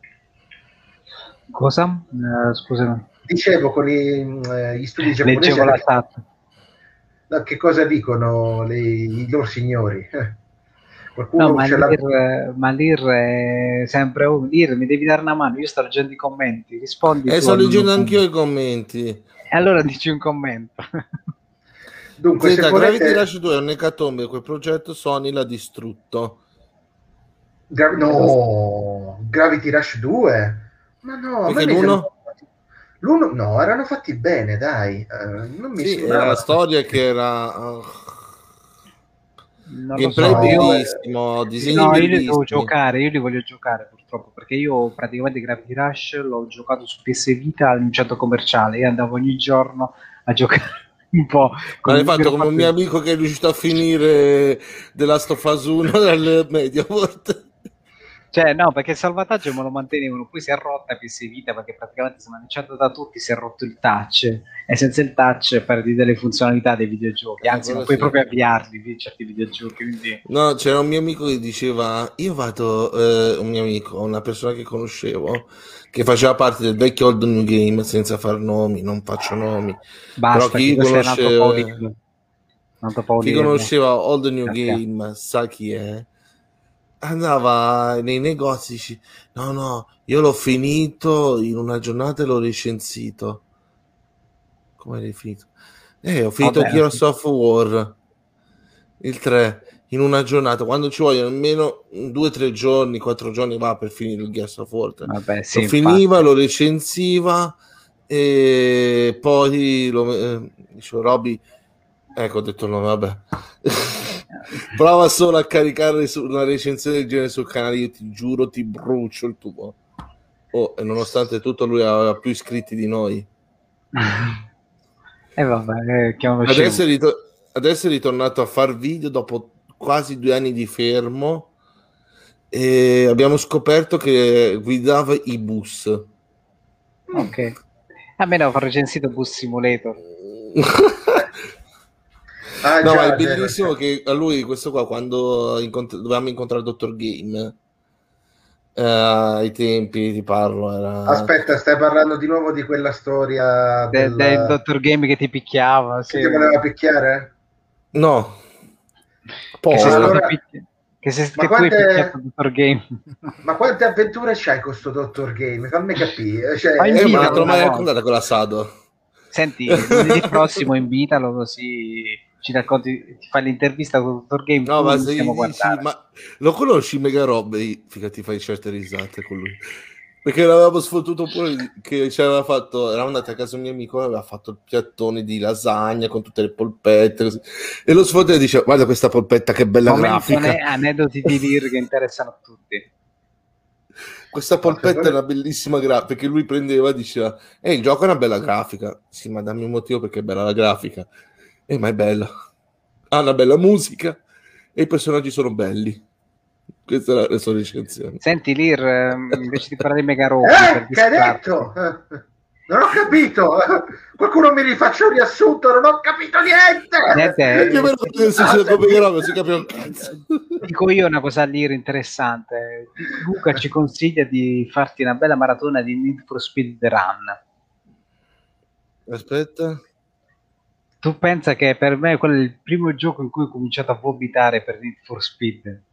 Cosa? Eh, scusami. Dicevo, con i, eh, gli studi giapponesi Leggevo hanno la chiuso. chat. No, che cosa dicono le, i loro signori? No, Qualcuno ma ce l'ha. l'Ir, ma l'Ir è sempre oh, Lir, mi devi dare una mano, io sto leggendo i commenti, rispondi E tu sto almeno leggendo uno. anch'io i commenti. E allora dici un commento. Dunque, se Z, Gravity volete. Rush due è un'ecatombe, quel progetto Sony l'ha distrutto. Gra- no, Gravity Rush due? Ma no, a me Perché mi sembra. l'uno? L'uno, no, erano fatti bene, dai. Uh, non mi sì, sembrava... era la storia che era... Uh... Non gameplay lo so, io, bellissimo, disegni no, io li bellissimi. devo giocare, io li voglio giocare purtroppo, perché io praticamente Gravity Rush l'ho giocato su P S Vita al centro commerciale e andavo ogni giorno a giocare un po'. Ma l'hai fatto ero come un mio amico che è riuscito a finire The Last of Us uno dal Mediaport. Cioè, no, perché il salvataggio me lo mantenevano, poi si è rotta P S Vita perché praticamente sono lanciato da tutti, si è rotto il touch e senza il touch perdi delle funzionalità dei videogiochi, anzi Eh, non puoi sì. proprio avviarli certi videogiochi. Quindi... No, c'era un mio amico che diceva, io vado, eh, un mio amico, una persona che conoscevo, che faceva parte del vecchio Old New Game, senza far nomi, non faccio nomi, Basta, però chi questo è un altro conosceva, Paolino. Un altro Paolino. chi conosceva Old New Perché? Game sa chi è. Andava nei negozi, dici, no no, io l'ho finito in una giornata e l'ho recensito. Come l'hai finito? Eh, ho finito Vabbè, Gears of War, il tre, in una giornata, quando ci vogliono almeno due tre giorni, quattro giorni va per finire il Gears of War. vabbè, sì, lo finiva, infatti. lo recensiva e poi lo, eh, dicevo, Robby, ecco, ho detto no, vabbè. Prova solo a caricare su una recensione del genere sul canale, io ti giuro ti brucio il tubo. Oh, e nonostante tutto lui aveva più iscritti di noi. E eh vabbè, eh, adesso, è ritor- adesso è ritornato a far video dopo quasi due anni di fermo e abbiamo scoperto che guidava i bus. Ok, a me l'avevo recensito Bus Simulator. Ah, no, già, ma è già, bellissimo già. che a lui questo qua quando incont- dovevamo incontrare il dottor Game eh, ai tempi ti parlo era... Aspetta, stai parlando di nuovo di quella storia De- del, del dottor Game che ti picchiava, che sì. ti voleva picchiare? no che sei Ah, stato allora... picchi- che, sei, Ma che tu hai quante... picchiato il dottor Game. Ma quante avventure c'hai con sto dottor Game? Fammi capire. Cioè, Ma eh, ma invitalo non te l'ho una mai volta. raccontata quella Sado. Senti, lunedì prossimo invitalo così ci racconti, ti fai l'intervista con il dottor Game. No, tu ma lo se stiamo gli dici, guardare. ma lo conosci Mega Rob? Figa, ti fai certe risate con lui. Perché l'avevamo sfottuto pure che ci aveva fatto, eravamo andati a casa un mio amico, aveva fatto il piattone di lasagna con tutte le polpette così. E lo sfottò e dice, guarda questa polpetta che bella Momento grafica. ne- aneddoti di Lir che interessano a tutti. Questa polpetta è una bellissima grafica, perché lui prendeva e diceva, eh, il gioco è una bella grafica. Sì, ma dammi un motivo perché è bella la grafica. Eh, ma è bella. Ha una bella musica e i personaggi sono belli. Questa è la sua recensione. Senti Lir, invece di parlare di Mega Rob, eh, per che hai detto? Non ho capito. Qualcuno mi rifaccia un riassunto, non ho capito niente. niente Che bello che succede con Mega Rob, si capiva un cazzo. Dico io una cosa Lir interessante. Luca ci consiglia di farti una bella maratona di Need for Speed The Run. Aspetta. Tu pensa che per me quello è il primo gioco in cui ho cominciato a vomitare per Need for Speed.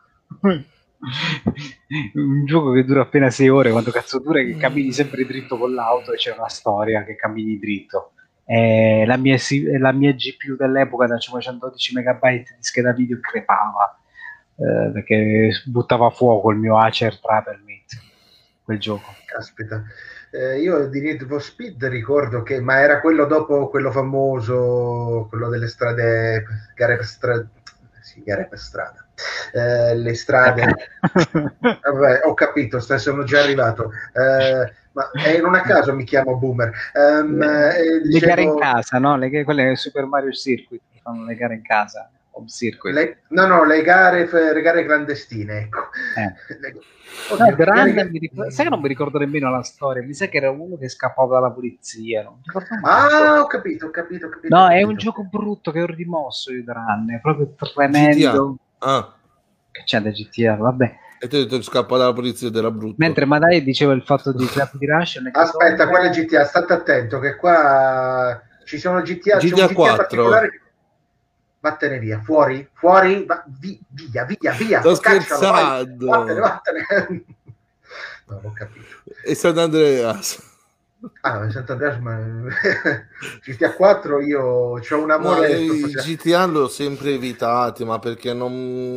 Un gioco che dura appena sei ore, quanto cazzo dura, che cammini sempre dritto con l'auto e c'è una storia che cammini dritto. E la, mia, la mia G P U dell'epoca da cinquecentododici megabyte di scheda video crepava eh, perché buttava a fuoco il mio Acer Travelmate, quel gioco. Caspita. Eh, io di Need for Speed ricordo che, ma era quello dopo quello famoso, quello delle strade, gare per strada, sì, gare per strada, eh, le strade, vabbè, ho capito, sono già arrivato, eh, ma eh, non a caso mi chiamo Boomer. Um, le, eh, dicevo... le gare in casa, no? Le, quelle Super Mario Circuit, fanno le gare in casa, Home Circuit. Le, no, no, le gare, le gare clandestine, ecco. Eh. Le, Oddio, no, gare... mi ricordo, sai che non mi ricordo nemmeno la storia, mi sa che era uno che scappava dalla polizia. Non ah, ho capito, ho capito, ho capito. No, ho capito. È un gioco brutto che ho rimosso io da Run, è proprio tremendo. G T A. Ah. Che c'è da G T A, vabbè. E tu hai detto che scappa dalla polizia della brutta. Mentre Madai diceva il fatto di Gravity Rush. Aspetta, quale G T A? State attento che qua ci sono G T A, G T A c'è un quattro. G T A particolare. Vattene via, fuori, fuori, va, vi, via, via, via. Sto scherzando. Vattene, vattene. No, ho capito. E San Andreas. Ah, San Andreas, ma G T A quattro io ho un No, amore i proprio- G T A l'ho sempre evitati, ma perché non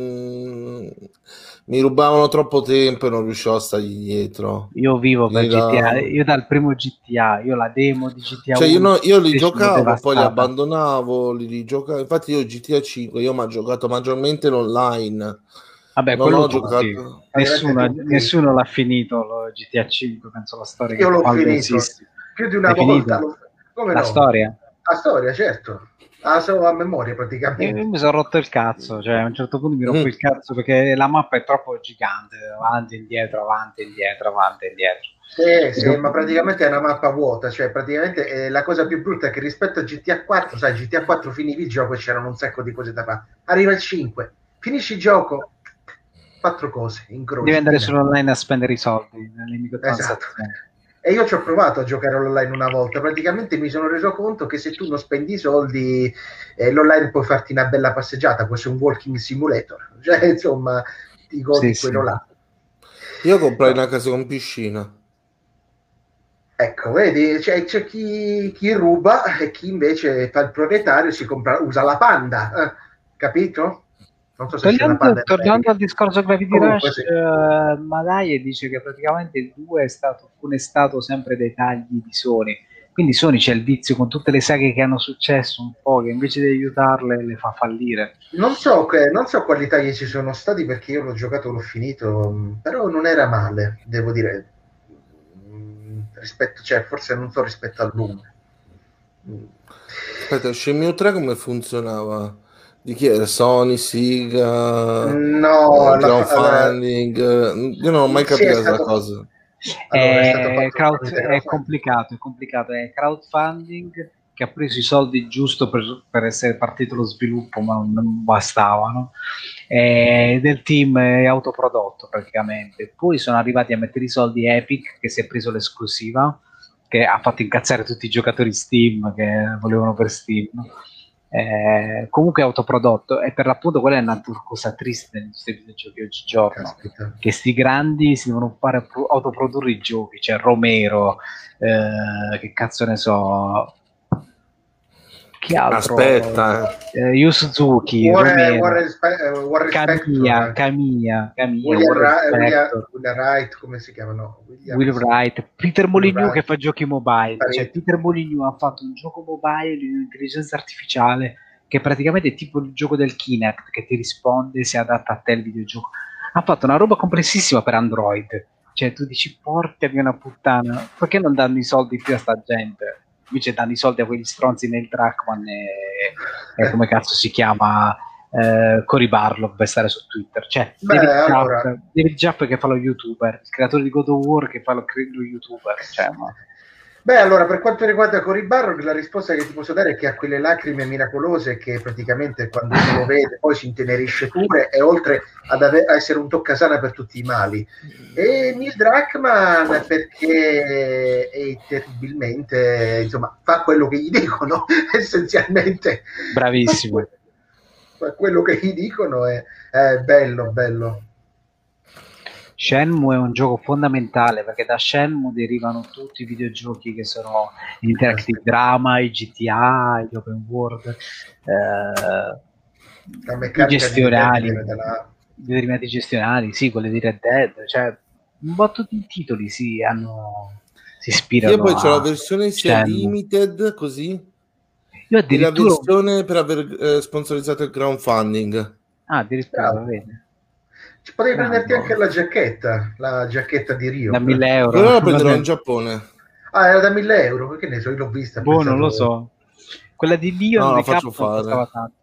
mi rubavano troppo tempo e non riuscivo a stargli dietro. Io vivo per Quindi G T A, la- io dal primo G T A, io la demo di G T A Cioè io, uno no- io li PlayStation l'ho giocavo, poi li devastata. abbandonavo, li rigiocavo. Infatti io G T A cinque, io mi ho giocato maggiormente l'online. Vabbè, Non quello ho tutti. giocato... praticamente Nessuno, tutti. nessuno l'ha finito lo G T A cinque, penso la storia Io che l'ho quando finito esiste. più di una L'hai volta. finito? L'ho... Come La no? storia? La storia, certo. La so a memoria E io praticamente. mi sono rotto il cazzo, cioè a un certo punto mi rompo Mhm. il cazzo perché la mappa è troppo gigante, avanti, indietro, avanti, indietro, avanti, indietro. Sì, E sì, dopo- ma praticamente è una mappa vuota, cioè praticamente eh, la cosa più brutta è che rispetto a G T A quattro, sai, G T A quattro finivi il gioco e c'erano un sacco di cose da fare. Arriva il cinque, finisci il gioco, quattro cose, Devi incroci, andare fine. sull'online a spendere i soldi nelle Esatto. microtransazioni. E io ci ho provato a giocare online una volta, praticamente mi sono reso conto che se tu non spendi i soldi, eh, l'online puoi farti una bella passeggiata, può essere un walking simulator, cioè insomma ti Sì, godi sì. quello là. Io comprai No. una casa con piscina. Ecco, vedi, c'è, c'è chi, chi ruba e chi invece fa il proprietario, si compra, usa la Panda, eh, capito? Non so se c'è la Tornando, Panda in tornando America. al discorso Gravity Comunque Rush, sì. eh, Madai dice che praticamente il due è stato funestato sempre dai tagli di Sony. Quindi Sony c'è il vizio con tutte le saghe che hanno successo un po', che invece di aiutarle le fa fallire. Non so, che, non so quali tagli ci sono stati perché io l'ho giocato, l'ho finito, mh, però non era male, devo dire, mh, rispetto, cioè forse non so rispetto all'uno. Aspetta, Shenmue tre come funzionava? Di chi era? Sony, Sega, No, eh, la, fa- la- crowdfunding? eh, Io non ho mai sì, è capito questa stato, cosa. allora è stato È, fatto crowd- tramite è crowdfunding. complicato, è complicato, è crowdfunding che ha preso i soldi giusto per, per essere partito lo sviluppo, ma non, non bastavano. E del team è autoprodotto praticamente. Poi sono arrivati a mettere i soldi Epic, che si è preso l'esclusiva, che ha fatto incazzare tutti i giocatori Steam che volevano per Steam. Eh, comunque è autoprodotto e per l'appunto quella è una cosa triste negli videogiochi oggigiorno, Caspita. che sti grandi si devono fare pro- autoprodurre i giochi, cioè Romero, eh, che cazzo ne so, chi altro? Aspetta, Eh, Yu Suzuki, Warren, Romero, Warren, Spe- eh, Warren Spector, Camilla, eh. Camilla, Camilla, William, Warren Ra- William, Spector, William Wright, come si chiamano? William, Will Wright, Peter Will Molyneux che Wright, fa giochi mobile, cioè Pareto. Peter Molyneux ha fatto un gioco mobile di intelligenza artificiale che praticamente è tipo il gioco del Kinect che ti risponde e si adatta a te il videogioco. Ha fatto una roba complessissima per Android, cioè tu dici portami una puttana, perché non danno i soldi più a sta gente? Invece danno i soldi a quegli stronzi nel Trackman e, e come cazzo si chiama eh, Cory Barlog per stare su Twitter, cioè Beh, David allora, Japp, David Japp che fa lo youtuber, il creatore di God of War che fa lo, lo youtuber, cioè, ma... beh, allora, per quanto riguarda Cory Barlog, la risposta che ti posso dare è che ha quelle lacrime miracolose che praticamente quando uno lo vede poi si intenerisce pure e oltre ad ave- a essere un toccasana per tutti i mali. E Neil Druckmann perché è terribilmente, insomma, fa quello che gli dicono, essenzialmente. Bravissimo. Fa quello che gli dicono è, è bello, bello. Shenmue è un gioco fondamentale perché da Shenmue derivano tutti i videogiochi che sono interactive drama, i G T A, gli open world, eh, La i meccanica di gestionali, viene dalla... i determinati gestionali, sì, quelle di Red Dead, cioè un botto di titoli si hanno, si ispirano io poi c'ho la a versione sia Shenmue. limited così Io e la addirittura, versione per aver eh, sponsorizzato il crowdfunding. ah, addirittura, va Bravo. bene. Ci potevi Bravo. prenderti anche la giacchetta, la giacchetta di Rio. Da mille euro. Quello la va prenderò bene. in Giappone. Ah, era da mille euro, perché ne so, io l'ho vista. Boh, non lo pensato... so. Quella di Leon No, la di faccio Capcom costava fare. tanto.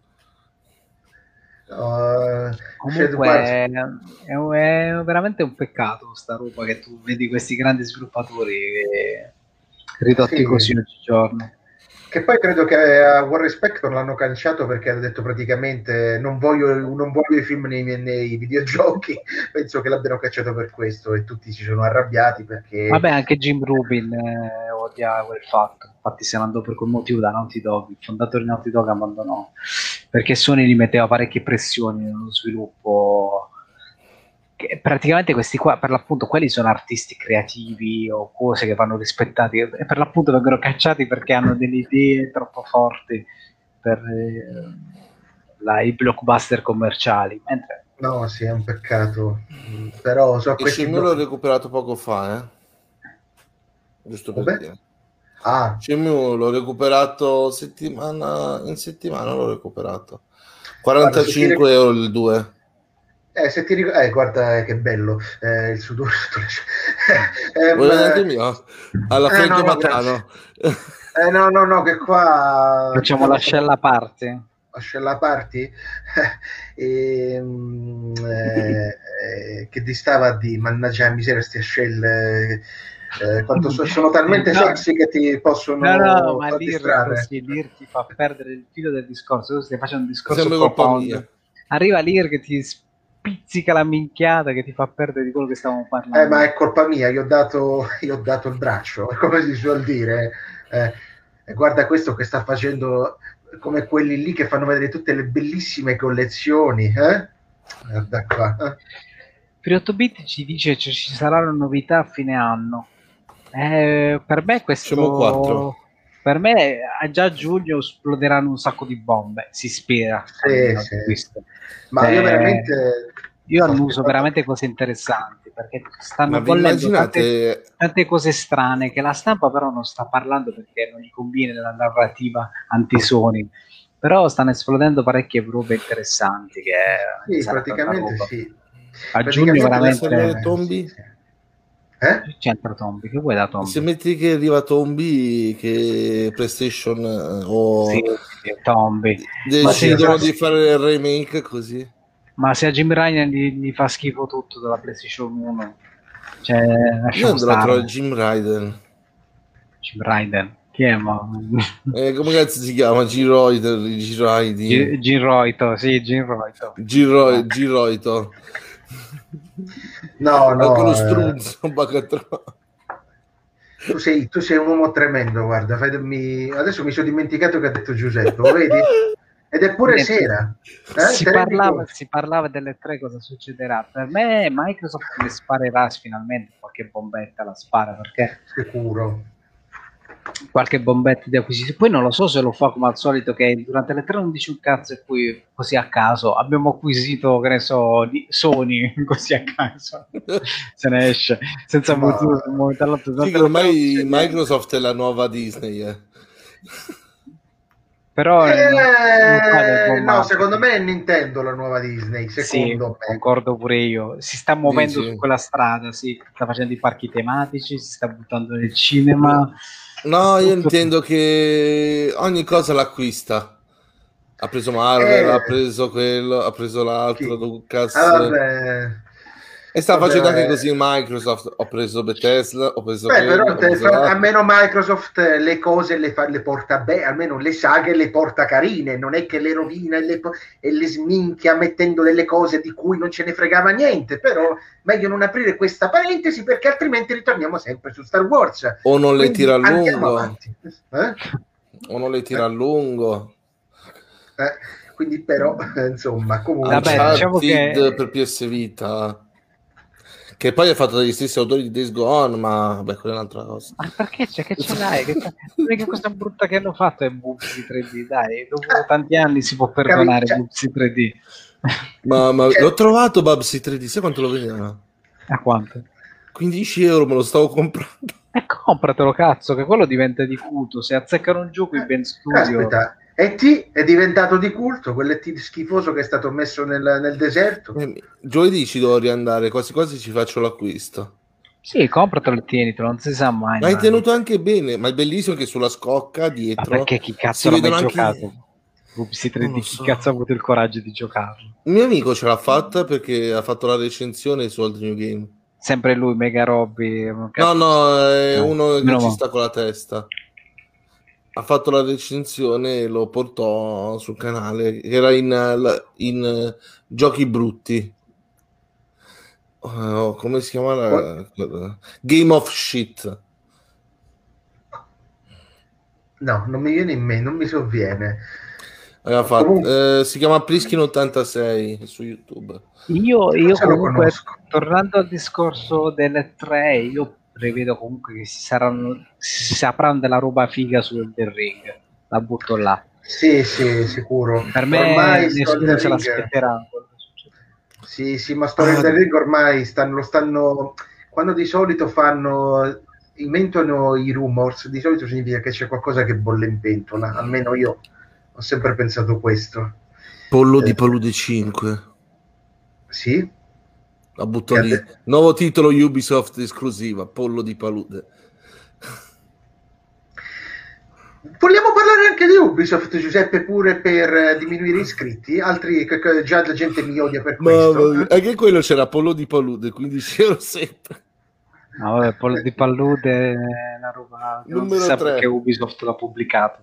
Uh, Comunque è, è veramente un peccato sta roba che tu vedi questi grandi sviluppatori che- ridotti sì. così oggigiorno. Che poi credo che a Warren Spector l'hanno canciato perché ha detto praticamente non voglio, non voglio i film nei, nei videogiochi. Penso che l'abbiano cacciato per questo e tutti si sono arrabbiati perché... Vabbè, anche Jim Rubin eh, odia quel fatto. Infatti se ne andò per quel motivo da Naughty Dog. Il fondatore di Naughty Dog abbandonò perché Sony gli metteva parecchie pressioni nello sviluppo che praticamente questi qua, per l'appunto, quelli sono artisti creativi o cose che vanno rispettati e per l'appunto vengono cacciati perché hanno delle idee troppo forti per eh, la- i blockbuster commerciali. Mentre No, sì, è un peccato. Mm, Però so E questi Shenmue l'ho blocchi. recuperato poco fa, eh? Giusto per Come? dire. Ah, Shenmue l'ho recuperato settimana in settimana, l'ho recuperato. guarda, se ti, quarantacinque ric- euro il due. eh, se ti ric- eh, guarda eh, che bello, eh, il sudore sotto le sci- Vuoi Ehm, vedere anche il mio? Alla eh, no, Fregio no, grazie. Matano. Eh, no, no, no, che qua, facciamo diciamo, l'ascella sono a parte. ascella party e, mm, eh, eh, che distava di mannaggia la miseria queste ascelle eh, quanto so- sono talmente No, sexy che ti no, no, possono ma far l'I R è distrarre. così, l'I R ti fa perdere il filo del discorso, tu stai facendo un È discorso sempre colpa mia. profondo, arriva l'I R che ti spizzica la minchiata, che ti fa perdere di quello che stavamo Eh, ma parlando. è colpa mia, gli ho dato, gli ho dato il braccio, come si suol dire. Eh, e guarda questo che sta facendo come quelli lì che fanno vedere tutte le bellissime collezioni. Eh? Guarda qua. Eh. Per otto bit ci dice che ci sarà una novità a fine anno. Eh, per me Siamo quattro. questo, per me a già a giugno esploderanno un sacco di bombe, si spera Sì, almeno sì. di questo. Ma io Eh, veramente io ho annuso aspettato. veramente cose interessanti perché Ma stanno vi bollendo tante, immaginate? tante cose strane che la stampa però non sta parlando perché non gli conviene la narrativa anti-Sony. Però stanno esplodendo parecchie robe interessanti che Sì, sarà tanta praticamente roba. sì. A giugno Praticamente Dovesse adesso, arrivare veramente sì, Tombi? sì. Eh? che c'entra Tombi? Che vuoi da Se Tombi? metti che arriva Tombi, che PlayStation eh, Sì, o sì, Tombi. Ma se, decidono di fare il remake così. ma se a Jim Ryan gli, gli fa schifo tutto della PlayStation uno, cioè, Io lasciamo andrò a trovare stare. Jim Raiden. Jim Ryan, chi è? Ma... Eh, come cazzo si chiama? Giroiter, Giraidi. Gi- Jim Roito, sì, Jim Roito. Giro, Giroito. No, Ma quello no, eh, struzzo, Bacatrò. tu sei, tu sei un uomo tremendo, guarda. fai- mi- adesso mi sono dimenticato che ha detto Giuseppe, lo vedi? Ed è pure Niente, sera. Eh? si Te rendi parlava, conto? si parlava delle tre cosa succederà. Per me Microsoft le sparerà finalmente qualche bombetta, la spara perché Sicuro. qualche bombetta di acquisizione. Poi non lo so se lo fa come al solito, che durante le tre non dice un cazzo e poi così a caso abbiamo acquisito, che ne so, di Sony, così a caso se ne esce senza Ma motivo da un momento all'altro. Sì, Durante che le tre non dice ormai niente. Microsoft è la nuova Disney. Eh. Però eh, non, non fa del eh, buon no, secondo marketing. me è Nintendo la nuova Disney, Sì, secondo me. concordo pure io. Si sta muovendo su Dici? quella strada, sì. Sta facendo i parchi tematici, si sta buttando nel cinema. No, io Tutto, intendo che ogni cosa l'acquista. Ha preso Marvel, Eh, ha preso quello, ha preso l'altro, chi? Ah, Lucas. vabbè. E sta Vabbè, facendo anche vabbè. così Microsoft. Ho preso Bethesda, ho preso Beh, quello, però ho te- preso fa- l'altro. almeno Microsoft eh, le cose le, fa- le porta bene, almeno le saghe le porta carine, non è che le rovina e le, po- e le sminchia mettendo delle cose di cui non ce ne fregava niente, però meglio non aprire questa parentesi perché altrimenti ritorniamo sempre su Star Wars. O non le tira Quindi a andiamo lungo, avanti. Eh? o non le tira Eh? a lungo. Eh? Quindi però, eh, insomma, vabbè, comunque... diciamo Uncharted per che P S Vita. Che poi è fatto dagli stessi autori di Days Gone, ma vabbè, quella è un'altra cosa. ma perché c'è che ce l'hai? Che c'è- L'unica cosa brutta che hanno fatto è Bubsy tre D, dai, dopo Eh, tanti anni si può capi- perdonare cioè, Bubsy tre D. Ma, ma cioè, l'ho trovato Babsy tre D, sai quanto lo vendeva? A quanto? quindici euro me lo stavo comprando. E compratelo, cazzo, che quello diventa di culto. Se azzeccano un gioco in Ben Studio, Caspita, E T è diventato di culto, quell'E T schifoso che è stato messo nel, nel deserto. Eh, giovedì ci devo riandare, quasi quasi ci faccio l'acquisto. sì, compratelo e tienitelo, non si sa mai. Ma hai No? tenuto anche bene, ma è bellissimo che sulla scocca Ma dietro perché chi si cazzo l'ha mai vedono giocato? anche... Bubsy Non tre D, lo chi so. cazzo ha avuto il coraggio di giocarlo? Un mio amico ce l'ha fatta perché ha fatto la recensione su Old New Game. Sempre lui, Mega Robby. un No, cazzo- no, è Eh, uno che meno ci male. sta con la testa. Ha fatto la recensione e lo portò sul canale, che era in, eh, in eh, Giochi Brutti. Oh, come si chiama? Poi- La... Game of Shit. no, non mi viene in mente, non mi sovviene. Aveva fatto, eh, si chiama Pliskin ottantasei su YouTube. Io, io comunque, tornando al discorso delle tre, io prevedo comunque che si saranno si sapranno della roba figa su Elden Ring. La butto là. Sì, sì, sicuro. Per me ormai nessuno se l'aspetterà. Sì, sì, ma Storia ah. del Ring ormai stanno, lo stanno... Quando di solito fanno... inventano i rumors, di solito significa che c'è qualcosa che bolle in pentola. Almeno io ho sempre pensato questo. Pollo eh. di Palude cinque. Sì? La butto lì. Te... Nuovo titolo Ubisoft esclusiva, Pollo di Palude. Vogliamo parlare anche di Ubisoft, Giuseppe, pure per diminuire gli iscritti? Altri, già la gente mi odia per questo. Ma, anche quello c'era Pollo di Palude, quindi c'ero sempre. No, vabbè, Pollo di Palude è una roba che non si sa perché Ubisoft l'ha pubblicato.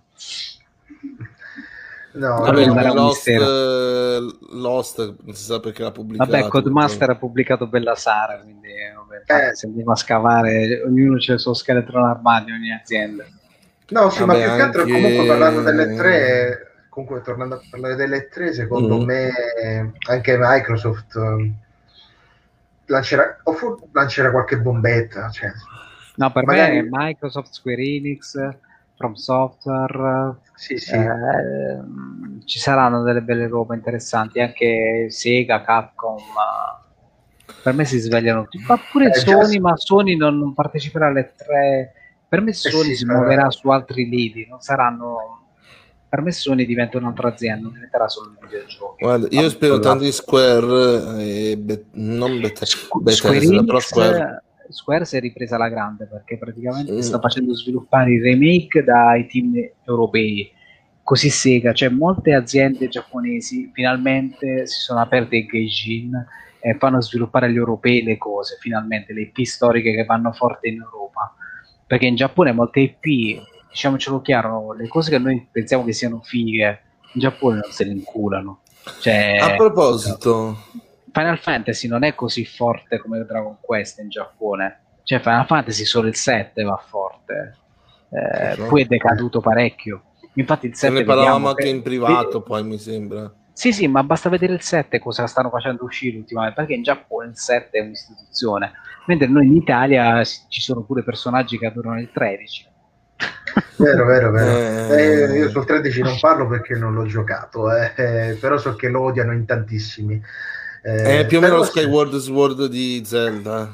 No, vabbè, no, Lost, uh, Lost, non si sa perché l'ha pubblicato. Vabbè, Codemaster ha pubblicato Bella Sara, quindi vabbè, eh. se andiamo a scavare, ognuno c'è il suo scheletro nell'armadio in ogni azienda. No, sì, vabbè, ma più che altro anche... comunque parlando delle tre, comunque tornando a parlare delle tre, secondo mm. me anche Microsoft lancerà, o for, lancerà qualche bombetta. Cioè, no, per magari... me Microsoft, Square Enix, From Software, sì, sì. Eh, ci saranno delle belle robe interessanti, anche Sega, Capcom, per me si svegliano tutti, ma pure eh, Sony, già... ma Sony non, non parteciperà alle tre. Per me Sony eh sì, si farà... muoverà su altri lidi, non saranno. Per me Sony diventa un'altra azienda, non diventerà solo un videogioco. Guarda, io spero tanto di Square, e be- non Bethesda, Square, Bethesda, però Square. Square si è ripresa alla grande perché praticamente mm. sta facendo sviluppare i remake dai team europei. Così Sega, cioè molte aziende giapponesi finalmente si sono aperte in gaijin e fanno sviluppare agli europei le cose, finalmente le I P storiche che vanno forte in Europa. Perché in Giappone molte I P, diciamocelo chiaro, le cose che noi pensiamo che siano fighe, in Giappone non se le inculano. Cioè, a proposito, Final Fantasy non è così forte come Dragon Quest in Giappone. Cioè Final Fantasy solo il sette va forte, eh, poi è decaduto parecchio. Infatti il sette ne parlavamo che... anche in privato, poi mi sembra. Sì, sì, ma basta vedere il sette cosa stanno facendo uscire ultimamente, perché in Giappone il sette è un'istituzione, mentre noi in Italia ci sono pure personaggi che adorano il tredici. Vero, vero, vero. Eh... Eh, io sul tredici non parlo perché non l'ho giocato, eh, eh, però so che lo odiano in tantissimi. Eh, è più o meno lo Skyward Sword di Zelda.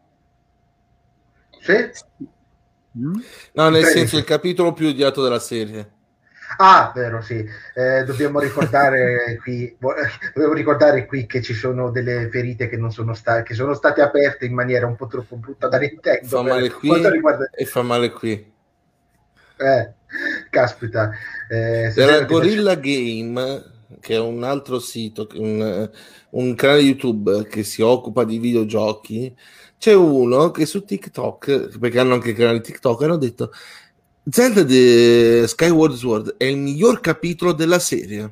Sì? Mm? No, nel senso il capitolo più odiato della serie. Ah, vero, sì. Eh, dobbiamo ricordare qui dobbiamo ricordare qui che ci sono delle ferite che non sono state che sono state aperte in maniera un po' troppo brutta da Nintendo. Fa male qui riguarda... e fa male qui. Eh, caspita. Eh, Era Gorilla faccio... Game, che è un altro sito, un, un canale YouTube che si occupa di videogiochi. C'è uno che su TikTok, perché hanno anche il canale TikTok, hanno detto Zelda di Skyward Sword è il miglior capitolo della serie.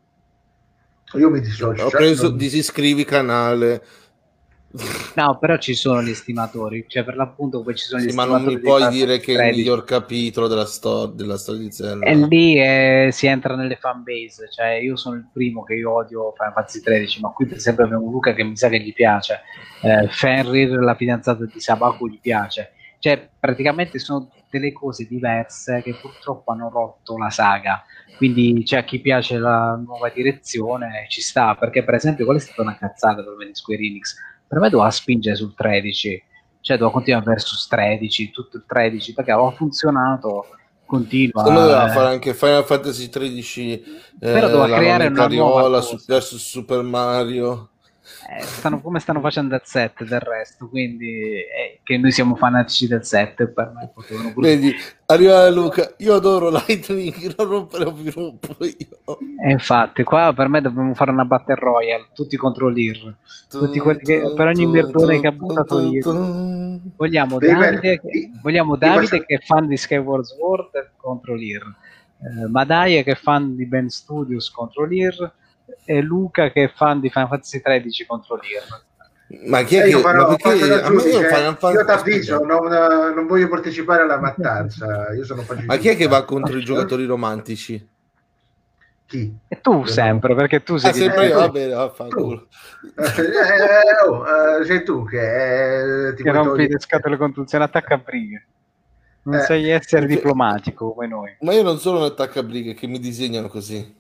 Io mi dissocio. Ho preso non... disiscrivi canale. No, però ci sono gli stimatori, cioè per l'appunto poi ci sono gli sì, stimatori. Ma non mi puoi dire che è il miglior capitolo della, stor- della storia di Zelda. E lì eh, si entra nelle fan base, cioè io sono il primo che io odio Final Fantasy tredici, ma qui per esempio abbiamo Luca che mi sa che gli piace, eh, Fenrir, la fidanzata di Sabaku, gli piace, cioè praticamente sono delle cose diverse che purtroppo hanno rotto la saga, quindi c'è a chi piace la nuova direzione ci sta, perché per esempio qual è stata una cazzata per me di Square Enix? Per me doveva spingere sul tredici, cioè doveva continuare versus tredici, tutto il tredici, perché aveva funzionato, continua. Secondo me doveva eh, fare anche Final Fantasy tredici, però eh, doveva creare una nuova su, versus Super Mario. Eh, stanno, come stanno facendo il set del resto, quindi eh, che noi siamo fanatici del set, per me potevano pure... Vedi, arriva Luca, io adoro Lightning, non rompere più rompo io. E infatti qua per me dobbiamo fare una battle royale, tutti contro l'Ir, tutti quelli che, per ogni merdone che ha buttato l'Ir. Vogliamo Davide, che, vogliamo Davide che è fan di Skyward Sword contro l'Ir, eh, Madai che è fan di Ben Studios contro l'Ir, e Luca che è fan di Final Fantasy tredici contro l'Ir. Ma chi è eh, che io farò, ma perché io, io, Fantasy... io t'avviso, non, non voglio partecipare alla mattanza. Io sono ma chi è che va contro i giocatori romantici? Chi? E tu Io sempre, no. perché tu sei... Ah, sempre Eh, io, tu. va bene, vaffanculo. Eh, oh, eh, sei tu che eh, ti Che vuoi rompi togliere. le scatole con tutti, sei un attaccabrighe. Non Eh, sai essere diplomatico come noi. Ma io non sono un attaccabrighe che mi disegnano così.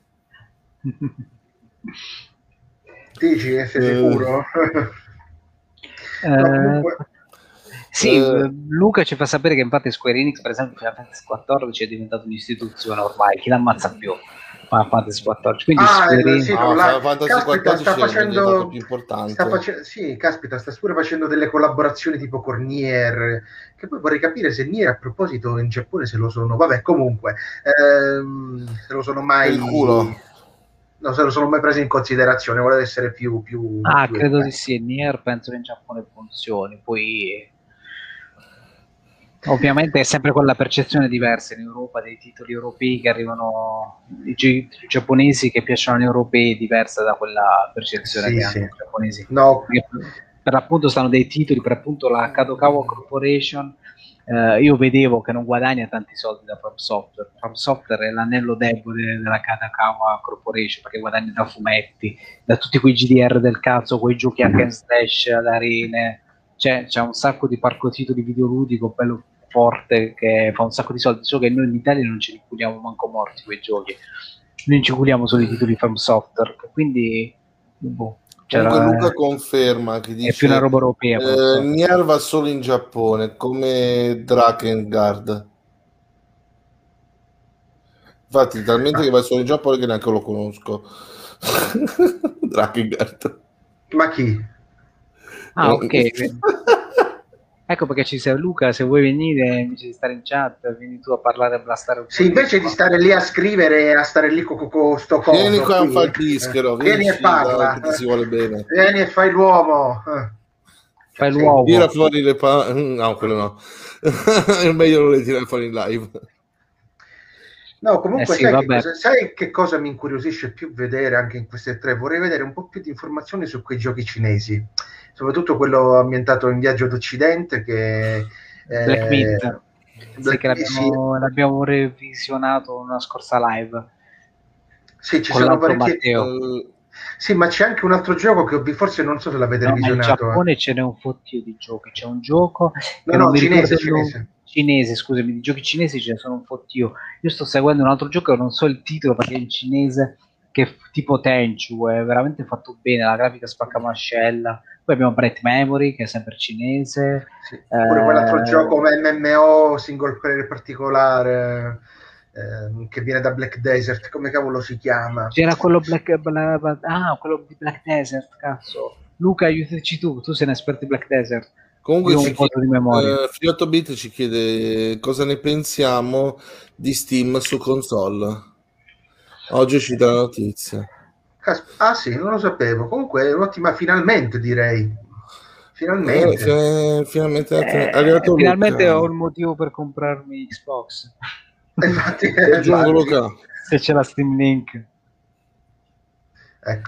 dici, sei Eh, sicuro? Eh, No, comunque, sì, Eh. Luca ci fa sapere che infatti Square Enix, per esempio, Final Fantasy quattordici è diventato un'istituzione ormai, chi l'ammazza più? Final Fantasy quattordici, quindi ah, Square il Enix... sito Ah, online. Final Fantasy Caspita, sta quattordici è diventato facendo, più sta importante. facendo, sì, caspita, sta pure facendo delle collaborazioni tipo con Nier, che poi vorrei capire se Nier a proposito in Giappone se lo sono, vabbè, comunque, ehm, se lo sono Per mai, il culo. no, se lo sono mai preso in considerazione, volevo essere più, più, Ah, più credo di esatto. sì, Nier penso che in Giappone funzioni, poi ovviamente è sempre quella percezione diversa in Europa dei titoli europei che arrivano, i gi- i giapponesi che piacciono agli europei è diversa da quella percezione Sì, che hanno sì. i giapponesi. No, Perché per l'appunto stanno dei titoli, per appunto la Kadokawa Corporation, eh, io vedevo che non guadagna tanti soldi da From Software. From Software è l'anello debole della Kadokawa Corporation perché guadagna da fumetti, da tutti quei G D R del cazzo, quei giochi hack and slash ad arene, cioè c'è un sacco di parco titoli videoludico bello forte che fa un sacco di soldi, solo che noi in Italia non ci culiamo manco morti quei giochi, noi ci culiamo solo i titoli From Software, quindi boh, Comunque c'era, Luca conferma che è più una dice roba europea From eh, Software. Nier va solo in Giappone come Drakengard. Infatti talmente che va solo in Giappone che neanche lo conosco. Drakengard. ma chi? Ah, ok, ecco perché ci sei Luca, se vuoi venire invece di stare in chat vieni tu a parlare, a blastare un po' Sì, di invece di stare lì a scrivere, a stare lì con, con sto coso, Vieni qua a qui, fare il dischero, eh, vieni e vieni da, parla, che ti si vuole bene. vieni e fai l'uomo. Eh. fai Sei l'uovo. Tira fuori le pa... No, quello no. È meglio non le tirare fuori in live. No, comunque Eh sì, sai, che vabbè. cosa, sai che cosa mi incuriosisce più vedere anche in queste tre? Vorrei vedere un po' più di informazioni su quei giochi cinesi, soprattutto quello ambientato in Viaggio d'Occidente che... Black eh, Myth, sai Black- che l'abbiamo, sì, l'abbiamo revisionato in una scorsa live sì, ci con sono l'altro parecchie... Matteo. Uh, Sì, ma c'è anche un altro gioco che ho vi- forse non so se l'avete No, ma in revisionato. eh. Giappone ce n'è un fottio di giochi, c'è un gioco No, che non no, mi cinese, ricordo il nome, cinese. cinese, scusami, di giochi cinesi ce ne sono un fottio. Io sto seguendo un altro gioco e non so il titolo perché è in cinese, che è tipo Tenchu, è veramente fatto bene, la grafica spacca mascella. Poi abbiamo Bright Memory che è sempre cinese. Sì. Oppure eh, quell'altro gioco M M O single player particolare eh, che viene da Black Desert, come cavolo si chiama? C'era quello Black, Bla- Bla- ah, quello di Black Desert, cazzo. Luca, aiutaci tu, tu sei un esperto di Black Desert. comunque Io ho ci un po' chiede, di memoria. uh, Friotto Bit ci chiede cosa ne pensiamo di Steam su console. Oggi ci dà la notizia. Cas- ah sì, non lo sapevo. Comunque è un'ottima, finalmente direi. Eh, Finalmente. fi- finalmente è Eh, arrivato finalmente Luca. ho il motivo per comprarmi Xbox. Infatti, Aggiungo infatti. Luca. Se c'è la Steam Link. Ecco.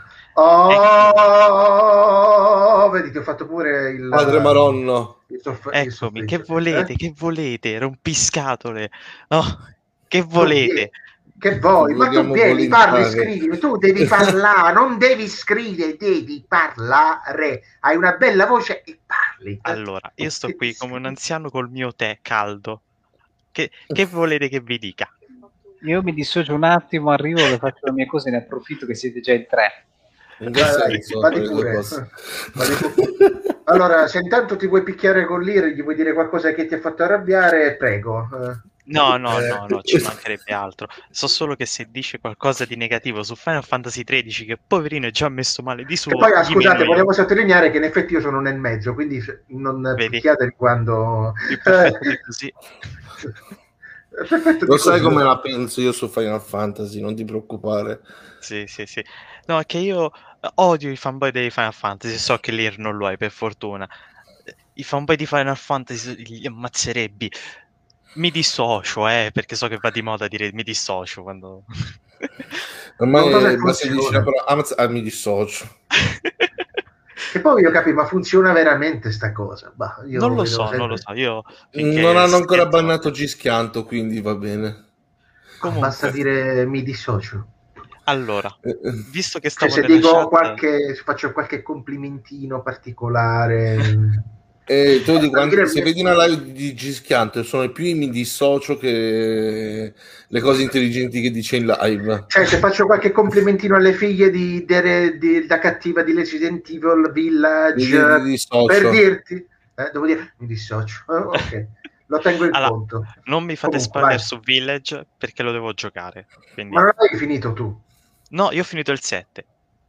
Oh, vedi, ti ho fatto pure il Padre Maronno. il soff- il Eccomi, soffritto. che volete, Eh? che volete, rompiscatole, no? Che Tu volete? vie- Che vuoi? Ma tu Vogliamo vieni, parli, volentare. scrivi, tu devi parlare, non devi scrivere, devi parlare. Hai una bella voce e parli. Allora, io sto Che qui ti come un scrivi? anziano col mio tè caldo. Che, che volete che vi dica? Io mi dissocio un attimo, arrivo che faccio le mie cose e ne approfitto che siete già in tre. In che Vai, vai, senso? vadi Fare due pure. cose. Vadi pure. Allora, se intanto ti vuoi picchiare con l'I R, gli vuoi dire qualcosa che ti ha fatto arrabbiare, prego. Eh, No, no, eh, no, no, ci mancherebbe altro. So solo che se dice qualcosa di negativo su Final Fantasy tredici, che poverino è già messo male di Che suo, poi, ah, gli scusate, meno volevo io. sottolineare che in effetti io sono nel mezzo, quindi non Vedi? picchiatevi quando... Il perfetto di così. Perfetto Lo di sai così. come la penso io su Final Fantasy, non ti preoccupare. Sì, sì, sì. No, è che io odio i fanboy dei Final Fantasy, so che l'I R non lo hai per fortuna. I fanboy di Final Fantasy li ammazzerebbe. Mi dissocio, eh, perché so che va di moda dire mi dissocio quando... Non so se Ormai basta funziona. dici la parola ammazza- ah, mi dissocio. Che poi io capisco, ma funziona veramente sta cosa? Bah, io Non lo vedo so, sempre- non lo so, io... finché Non hanno ancora scherzano- bannato Gischianto, quindi va bene. Ah, basta Comunque, dire mi dissocio. Allora, visto che Cioè, stavo se nella dico chat... qualche, faccio qualche complimentino particolare. E te lo dico, Per anche dire- se vedi una live di Gischiante, sono più mi dissocio che le cose intelligenti che dice in live. Cioè, se faccio qualche complimentino alle figlie di, di, di- da cattiva di Resident Evil Village, Mi dissocio. per dirti, eh, devo dire, mi dissocio. Oh, ok, lo tengo in Allora, conto. non mi fate Comunque, spoiler vai. su Village perché lo devo giocare. Quindi... Ma non l'hai finito tu? No, io ho finito il sette.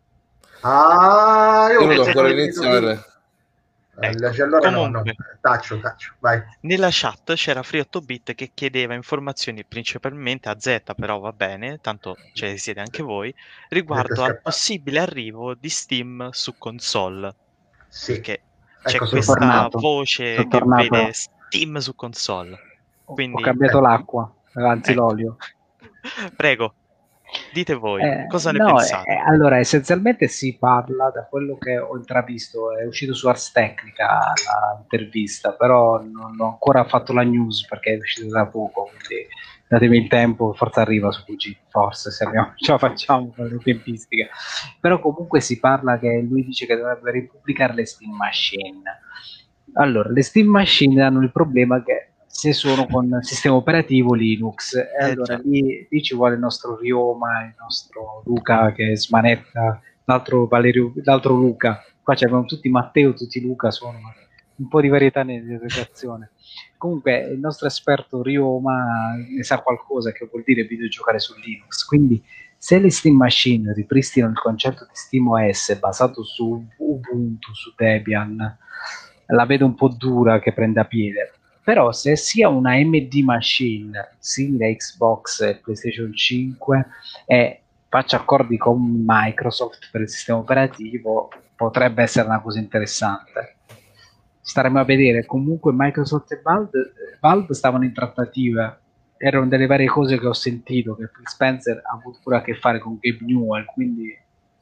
Ah, io, Io lo devo pensavo ancora che finito tu. iniziare. Allora, Ecco, allora no, no, comunque, taccio, taccio, vai. nella chat c'era Free otto bit che chiedeva informazioni principalmente a Z, però va bene, tanto ce siete anche voi, riguardo al possibile arrivo di Steam su console. Sì. Perché c'è Ecco, sono questa tornato. voce Sono che tornato. vede Steam su console. Quindi... Ho cambiato ecco. l'acqua, anzi Ecco. l'olio. Prego, dite voi, Eh, cosa ne no, pensate? eh, allora essenzialmente si parla, da quello che ho intravisto, è uscito su Ars Technica l'intervista, però non ho ancora fatto la news perché è uscita da poco, quindi datemi il tempo, forse arriva su Q G, forse se abbiamo, ce la facciamo con le tempistiche. Però comunque si parla che lui dice che dovrebbe ripubblicare le Steam Machine. Allora, le Steam Machine hanno il problema che se sono con sistema operativo Linux, e Eh, allora già. lì, lì ci vuole il nostro Rioma, il nostro Luca che smanetta, l'altro Valerio, l'altro Luca. Qua c'erano tutti Matteo, tutti Luca, sono un po' di varietà nell'educazione. Comunque il nostro esperto Rioma ne sa qualcosa, che vuol dire videogiocare su Linux, quindi se le Steam Machine ripristinano il concetto di SteamOS basato su Ubuntu, su Debian, la vedo un po' dura che prenda piede. Però se sia una M D machine simile a Xbox e PlayStation cinque e faccia accordi con Microsoft per il sistema operativo, potrebbe essere una cosa interessante. Staremo a vedere. Comunque Microsoft e Valve, Valve stavano in trattativa, erano delle varie cose che ho sentito, che Phil Spencer ha avuto pure a che fare con Gabe Newell, quindi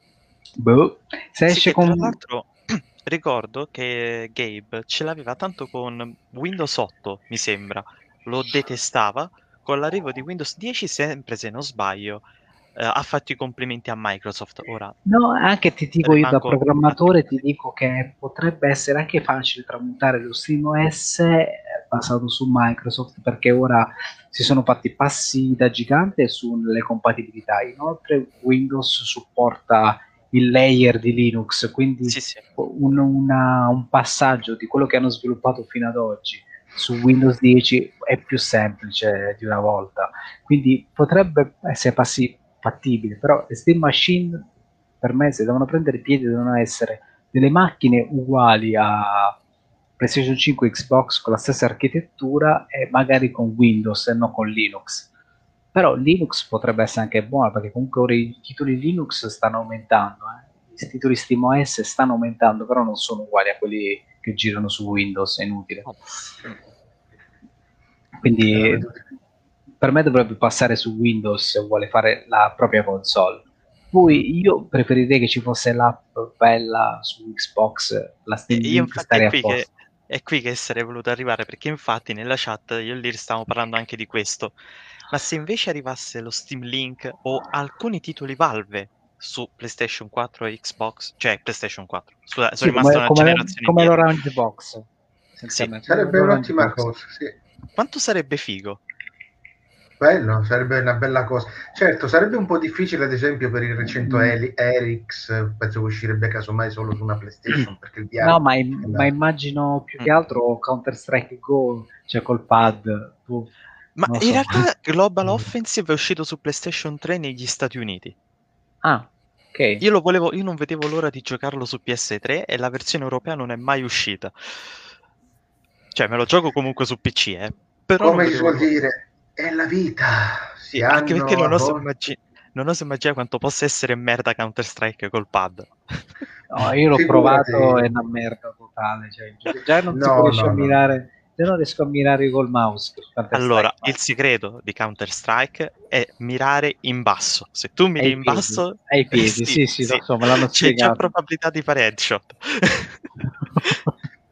boh. Se Sì, esce che tra con... l'altro ricordo che Gabe ce l'aveva tanto con Windows otto, mi sembra, lo detestava. Con l'arrivo di Windows dieci, sempre se non sbaglio, eh, ha fatto i complimenti a Microsoft. Ora, No, anche ti dico io da rimango programmatore, ti attento. dico che potrebbe essere anche facile tramutare lo SteamOS eh, basato su Microsoft, perché ora si sono fatti passi da gigante sulle compatibilità. Inoltre Windows supporta il layer di Linux, quindi Sì, sì. un, una- un passaggio di quello che hanno sviluppato fino ad oggi su Windows dieci è più semplice di una volta, quindi potrebbe essere passi fattibile, però le Steam Machine per me se devono prendere piede devono essere delle macchine uguali a PlayStation cinque e Xbox con la stessa architettura e magari con Windows e non con Linux. Però Linux potrebbe essere anche buono perché comunque ora i titoli Linux stanno aumentando, eh. I titoli SteamOS stanno aumentando, però non sono uguali a quelli che girano su Windows, è inutile. Quindi per me dovrebbe passare su Windows se vuole fare la propria console. Poi io preferirei che ci fosse l'app bella su Xbox, la Steam Io Link infatti è starei a qui, che, posto. è qui che sarei voluto arrivare, perché infatti nella chat io e lì stavamo parlando anche di questo. Ma se invece arrivasse lo Steam Link o alcuni titoli Valve su PlayStation quattro e Xbox, cioè PlayStation quattro, scusa, sono Sì, rimasto come, una come, generazione come indietro. l'Orange Box. Sì. Sarebbe un'ottima cosa, sì. Quanto sarebbe figo? Bello, sarebbe una bella cosa. Certo, sarebbe un po' difficile, ad esempio, per il recente Mm. Erix, penso che uscirebbe casomai solo su una PlayStation, perché il V R No, ma, è im- la- ma immagino più Mm. che altro Counter-Strike Go, cioè col pad. Tu, Ma non lo in so. realtà Global Offensive è uscito su PlayStation tre negli Stati Uniti. Ah, ok. Io lo volevo, io non vedevo l'ora di giocarlo su P S tre e la versione europea non è mai uscita. Cioè, me lo gioco comunque su P C, eh. Però non come si vedevo suol l'ora. dire, è la vita. Si Sì, anche perché hanno non a oso, volte... immagi- non oso immaginare quanto possa essere merda Counter-Strike col pad. No, io l'ho Figurati. provato, è una merda totale. Cioè, già- già non si No, riesce a no, no. mirare, già non riesco a mirare col mouse. Allora, Counter-Strike, il segreto di Counter-Strike è mirare in basso. Se tu miri ai in piedi, basso, ai eh, piedi, sì, sì, sì, lo sì, so, me l'hanno c'è già spiegato. probabilità di fare headshot.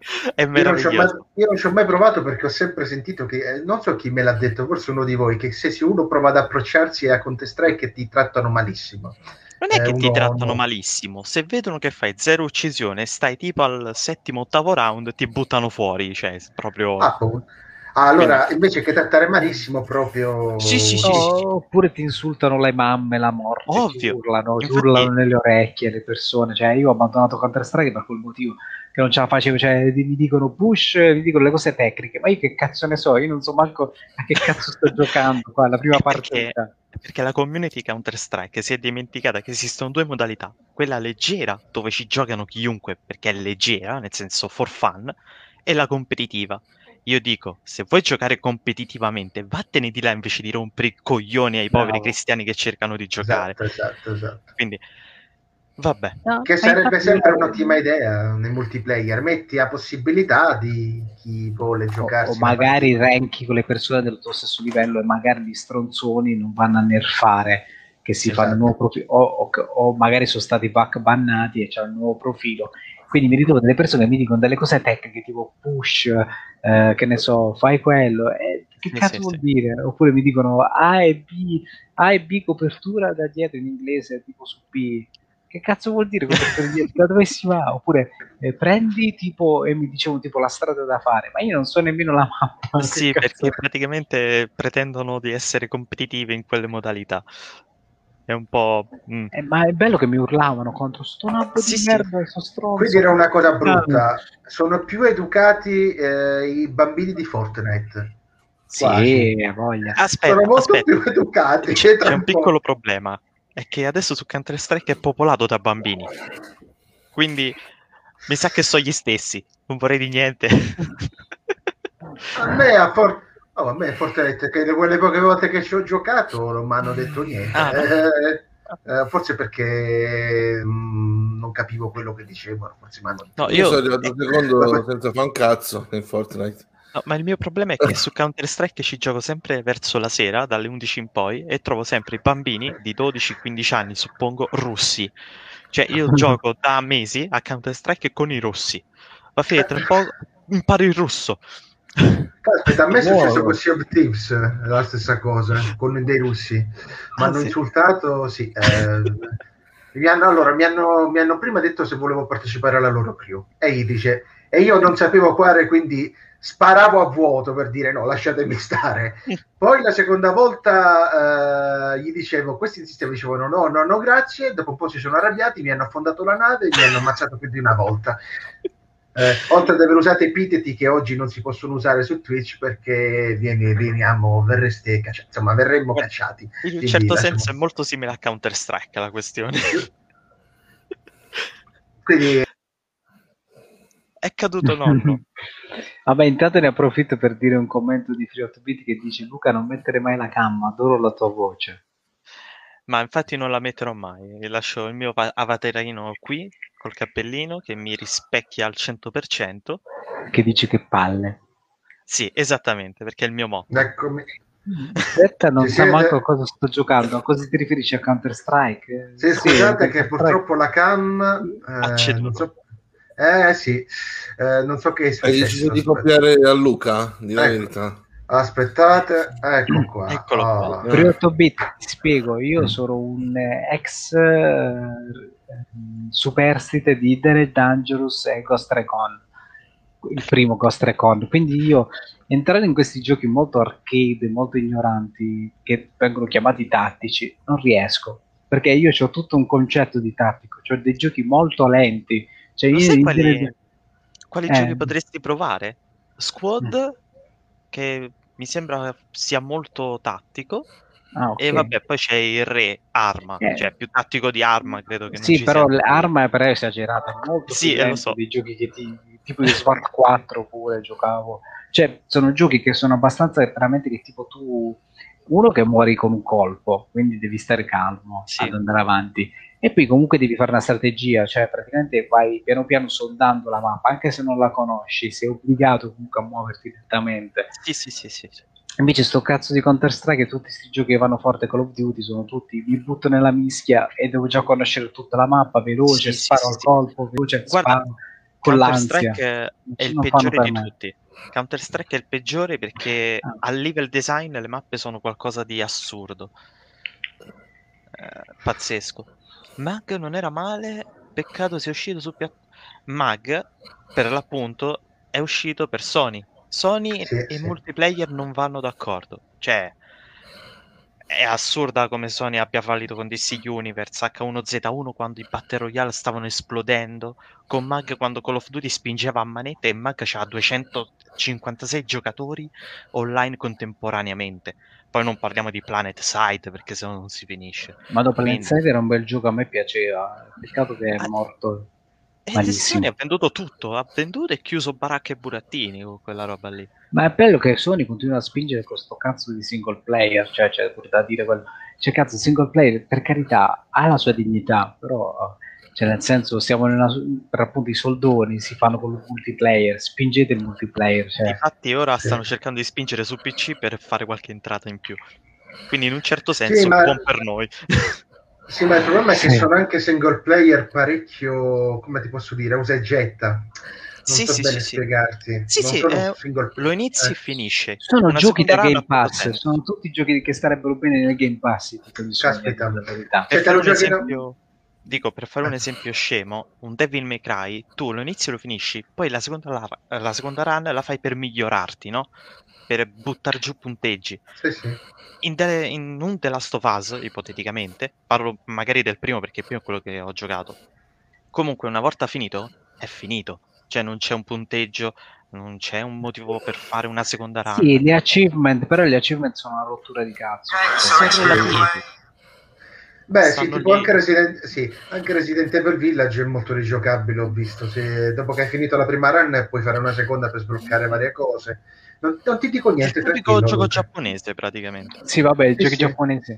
È Io non, ci ho mai, meraviglioso. io non ci ho mai provato perché ho sempre sentito che, eh, non so chi me l'ha detto, forse uno di voi, che se si- uno prova ad approcciarsi a Counter-Strike ti trattano malissimo. Non è Eh, che ti uno, trattano no. malissimo, se vedono che fai zero uccisione, stai tipo al settimo, ottavo round, ti buttano fuori, cioè proprio... Ah, boh. Ah, Quindi, allora, invece che trattare malissimo, sì, sì, proprio... sì, sì, sì, No, oppure ti insultano le mamme, la morte, ti ovvio. urlano, ti urlano Infatti, nelle orecchie le persone. Cioè, io ho abbandonato Counter-Strike per quel motivo che non ce la facevo. Cioè, mi mi dicono push, mi dicono le cose tecniche, ma io che cazzo ne so? Io non so manco a che cazzo sto giocando qua, la prima è perché, partita. perché la community Counter-Strike si è dimenticata che esistono due modalità, quella leggera, dove ci giocano chiunque perché è leggera, nel senso for fun, e la competitiva. Io dico, se vuoi giocare competitivamente, vattene di là invece di rompere i coglioni ai poveri Bravo. cristiani che cercano di giocare. Esatto, esatto, esatto. Quindi, vabbè. No, Che ma sarebbe infatti sempre io- un'ottima idea nei multiplayer. Metti a possibilità di chi vuole o, o giocarsi una magari partita. ranchi con le persone del tuo stesso livello e magari gli stronzoni non vanno a nerfare che si fanno un Esatto. nuovo profilo o, o- o magari sono stati back bannati e c'è un nuovo profilo, quindi mi ritrovo delle persone che mi dicono delle cose tecniche tipo push, eh, che ne so, fai quello, e che Sì, sì, cazzo vuol sì. dire? Oppure mi dicono A e B, A e B copertura da dietro in inglese tipo su B, che cazzo vuol dire copertura dietro? Da dove si va? Oppure eh, prendi tipo e mi dicevano tipo la strada da fare, ma io non so nemmeno la mappa, che Sì, cazzo. perché praticamente pretendono di essere competitivi in quelle modalità. È un po'... mm. Eh, ma è bello che mi urlavano contro sto nabbo Sì, di sì. merda, sto Quindi stronzo. era una cosa Ah, brutta. Sono più educati eh, i bambini di Fortnite. sì, Quasi. ha voglia. Sono Aspetta, molto aspetta. più educati. C'è, Tra c'è un un po'. piccolo problema. È che adesso su Counter-Strike è popolato da bambini. Quindi mi sa che sono gli stessi. Non vorrei di niente. A me, a, For- oh, a me Fortnite, che quelle poche volte che ci ho giocato non mi hanno detto niente. Ah, no? Eh, eh, forse perché mh, non capivo quello che dicevano, forse mi hanno detto No, Io io... sono arrivato secondo senza fare un cazzo in Fortnite. No, ma il mio problema è che su Counter-Strike ci gioco sempre verso la sera, dalle undici in poi, e trovo sempre i bambini di dodici quindici anni, suppongo, russi. Cioè, io gioco da mesi a Counter-Strike con i russi. Va a finire tra un po' imparo il russo. Aspetta, a me è successo Nuovo. con Sea of Thieves, la stessa cosa, con dei russi. Mi Ah, hanno sì? insultato, sì. eh, mi hanno, allora, mi hanno, mi hanno prima detto se volevo partecipare alla loro crew. E gli dice, e io non sapevo quale, quindi sparavo a vuoto per dire no, lasciatemi stare. Poi la seconda volta eh, gli dicevo, questi insistevano, dicevano no, no, no, grazie. Dopo un po' si sono arrabbiati, mi hanno affondato la nave e mi hanno ammazzato più di una volta. Eh, oltre ad aver usato epiteti che oggi non si possono usare su Twitch perché vieni, veniamo, verreste cacciati, insomma, verremmo Guarda, cacciati. in un Quindi certo lasciamo... senso è molto simile a Counter-Strike la questione. Quindi È caduto nonno. Vabbè, intanto ne approfitto per dire un commento di Free Beat che dice Luca non mettere mai la camma, adoro la tua voce. Ma infatti non la metterò mai. Lascio il mio va- avatarino qui, col cappellino, che mi rispecchia al cento per cento. Che dice che palle. Sì, esattamente, perché è il mio motto. eccomi. Detta non Ci sa manco a siete? cosa sto giocando, a cosa ti riferisci a Counter Strike? Eh, Sì, sì, scusate che Counter Strike. purtroppo la cam, Ha eh, non ceduto. so, eh sì, eh, non so che è Hai deciso successo. di Aspetta. copiare a Luca? Di la Ecco, verità. aspettate, ecco qua. Eccolo qua. Oh. Per otto bit ti spiego, io sono un eh, ex eh, superstite di Hidden Dangerous e Ghost Recon, il primo Ghost Recon, quindi io entrare in questi giochi molto arcade, molto ignoranti, che vengono chiamati tattici, non riesco, perché io ho tutto un concetto di tattico, ho dei giochi molto lenti, cioè Lo io sai in quali, genere- quali eh, giochi potresti provare? Squad, mm. che mi sembra sia molto tattico. Ah, E ok. vabbè, poi c'è il re, Arma, Eh, cioè più tattico di Arma, credo che non sì, ci sia però nulla. l'arma è però esagerata, è molto più Sì, eh, lo lento so. dei giochi che ti, tipo di SWAT quattro pure giocavo. Cioè, sono giochi che sono abbastanza veramente che tipo tu, uno che muori con un colpo, quindi devi stare calmo Sì. ad andare avanti. E poi comunque devi fare una strategia, cioè praticamente vai piano piano sondando la mappa, anche se non la conosci, sei obbligato comunque a muoverti lentamente. Sì, sì, sì, sì, sì. Invece sto cazzo di Counter Strike, tutti questi giochi che vanno forte, Call of Duty, sono tutti, mi butto nella mischia e devo già conoscere tutta la mappa, veloce, Sì, sì, sparo sì, al sì. colpo, veloce, Guarda, sparo. con Counter-Strike l'ansia. è il Non fanno peggiore per di me. tutti. Counter-Strike è il peggiore perché Ah. a level design le mappe sono qualcosa di assurdo. Eh, pazzesco. Mag non era male, peccato sia uscito su piattaforma. Mag, per l'appunto, è uscito per Sony. Sony Sì, e sì. multiplayer non vanno d'accordo. Cioè, è assurda come Sony abbia fallito con D C Universe, H uno Z uno quando i Battle Royale stavano esplodendo, con Mag quando Call of Duty spingeva a manetta e Mag c'ha duecentocinquantasei giocatori online contemporaneamente. Poi non parliamo di Planet Side perché sennò non si finisce. Ma dopo Quindi- l'Inside era un bel gioco, a me piaceva. Peccato che è Ah, morto E malissimo. Sony ha venduto tutto, ha venduto e chiuso baracche e burattini con quella roba lì. Ma è bello che Sony continua a spingere con sto cazzo di single player, cioè c'è pure da dire quello. Cioè cazzo, single player per carità ha la sua dignità, però cioè nel senso siamo in una, per appunto i soldoni si fanno con il multiplayer, spingete il multiplayer, cioè. Infatti ora Sì. stanno cercando di spingere su P C per fare qualche entrata in più. Quindi in un certo Sì, senso ma- buon per noi. Sì, ma il problema è che Sì. sono anche single player parecchio, come ti posso dire, usa e getta. Non Sì, so sì, bene sì, sì. spiegarti. Sì, non sì, sono eh, single lo inizi eh. e finisce. Sono Una giochi da seconda run Game ha poco Pass, senso. sono tutti giochi che starebbero bene nel Game Pass, i titoli di Sony, a Caspita. dire la verità. Per Cioè, te fare lo un giochi da- esempio, dico, per fare un Eh. esempio scemo, un Devil May Cry, tu lo inizi e lo finisci, poi la seconda, la, la seconda run la fai per migliorarti, no? Per buttare giù punteggi. Sì, sì. In, The- in un The Last of Us, ipoteticamente, parlo magari del primo perché il primo è quello che ho giocato. Comunque, una volta finito, è finito. Cioè, non c'è un punteggio, non c'è un motivo per fare una seconda run. Sì, gli achievement, però gli achievement sono una rottura di cazzo. Sono relativi. Beh, sì, Stanno tipo lì. anche Resident, sì, anche Resident Evil Village è molto rigiocabile, ho visto. Se dopo che hai finito la prima run puoi fare una seconda per sbloccare varie cose. Non, non ti dico È il niente, tipico tranquillo. gioco Luca. giapponese, praticamente. Sì, vabbè, i Sì, giochi sì. giapponesi.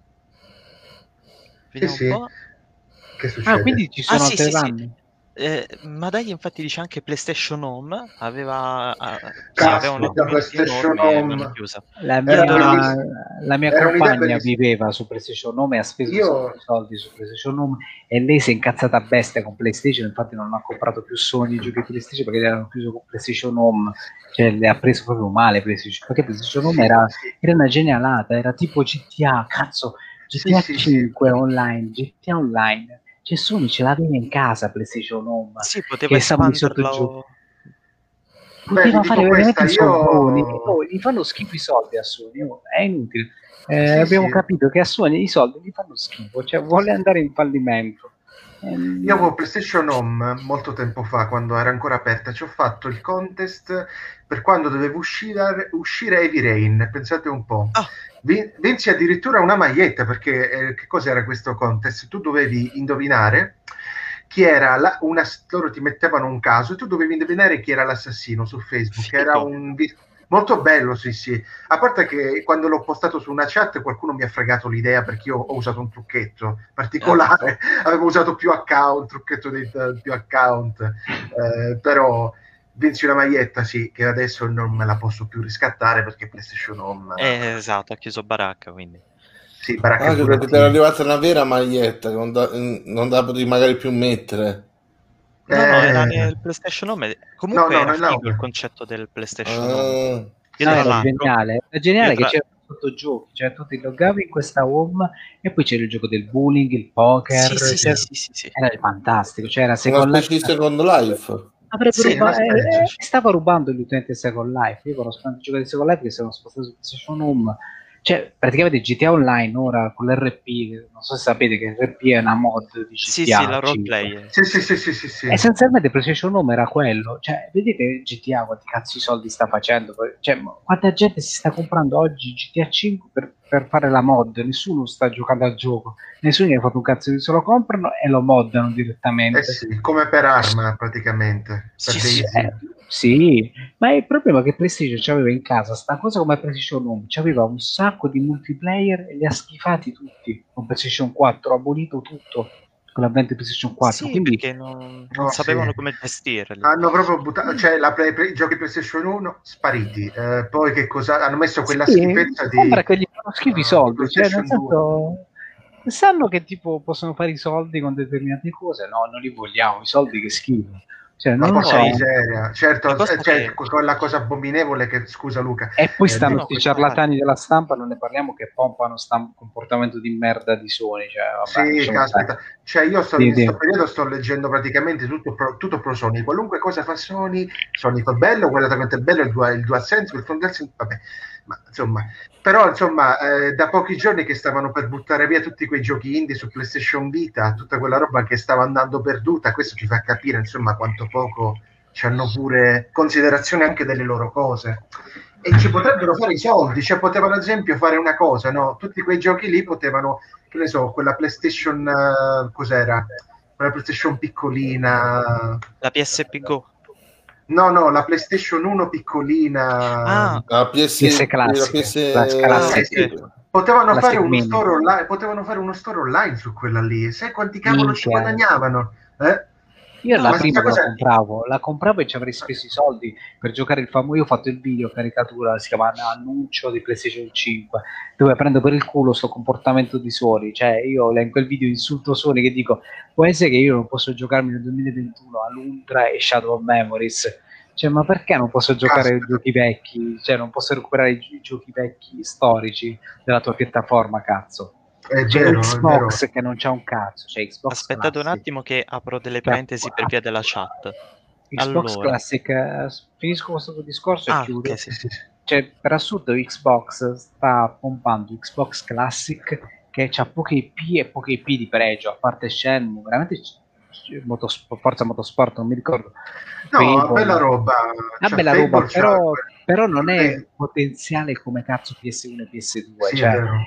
Vediamo sì. un po'. Che succede? Ah, quindi ci sono Ah, sì, altre sì, sì. run? Eh, ma dai, infatti dice anche PlayStation Home aveva, ah, sì, Caspita, aveva una community PlayStation enorme e Home. l'hanno chiusa. La Era mia, bellissimo. la mia Era un'idea compagna bellissima. viveva su PlayStation Home e ha speso Io- un sacco di soldi su PlayStation Home e lei si è incazzata a bestia con PlayStation, infatti non ha comprato più Sony i giochi PlayStation perché li erano chiusi con PlayStation Home, cioè le ha preso proprio male PlayStation, perché PlayStation Home Sì, era, sì. era una genialata, era tipo G T A, cazzo, G T A Sì, sì, cinque sì. online, G T A online, cioè Sony ce l'aveva in casa PlayStation Home, Sì, poteva che stavano sotto il espanderlo. gioco. Beh, Poteva ti fare dico veramente questa, i soldoni, io... oh, gli fanno schifo i soldi a Sony, oh, è inutile. Eh, Sì, abbiamo sì. capito che a Sony i soldi gli fanno schifo, cioè vuole andare in fallimento. Ehm, Io avevo PlayStation Home molto tempo fa, quando era ancora aperta, ci ho fatto il contest per quando dovevo uscire, uscire Heavy Rain, pensate un po'. Ah. Vin- vinsi addirittura una maglietta, perché eh, che cos'era questo contest? Tu dovevi indovinare chi era la, una, loro ti mettevano un caso e tu dovevi indovinare chi era l'assassino su Facebook. Figo. Era un vi- molto bello, sì, sì. A parte che quando l'ho postato su una chat qualcuno mi ha fregato l'idea perché io ho usato un trucchetto particolare, avevo usato più account, trucchetto di più account, eh, però vinsi una maglietta, sì, che adesso non me la posso più riscattare perché PlayStation Home... Eh, esatto, ha chiuso baracca, quindi. Sì, baracca Anche perché ti burattini. era arrivata una vera maglietta che non, da, non la potevi magari più mettere. No, no, era Eh, nel PlayStation Home. Comunque no, era nella figo Home. il concetto del PlayStation Home. Ah, Io no, tra era l'altro, geniale, era geniale io che tra- c'erano sottogiochi, cioè tu ti loggavi in questa home e poi c'era il gioco del bowling, il poker, Sì, sì, c'era- sì, sì, sì, sì. era fantastico, c'era una Second specie di Life. Second Life. Avrebbe Sì, ruba- una specie. eh, eh, stava rubando gli utenti di Second Life. Io conosco tanti giocatori di Second Life che si sono spostati su PlayStation Home. Cioè, praticamente G T A Online ora con l'R P, che non so se sapete che l'R P è una mod di G T A Sì, sì, la cinque. roleplay. Sì, sì, sì, sì, sì, sì. Essenzialmente PlayStation Home era quello. Cioè, vedete G T A quanti cazzo di soldi sta facendo? Cioè, ma quanta gente si sta comprando oggi G T A cinque per, per fare la mod? Nessuno sta giocando al gioco. Nessuno gli ha fatto un cazzo di se lo comprano e lo moddano direttamente. Eh sì, come per Arma praticamente. Per Sì, sì. Daisy. Eh, sì, ma il problema è che PlayStation c'aveva in casa sta cosa come PlayStation Home, c'aveva un sacco di multiplayer e li ha schifati tutti con PlayStation quattro, ha abolito tutto con l'avvento di PlayStation quattro, Sì, quindi perché non, non No, sapevano sì. come gestirli. Hanno proprio buttato, cioè la play, play- i giochi PlayStation uno spariti. Eh, poi che cosa hanno messo quella sì, schifezza di sembra che gli fanno schifo i uh, soldi, cioè nel PlayStation due. senso sanno che tipo possono fare i soldi con determinate cose, no, non li vogliamo, i soldi che schifo. Cioè, Ma non lo porca so. miseria, certo, cosa eh, cioè, che- quella cosa abominevole che, scusa Luca, E poi eh, stanno no, questi questo ciarlatani della stampa, non ne parliamo, che pompano sta comportamento di merda di Sony. Cioè, vabbè, sì, lasciamo caspita, stare. cioè io sto, Sì, in questo sì. periodo sto leggendo praticamente tutto pro, tutto pro Sony, qualunque cosa fa Sony, Sony fa bello, guardate quanto è bello il, Dual, il DualSense, il DualSense, vabbè, ma insomma, però insomma, eh, da pochi giorni che stavano per buttare via tutti quei giochi indie su PlayStation Vita, tutta quella roba che stava andando perduta, questo ti fa capire insomma quanto poco hanno pure considerazione anche delle loro cose. E ci potrebbero fare i soldi, cioè potevano ad esempio fare una cosa, no? Tutti quei giochi lì potevano, che ne so, quella PlayStation, uh, cos'era? Quella PlayStation piccolina. La P S P Go. No, no, la PlayStation uno piccolina. Ah, La P S, P S la Classic, PS Classic, ah, Classic. Eh, sì, ok. potevano Classic fare uno Mini. store online, potevano fare uno store online su quella lì. Sai quanti cavolo ci Minchia. guadagnavano? Eh? Io No, la Ma prima sta che la cosa- compravo, la compravo e ci avrei speso i soldi per giocare il famoso. Io ho fatto il video caricatura, si chiama annuncio di PlayStation cinque, dove prendo per il culo sto comportamento di Sony. Cioè, io in quel video insulto Sony che dico: può essere che io non posso giocarmi nel duemilaventuno a Lundra e Shadow of Memories. Cioè, ma perché non posso giocare ai Caspita. giochi vecchi? Cioè, non posso recuperare i, gi- i giochi vecchi storici della tua piattaforma, cazzo. È C'è vero, è Xbox vero. che non c'ha un cazzo, c'è Xbox aspettate un Classic. attimo che apro delle Che ha- parentesi per via della chat. Xbox Allora, Classic, eh, finisco questo discorso e ah, chiudo. ok, sì. Sì, sì, sì. Cioè, per assurdo Xbox sta pompando Xbox Classic che ha poche I P e poche I P di pregio, a parte Shenmue, veramente c- c- Motorsport, Forza Motorsport, non mi ricordo. No, Fable. bella roba. Una C'ha bella roba, Fable, c'ha però, quel- però non è eh, potenziale come cazzo P S uno e P S due. sì, è Cioè, vero.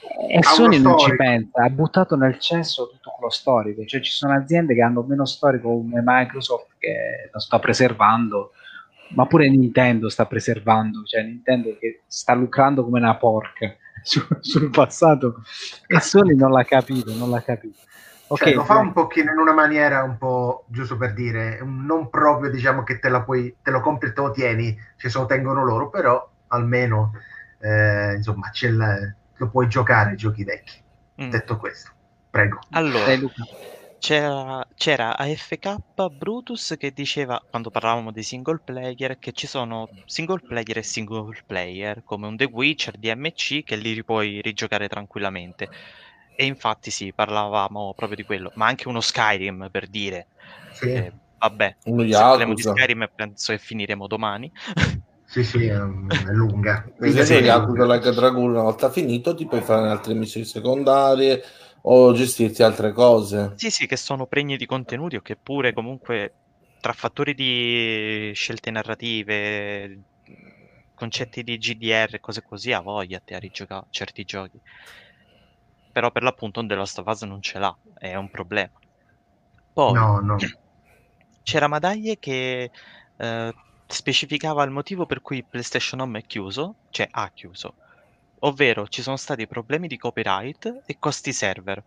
e Ha uno Sony non ci storico. pensa, ha buttato nel cesso tutto quello storico. Cioè, ci sono aziende che hanno meno storico come Microsoft che lo sta preservando, ma pure Nintendo sta preservando. Cioè, Nintendo che sta lucrando come una porca su- sul passato, e Sony non l'ha capito, non l'ha capito. Ok, Cioè, lo fa dai. un pochino in una maniera un po', giusto per dire, un- non proprio diciamo che te la puoi, te lo compri e te lo tieni, se se lo tengono loro, però almeno eh, insomma ce l'è- lo puoi giocare ai giochi vecchi. Mm. Detto questo, prego. Allora, Dai, Luca. c'era, c'era A F K Brutus che diceva, quando parlavamo di single player, che ci sono single player e single player, come un The Witcher, D M C, che li puoi rigiocare tranquillamente. E infatti sì, parlavamo proprio di quello, ma anche uno Skyrim, per dire. Sì, Eh, vabbè, Uno se parliamo di Yakuza. Skyrim penso che finiremo domani. sì, sì, è, è lunga. Per esempio, Fidati che è Yakuza lunga. Like a Dragoon, una volta finito, ti puoi fare altre missioni secondarie o gestirti altre cose. Sì, sì, che sono pregni di contenuti o che pure comunque tra fattori di scelte narrative, concetti di G D R e cose così, ha voglia te a rigiocare certi giochi. Però per l'appunto un The Last of Us non ce l'ha, è un problema. Poi No, no. c'era Madaglie che eh, specificava il motivo per cui PlayStation Home è chiuso, cioè ha chiuso, ovvero ci sono stati problemi di copyright e costi server,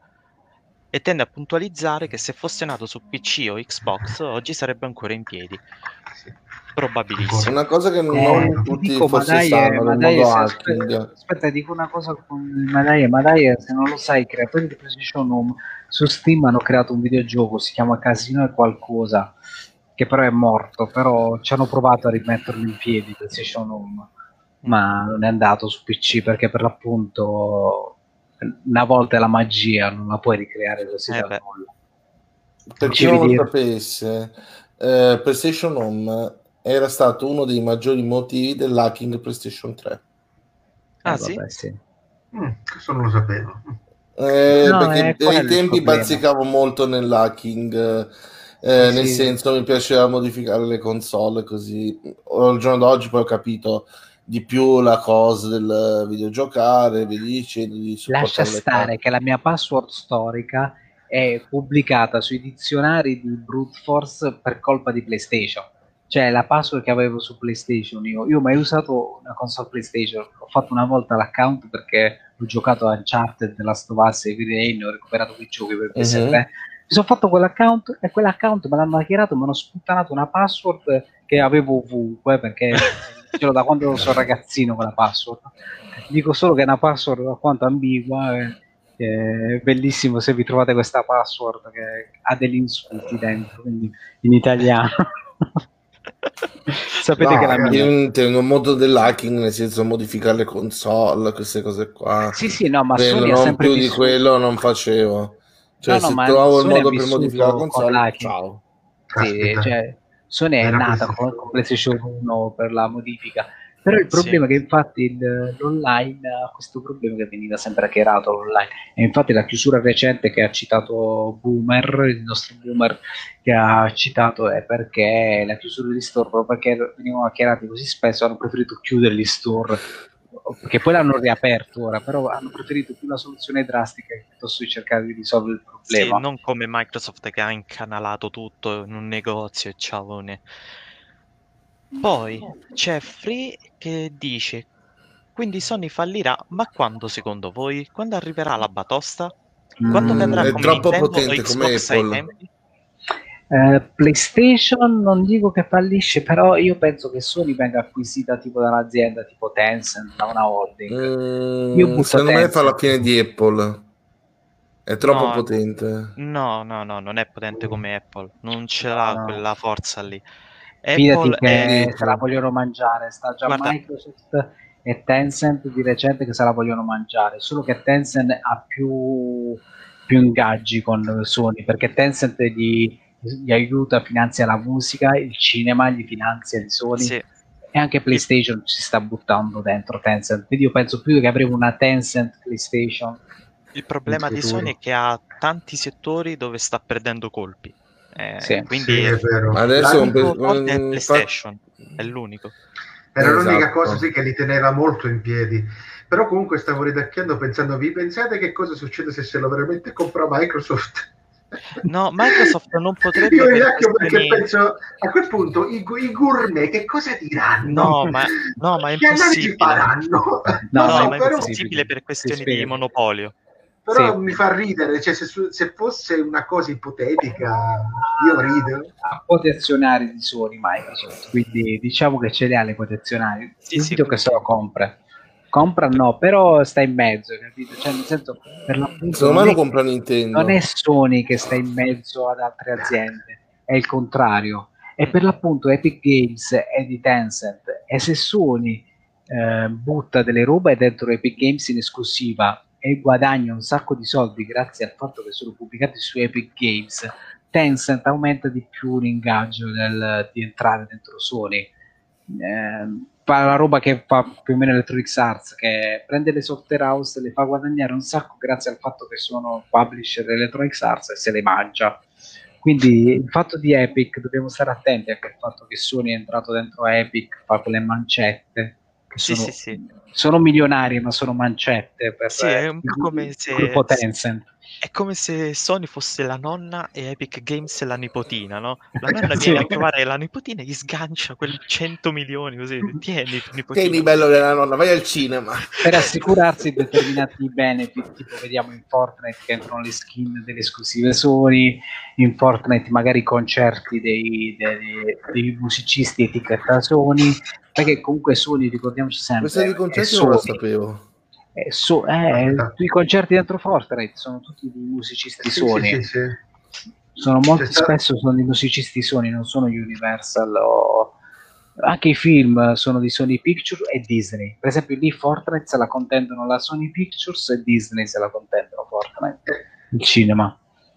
e tende a puntualizzare che se fosse nato su P C o Xbox oggi sarebbe ancora in piedi. Sì. Probabilissimo. Una cosa che Eh, non ti tutti dico, forse Madai è- sanno del Madai è- mondo se- hacking. aspetta, aspetta, dico una cosa con il Madai. Madai è- se non lo sai, i creatori di PlayStation Home su Steam hanno creato un videogioco, si chiama Casino e qualcosa, che però è morto, però ci hanno provato a rimetterlo in piedi PlayStation Home, ma non è andato su P C perché per l'appunto una volta è la magia, non la puoi ricreare così Eh dal beh. nulla. Per chi Devi non lo dire- sapesse, eh, PlayStation Home era stato uno dei maggiori motivi dell'hacking PlayStation tre. Ah, Eh, sì? vabbè, sì. Mm, questo non lo sapevo. Eh, No, perché è quello ai il tempi problema. bazzicavo molto nell'hacking, eh, Sì, nel sì. senso mi piaceva modificare le console così. Al giorno d'oggi poi ho capito di più la cosa del videogiocare, via dicendo, di Lascia supportare le stare cose. che la mia password storica è pubblicata sui dizionari di brute force per colpa di PlayStation. Cioè la password che avevo su PlayStation, io, io ho mai usato una console PlayStation, ho fatto una volta l'account perché ho giocato a Uncharted, The Last of Us e Rain, ho recuperato quei giochi per P S tre. Mhm. Mi sono fatto quell'account e quell'account me l'hanno hackerato, mi hanno sputtanato una password che avevo ovunque perché ce l'ho da quando sono ragazzino quella password. Dico solo che è una password alquanto ambigua, eh, È bellissimo se vi trovate questa password che ha degli insulti dentro, quindi in italiano. Sapete No, che la ragazzi. mia. Io intendo un modo dell'hacking, nel senso modificare le console, queste cose qua. Sì, sì, no, ma Beh, Sony ha non sempre più di vissuto. quello non facevo. Cioè, No, no, se ma trovo il Sony ha modo per modificare la vissuto con console, l'hacking. ciao. Sì, Caspita. cioè, Sony è Era nata PlayStation. con, con PlayStation uno per la modifica, però il Sì. problema è che infatti il- l'online ha questo problema che veniva sempre hackerato l'online, e infatti la chiusura recente che ha citato Boomer, il nostro Boomer che ha citato, è perché la chiusura degli store, proprio perché venivano hackerati così spesso, hanno preferito chiudere gli store, perché poi l'hanno riaperto ora, però hanno preferito più la soluzione drastica piuttosto di cercare di risolvere il Sì, problema. non come Microsoft che ha incanalato tutto in un negozio e ciaone. Poi c'è Free che dice: quindi Sony fallirà, ma quando secondo voi? Quando arriverà la batosta? Quando Mm, cadrà È come troppo Nintendo o potente come Xbox ai Apple. tempi? Eh, PlayStation non dico che fallisce, però io penso che Sony venga acquisita tipo da un'azienda tipo Tencent, da una holding. Io Mm, butto secondo me fa la Tencent. fine di Apple. È troppo No, potente. no, no, no, non è potente come Apple, non ce No, l'ha no. quella forza lì. Fidati Apple è... che se la Dici? vogliono mangiare, sta già Guarda, Microsoft e Tencent di recente che se la vogliono mangiare, solo che Tencent ha più, più ingaggi con Sony, perché Tencent gli, gli aiuta, finanzia la musica, il cinema, gli finanzia di Sony, sì, e anche il, PlayStation ci sta buttando dentro Tencent, quindi io penso più che avremo una Tencent PlayStation il in problema di Sony futuro. è che ha tanti settori dove sta perdendo colpi. Eh, Sì. Sì, quindi è vero. Adesso La- non l'unico pe- forte è infatti, PlayStation, è l'unico. Era l'unica cosa esatto. sì che li teneva molto in piedi. Però comunque stavo ridacchiando pensando, vi pensate che cosa succede se se lo veramente compra Microsoft? No, Microsoft non potrebbe Io per ridacchio perché questioni... penso a quel punto i, gu- i gourmet che cosa diranno? No, ma, no, ma è Che analisi impossibile. faranno? No, Lo ma è No, so, ma è però, impossibile impossibile. per Si questioni di spiega. monopolio. però Sì. mi fa ridere, cioè se, su- se fosse una cosa ipotetica io rido. Ha quote azionarie di Sony Microsoft, quindi diciamo che ce le ha le quote azionarie. Sì, sì, Dubito che se lo quindi... compra. Compra no, però sta in mezzo, capito? Cioè, nel senso, per l'appunto Secondo non me è, lo compra non è Nintendo. Sony che sta in mezzo ad altre aziende, è il contrario. E per l'appunto Epic Games è di Tencent, e se Sony eh, butta delle robe dentro Epic Games in esclusiva e guadagna un sacco di soldi grazie al fatto che sono pubblicati su Epic Games, Tencent aumenta di più l'ingaggio del, di entrare dentro Sony. Eh, fa la roba che fa più o meno Electronic Arts, che prende le software house, le fa guadagnare un sacco grazie al fatto che sono publisher Electronic Arts, e se le mangia. Quindi il fatto di Epic, dobbiamo stare attenti anche al fatto che Sony è entrato dentro Epic, fa quelle mancette che Sì, sono, sì, sì. sono milionarie, ma sono mancette per Sì, è eh, un il, po' come il se... gruppo Tencent. È come se Sony fosse la nonna e Epic Games la nipotina, no? La nonna Sì. viene a trovare la nipotina e gli sgancia quel cento milioni così. Tieni, Tieni nipotina. bello della nonna, vai al cinema. Per assicurarsi determinati benefit, tipo vediamo in Fortnite che entrano le skin delle esclusive Sony, in Fortnite magari i concerti dei, dei, dei musicisti etichetta Sony, perché comunque Sony, ricordiamoci Questa di sempre, è concerti non la Sony. sapevo. È so- eh, Aspetta. I concerti dentro Fortnite sono tutti di musicisti Sì, sì, Sony. sì, sì. Sono C'è molti, sta- spesso sono i musicisti Sony, non sono Universal o... Anche i film sono di Sony Pictures e Disney. Per esempio lì Fortnite se la contendono la Sony Pictures e Disney se la contendono Fortnite. Il cinema.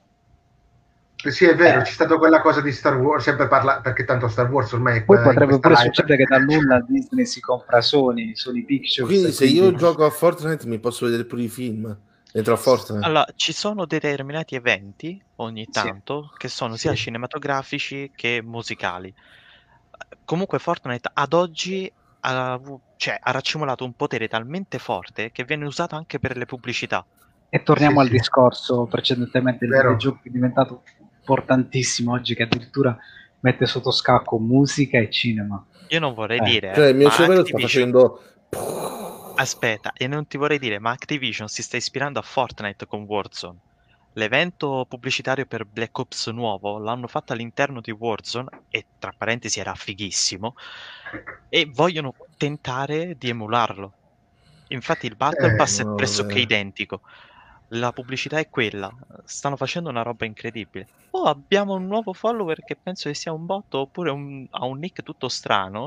eh, sì, è vero, Eh, c'è stata quella cosa di Star Wars, sempre parla perché tanto Star Wars ormai è Poi qua- in potrebbe questa pure live. succedere che dal nulla Disney si compra Sony, Sony Pictures, Quindi e se io quindi... gioco a Fortnite mi posso vedere pure i film dentro a Fortnite. Allora, ci sono determinati eventi ogni Sì. tanto che sono Sì. sia cinematografici che musicali. Comunque Fortnite ad oggi ha, avu- cioè, ha raccimolato un potere talmente forte che viene usato anche per le pubblicità. E torniamo Sì, al sì. discorso precedentemente, il Vero. videogioco è diventato importantissimo oggi, che addirittura mette sotto scacco musica e cinema. Io non vorrei Eh. dire, Cioè il mio ma cervello sta Activision... facendo... Aspetta, e non ti vorrei dire, ma Activision si sta ispirando a Fortnite con Warzone. L'evento pubblicitario per Black Ops nuovo l'hanno fatto all'interno di Warzone e tra parentesi era fighissimo e vogliono tentare di emularlo. Infatti il Battle Eh, Pass è no, pressoché vabbè. identico. la pubblicità è quella, stanno facendo una roba incredibile. Oh, abbiamo un nuovo follower che penso che sia un bot oppure un, ha un nick tutto strano.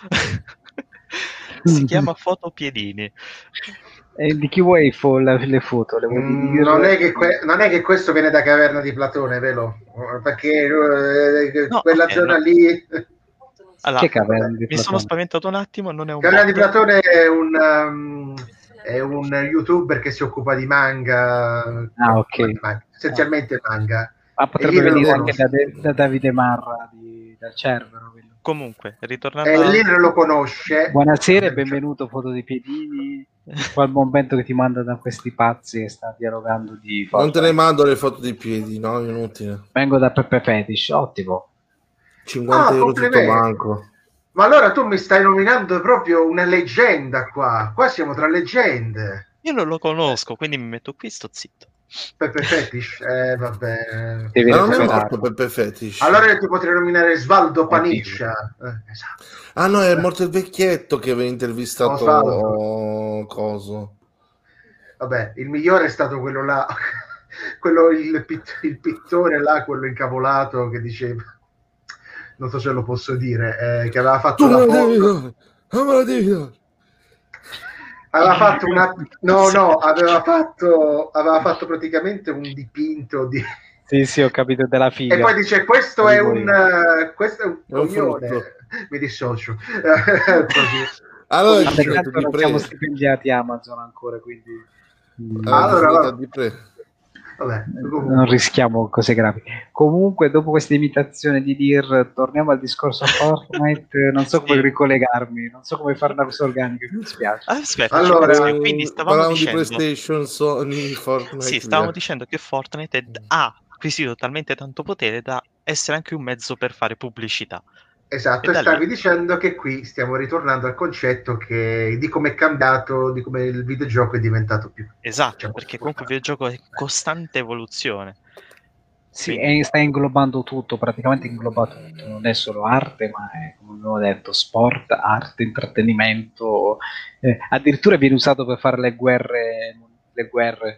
Si chiama Fotopiedini. E di chi vuoi fo- le, le foto? Le vuoi di Mm, Dir? non, è che que- non è che questo viene da Caverna di Platone, velo? Perché eh, No, quella ok, zona no. lì... Allora, Che caverna di mi sono Platone? spaventato un attimo, non è un Caverna di bot. Platone è un, um, è un youtuber che si occupa di manga, Ah, ok. manga, essenzialmente manga. Ma E potrebbe lì lo venire anche conosce. da, De- da Davide Marra di, dal Cerbero. quello. Comunque, ritornando E a... lì lo conosce. Buonasera e benvenuto Foto di Piedini. In quel momento che ti manda da questi pazzi e sta dialogando di Non te ne Fortnite. mando le foto dei piedi, no? Inutile. Vengo da Peppe Fetish, ottimo. cinquanta Ah, euro tutto complimenti. banco. Ma allora tu mi stai nominando proprio una leggenda qua. Qua siamo tra leggende. Io non lo conosco, quindi mi metto qui e sto zitto. Peppe Fetish, eh vabbè. Devi Ma non è recuperare. morto Peppe Fetish. Allora io ti potrei nominare Svaldo È Paniccia. Eh, esatto. Ah no, è morto il vecchietto che aveva intervistato Osvaldo. oh, coso. Vabbè, il migliore è stato quello là, quello il, pit- il pittore là, quello incavolato che diceva, non so se lo posso dire, eh, che aveva fatto Tu me la la devi foto, dare, non me la devi dare. aveva fatto una, no, no, aveva fatto, aveva fatto praticamente un dipinto di... Sì, sì, ho capito della figa. E poi dice, questo è un, uh, questo è un È un coglione, frutto. mi dissocio. Così. Allora Vabbè, dice tanto di non siamo pre. stipendiati Amazon ancora, quindi mm, Allora, Allora, va- di pre. vabbè, non comunque. rischiamo cose gravi. Comunque, dopo questa imitazione di Dir, torniamo al discorso Fortnite. Non so come Sì. ricollegarmi, non so come fare una cosa organica, mi dispiace. Aspetta, Allora, ci penso io. Quindi stavamo parlavamo di dicendo... PlayStation, Sony, Fortnite. Sì, stavamo via. dicendo che Fortnite è- ha acquisito talmente tanto potere da essere anche un mezzo per fare pubblicità. Esatto, E e da stavi lì- dicendo che qui stiamo ritornando al concetto che, di come è cambiato, di come il videogioco è diventato più... Esatto, diciamo, perché comunque il videogioco è in costante evoluzione. Sì, Quindi- e sta inglobando tutto, praticamente ingloba tutto, non è solo arte, ma è, come abbiamo detto, sport, arte, intrattenimento, eh, addirittura viene usato per fare le guerre, le guerre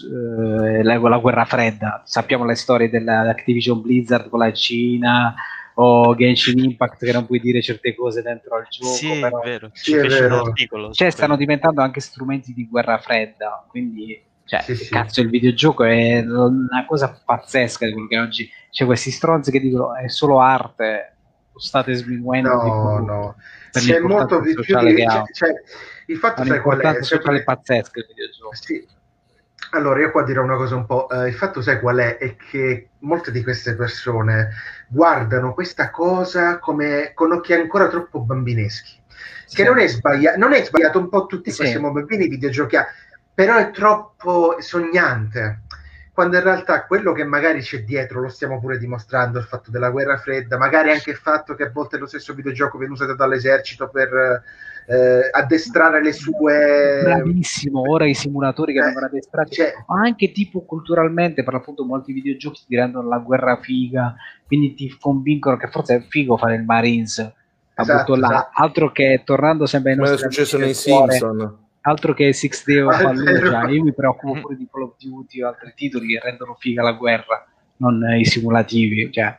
eh, la, la guerra fredda. Sappiamo le storie dell'Activision Blizzard con la Cina, o Genshin Impact che non puoi dire certe cose dentro al gioco, Sì, è però vero, Sì, ci è fece un vero. articolo. cioè su stanno quello. diventando anche strumenti di guerra fredda, quindi cioè, Sì, sì. cazzo, il videogioco è una cosa pazzesca di quello che oggi c'è questi stronzi che dicono è solo arte, lo state sminuendo di No, più no. per C'è l'importanza molto di più sociale di... che Cioè, ha. cioè, il fatto, Ha sai qual è? un'importanza sociale Sempre- pazzesca il videogioco. Sì. Allora, io qua dirò una cosa un po'. eh, il fatto, sai qual è? È che molte di queste persone guardano questa cosa come con occhi ancora troppo bambineschi. Che Sì. non è sbagliato, non è sbagliato, un po' tutti Sì. qua siamo bambini, videogiochi, però è troppo sognante. Quando in realtà quello che magari c'è dietro lo stiamo pure dimostrando, il fatto della guerra fredda, magari anche il fatto che a volte lo stesso videogioco viene usato dall'esercito per eh, addestrare le sue... Bravissimo, ora i simulatori che Eh, vengono addestrati, cioè, anche tipo culturalmente, per l'appunto molti videogiochi ti rendono la guerra figa, quindi ti convincono che forse è figo fare il Marines. La Esatto, butto là. esatto. Altro che tornando sempre ai Come era nostri successo nei amici del cuore, Simpson. altro che Six Day of Ah, è Fallujah. vero. Io mi preoccupo Mhm. pure di Call of Duty o altri titoli che rendono figa la guerra, non i simulativi. Cioè,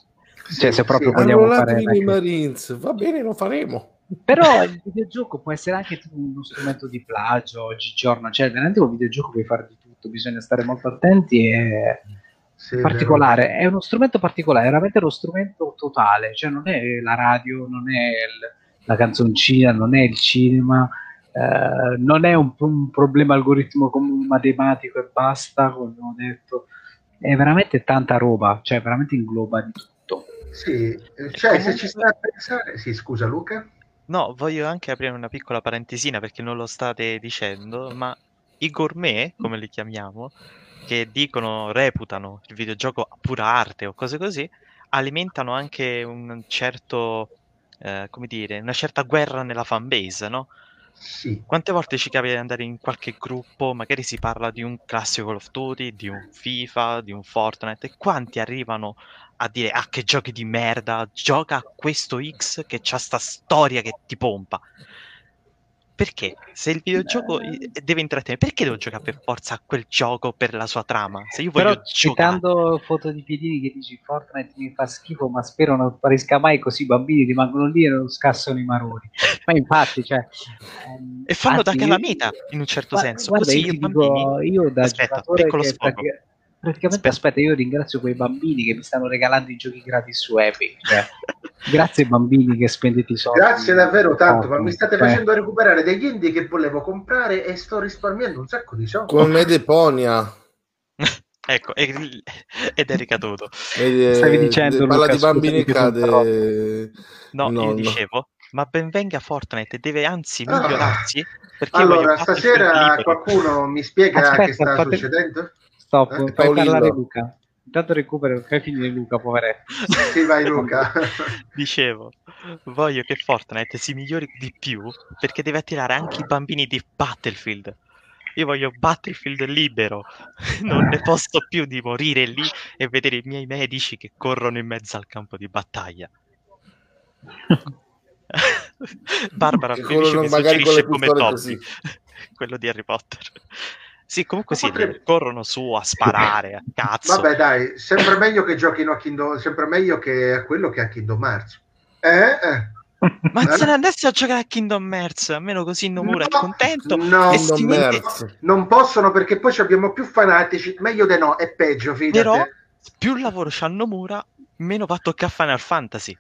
cioè, se proprio sì. vogliamo fare Arruolatevi nei una- Marines. Va bene, lo faremo. però il videogioco può essere anche tipo uno strumento di plagio oggigiorno, cioè veramente un videogioco puoi fare di tutto, bisogna stare molto attenti e Sì, è particolare, vero. è uno strumento particolare, è veramente lo strumento totale, cioè non è la radio, non è il- la canzoncina, non è il cinema, eh, non è un, un problema algoritmo come un matematico e basta, come abbiamo detto, è veramente tanta roba, cioè veramente ingloba di tutto. Sì, eh, cioè se comunque- ci sta a pensare... Sì, scusa Luca. No, voglio anche aprire una piccola parentesina perché non lo state dicendo, ma i gourmet, come li chiamiamo, che dicono, reputano il videogioco pura arte o cose così, alimentano anche un certo, eh, come dire, una certa guerra nella fanbase, no? Sì, Quante volte ci capita di andare in qualche gruppo, magari si parla di un classico Call of Duty, di un FIFA, di un Fortnite, e quanti arrivano a dire ah che giochi di merda, gioca a questo X che c'ha sta storia che ti pompa. perché? Se il videogioco eh, deve intrattenere, perché devo giocare per forza a quel gioco per la sua trama? Se io voglio Però giocare... citando foto di piedini che dici Fortnite mi fa schifo, ma spero non apparisca mai, così i bambini rimangono lì e non scassano i maroni. Ma infatti, cioè, ehm, E fanno da anzi, calamita, in un certo guarda, senso. guarda, io Così ti i bambini... dico, io da Aspetta, giocatore piccolo che sfogo. pratica- praticamente, Aspetta. aspetta, io ringrazio quei bambini che mi stanno regalando i giochi gratis su Epic, cioè, grazie ai bambini che spendete i soldi. Grazie davvero tanto, ma mi Fortnite, state cioè. facendo recuperare degli indie che volevo comprare e sto risparmiando un sacco di soldi. Come me Deponia. Ecco, e- ed è ricaduto. Eh, Stavi dicendo, parla Luca, di bambini scusami e che ti interrompo. cade. No, il io nonno. dicevo, ma ben venga Fortnite, deve anzi Ah. migliorarsi, perché io Allora, voglio Battlefield stasera libero. qualcuno mi spiega Aspetta, che sta fate- succedendo? Stop, Eh? fai Paolillo. parlare Luca. Intanto recupero, fai finire Luca, poveretto. Sì, vai Luca. Dicevo, voglio che Fortnite si migliori di più perché deve attirare anche i bambini di Battlefield. Io voglio Battlefield libero, non ne posso più di morire lì e vedere i miei medici che corrono in mezzo al campo di battaglia. Barbara Che Felice corrono mi magari con le suggerisce come pistole Toby, così. quello di Harry Potter. Sì, comunque Ma sì, potrebbe- corrono su a sparare, a cazzo. Vabbè, dai, sempre meglio che giochino a Kingdom, sempre meglio che a quello che a Kingdom Hearts. Eh? eh. Ma Eh? se ne andasse a giocare a Kingdom Hearts, almeno così Nomura è No, contento. no. E Kingdom si mette... Hearts. Non possono perché poi ci abbiamo più fanatici. Meglio di no, è peggio, fidati. Però più lavoro c'ha Nomura, meno va a toccare Final Fantasy.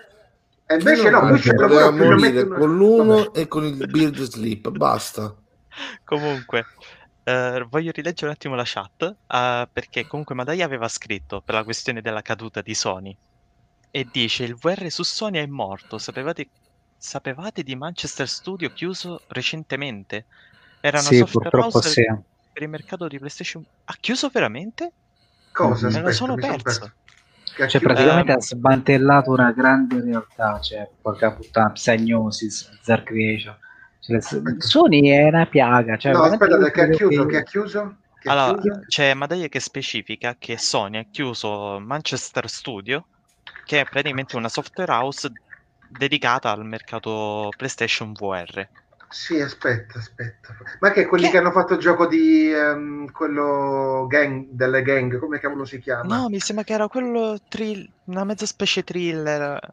E invece no, più Vabbè, c'è il Poteva lavoro, più lo morire mettono. con l'uno Vabbè. e con il Beard Sleep. Basta. Comunque, eh, voglio rileggere un attimo la chat, eh, perché comunque Madai aveva scritto per la questione della caduta di Sony e dice il V R su Sony è morto, sapevate, sapevate di Manchester Studio chiuso recentemente? Era una Sì, software purtroppo house sì. per il mercato di PlayStation. Ha chiuso veramente? Cosa? Mhm. Me lo Aspetta, sono mi sono perso. perso. Che ha Cioè, chiuso- praticamente Ehm, ha smantellato una grande realtà, cioè, porca puttana, Psygnosis, Bizarre Creation. Cioè, le- Sony è una piaga, cioè, No, veramente aspetta, io che ha credo chiuso? che- Che ha chiuso? Che ha Allora, chiuso? c'è Madai che specifica che Sony ha chiuso Manchester Studio, che è praticamente una software house dedicata al mercato PlayStation V R. Sì, aspetta, aspetta. Ma che quelli Che- che hanno fatto il gioco di ehm, quello gang delle gang, come cavolo si chiama? No, mi sembra che era quello thrill- una mezza specie thriller.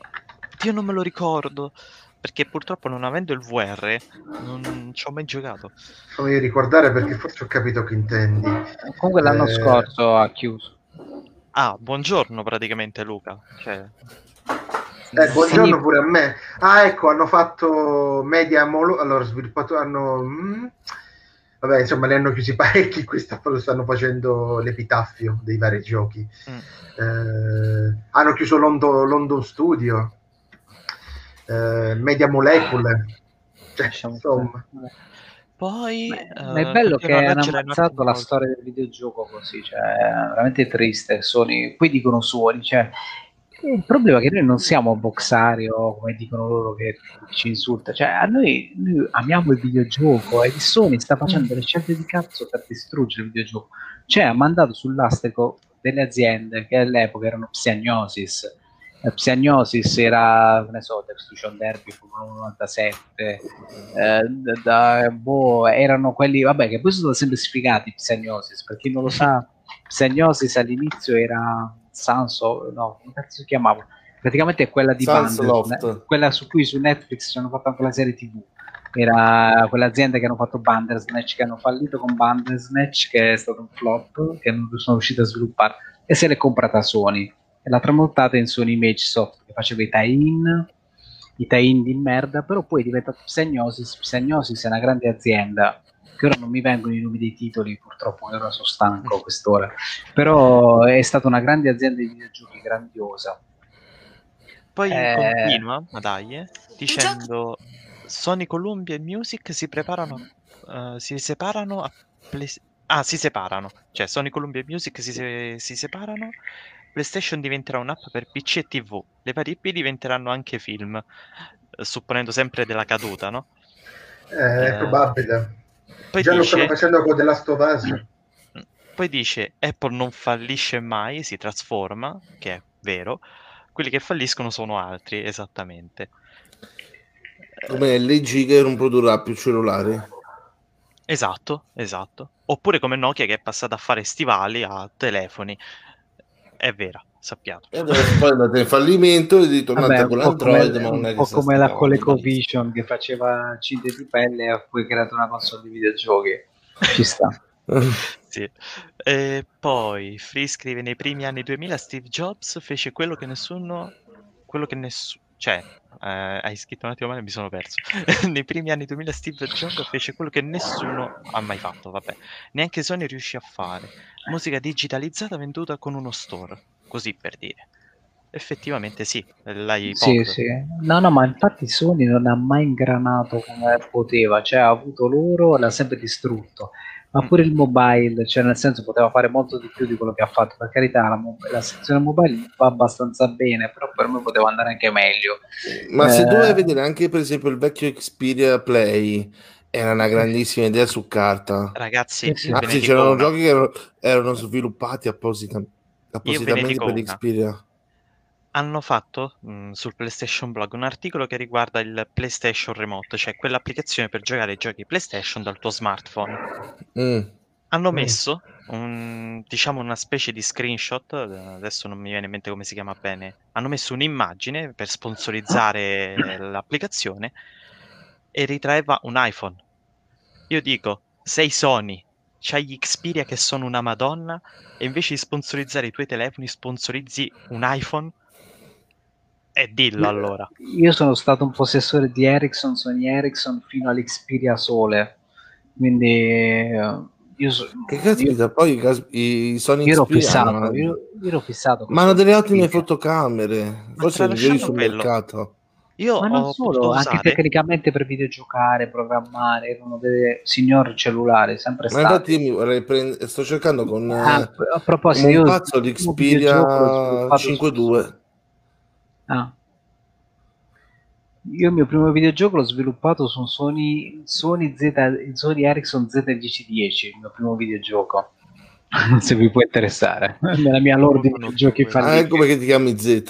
Io non me lo ricordo, perché purtroppo non avendo il V R non ci ho mai giocato. Fammi ricordare perché forse ho capito che intendi. Comunque l'anno Eh, scorso ha chiuso. Ah, buongiorno praticamente Luca. Cioè, Eh, buongiorno Sì. pure a me. Ah, ecco, hanno fatto Media Molo, allora sviluppato, hanno... mm, vabbè, insomma, ne hanno chiusi parecchi, qui sta- stanno facendo l'epitaffio dei vari giochi. mm. Eh, hanno chiuso London, London Studio, eh, Media Molecule, cioè, Lasciamo insomma. stare. Poi Ma, ma è eh, bello continuo che a hanno leggere un ammazzato attimo la cose. storia del videogioco così, cioè, è veramente triste. Sony, poi dicono Sony, cioè, il problema è che noi non siamo boxari o come dicono loro che ci insulta, cioè, a noi, noi amiamo il videogioco e Sony sta facendo delle scelte di cazzo per distruggere il videogioco, cioè ha mandato sull'asteco delle aziende che all'epoca erano Psygnosis. Eh, Psygnosis era, che ne so, Destruction Derby novantasette, eh, da, da- boh, erano quelli, vabbè, che poi sono sempre spiegati Psygnosis, per chi non lo sa, Psygnosis all'inizio era Sanso, no, come cazzo si chiamava? Praticamente è quella di Sunsoft. Bandersnatch, quella su cui su Netflix ci hanno fatto anche la serie tivù. Era quell'azienda che hanno fatto Bandersnatch, che hanno fallito con Bandersnatch, che è stato un flop, che non sono riusciti a sviluppare, e se l'è comprata Sony e l'ha tramontata in Sony Image Soft, che faceva i tie-in, i tie-in di merda, però poi è diventato Psygnosis. Psygnosis è una grande azienda, che ora non mi vengono i nomi dei titoli, purtroppo ora sono stanco a quest'ora, però è stata una grande azienda di videogiochi, grandiosa. Poi Eh, continua, ma dai, eh, dicendo Sony Columbia e Music si preparano, eh, si separano a Play- ah, si separano, cioè Sony Columbia e Music si, se- si separano, PlayStation diventerà un'app per P C e T V, le varie I P diventeranno anche film, eh, supponendo sempre della caduta, no? Eh, è Eh, probabile. Poi Già lo stanno dice, facendo con The Last of Us. poi dice Apple non fallisce mai, si trasforma, che è vero, quelli che falliscono sono altri, esattamente. Come L G che non produrrà più cellulari. Esatto, esatto. Oppure come Nokia che è passata a fare stivali a telefoni. È vera, sappiato. E adesso poi andate in fallimento e ritornate Vabbè, un con po' come, l'Android, ma non un è che po' sta come sti la cavando. ColecoVision che faceva cinte di pelle e ha poi creato una console di videogiochi. Ci sta. Sì. E poi Free scrive: nei primi anni duemila Steve Jobs fece quello che nessuno quello che nessuno cioè eh, hai scritto un attimo male, mi sono perso. Nei primi anni duemila Steve Jobs fece quello che nessuno ha mai fatto, vabbè, neanche Sony riuscì a fare: musica digitalizzata venduta con uno store, così per dire. Effettivamente sì, l'iPod. Sì, sì. No, no, ma infatti Sony non ha mai ingranato come poteva, cioè ha avuto loro e l'ha sempre distrutto. Ma pure il mobile, cioè nel senso poteva fare molto di più di quello che ha fatto. Per carità, la, mo- la sezione mobile va abbastanza bene, però per me poteva andare anche meglio. Ma se tu vai a Eh, vedere anche per esempio il vecchio Xperia Play, era una grandissima idea su carta. Ragazzi, Sì, sì. io ve ne Anzi, dico c'erano una. giochi che erano, erano sviluppati apposita- Io ve ne appositamente dico per una. l'Xperia. Hanno fatto mh, sul PlayStation Blog un articolo che riguarda il PlayStation Remote, cioè quell'applicazione per giocare ai giochi PlayStation dal tuo smartphone. Mm. Hanno messo un, diciamo una specie di screenshot, eh, adesso non mi viene in mente come si chiama bene. Hanno messo un'immagine per sponsorizzare l'applicazione e ritraeva un iPhone. Io dico, sei Sony, c'hai gli Xperia che sono una madonna e invece di sponsorizzare i tuoi telefoni sponsorizzi un iPhone? E dillo allora. Io sono stato un possessore di Ericsson, Sony Ericsson fino all'Xperia Sole, quindi eh, io, so- Che io, caspita, poi i, cas- i Sony io ero Xperia hanno, fissato, io, io ero fissato con ma hanno Sony delle ottime Xperia. fotocamere, Ma forse le migliori tralasciando sul quello, mercato. io Ma non ho potuto solo, anche usare. tecnicamente per videogiocare, programmare, erano dei signor cellulari, sempre Ma infatti io stati. mi vorrei prendere, sto cercando con, Ah, eh, a come proposito, un io il pazzo di primo videogioco l'ho Xperia sviluppato su cinque due. Ah. Io il mio primo videogioco l'ho sviluppato su un Sony, Sony, Z, Sony Ericsson Z dieci dieci, il mio primo videogioco. Se vi può interessare, nella mia lore Non lo di conosco videogiochi quello. Ah, ecco falliti. perché ti chiami Z.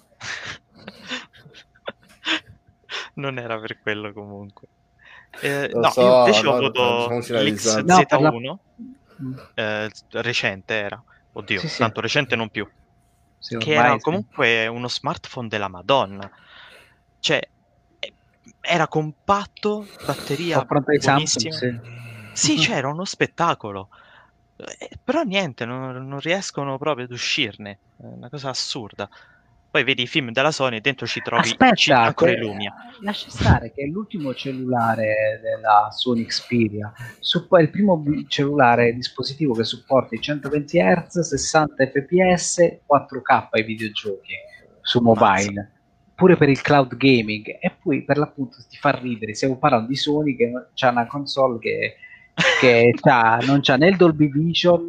Non era per quello comunque. Eh, Lo no, io so, invece ho no, no, avuto diciamoci la distanza. No, per la... l'X Z uno, eh, recente era, oddio, Sì, sì, tanto recente non più, sì, che era ormai sì. comunque uno smartphone della Madonna. Cioè, eh, era compatto, batteria Confronto ai Samsung, buonissima. sì. Sì, c'era uno spettacolo. Eh, però niente, non, non riescono proprio ad uscirne. È una cosa assurda. Poi vedi i film della Sony e dentro ci trovi ci- Aspetta, ancora i che, Lumia. lascia stare che è l'ultimo cellulare della Sony Xperia, suppo- è il primo bi- cellulare dispositivo che supporta i centoventi hertz, sessanta fps, quattro K ai videogiochi su Ammazza. mobile, pure per il cloud gaming. E poi per l'appunto ti fa ridere, stiamo parlando di Sony che ha una console che, che c'ha- non c'ha né il Dolby Vision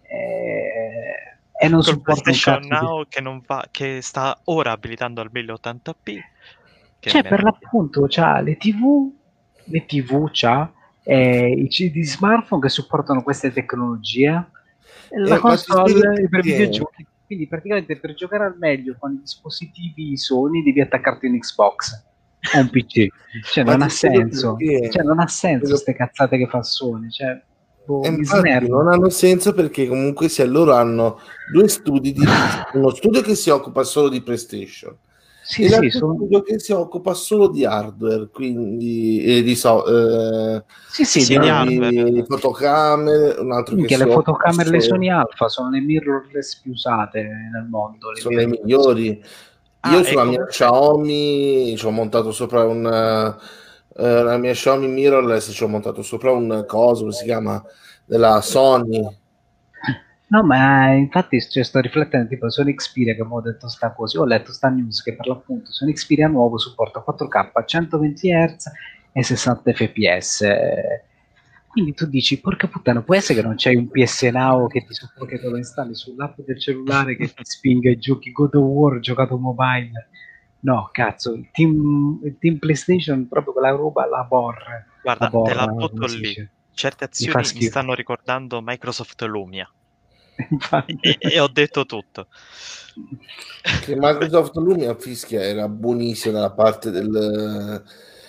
eh, e non Col supporta un PlayStation cazzo di... Now che, non va, che sta ora abilitando al mille ottanta p. Che Cioè, per meraviglia. l'appunto, c'ha le tivù, le tivù c'ha, eh, i C D smartphone che supportano queste tecnologie, e la Eh, ma ti spiego il console per perché. videogiochi. Quindi praticamente per giocare al meglio con i dispositivi Sony devi attaccarti un Xbox o un P C. Cioè, Ma non ha ti spiego il senso. Cioè, perché. non ha Ti senso spiego- ste cazzate che fa Sony. Cioè, boh, E mi infatti non snervo. hanno senso perché comunque se loro hanno due studi di uno studio che si occupa solo di PlayStation Sì, e sì, l'altro sono... studio che si occupa solo di hardware, quindi e di, so, eh, Sì, Sì, sì, sì, di- di hardware. di fotocamere, un altro che minchia, si le occupa fotocamere, le solo, Sony Alpha sono le mirrorless più usate nel mondo, le sono i mirrorless. migliori. Ah, Io e sulla mia comunque Xiaomi ci ho montato sopra un eh, la mia Xiaomi mirrorless, ci ho montato sopra un coso, come si chiama, della Sony. No, ma infatti cioè, sto riflettendo, tipo Sony Xperia che avevo detto sta cosa, io ho letto sta news che per l'appunto Sony Xperia nuovo supporta quattro K, centoventi hertz e sessanta fps. Quindi tu dici, porca puttana, può essere che non c'hai un P S Now che ti supporta, che te lo installi sull'app del cellulare che ti spinga i giochi God of War giocato mobile? No, cazzo, il team, il team PlayStation proprio quella roba la borra, la guarda, te la borra, butto come si lì. dice? Certe Mi fa azioni mi schifo. stanno ricordando Microsoft Lumia. Infatti. E, e ho detto tutto. Che Microsoft Lumia fischia era buonissima dalla parte del,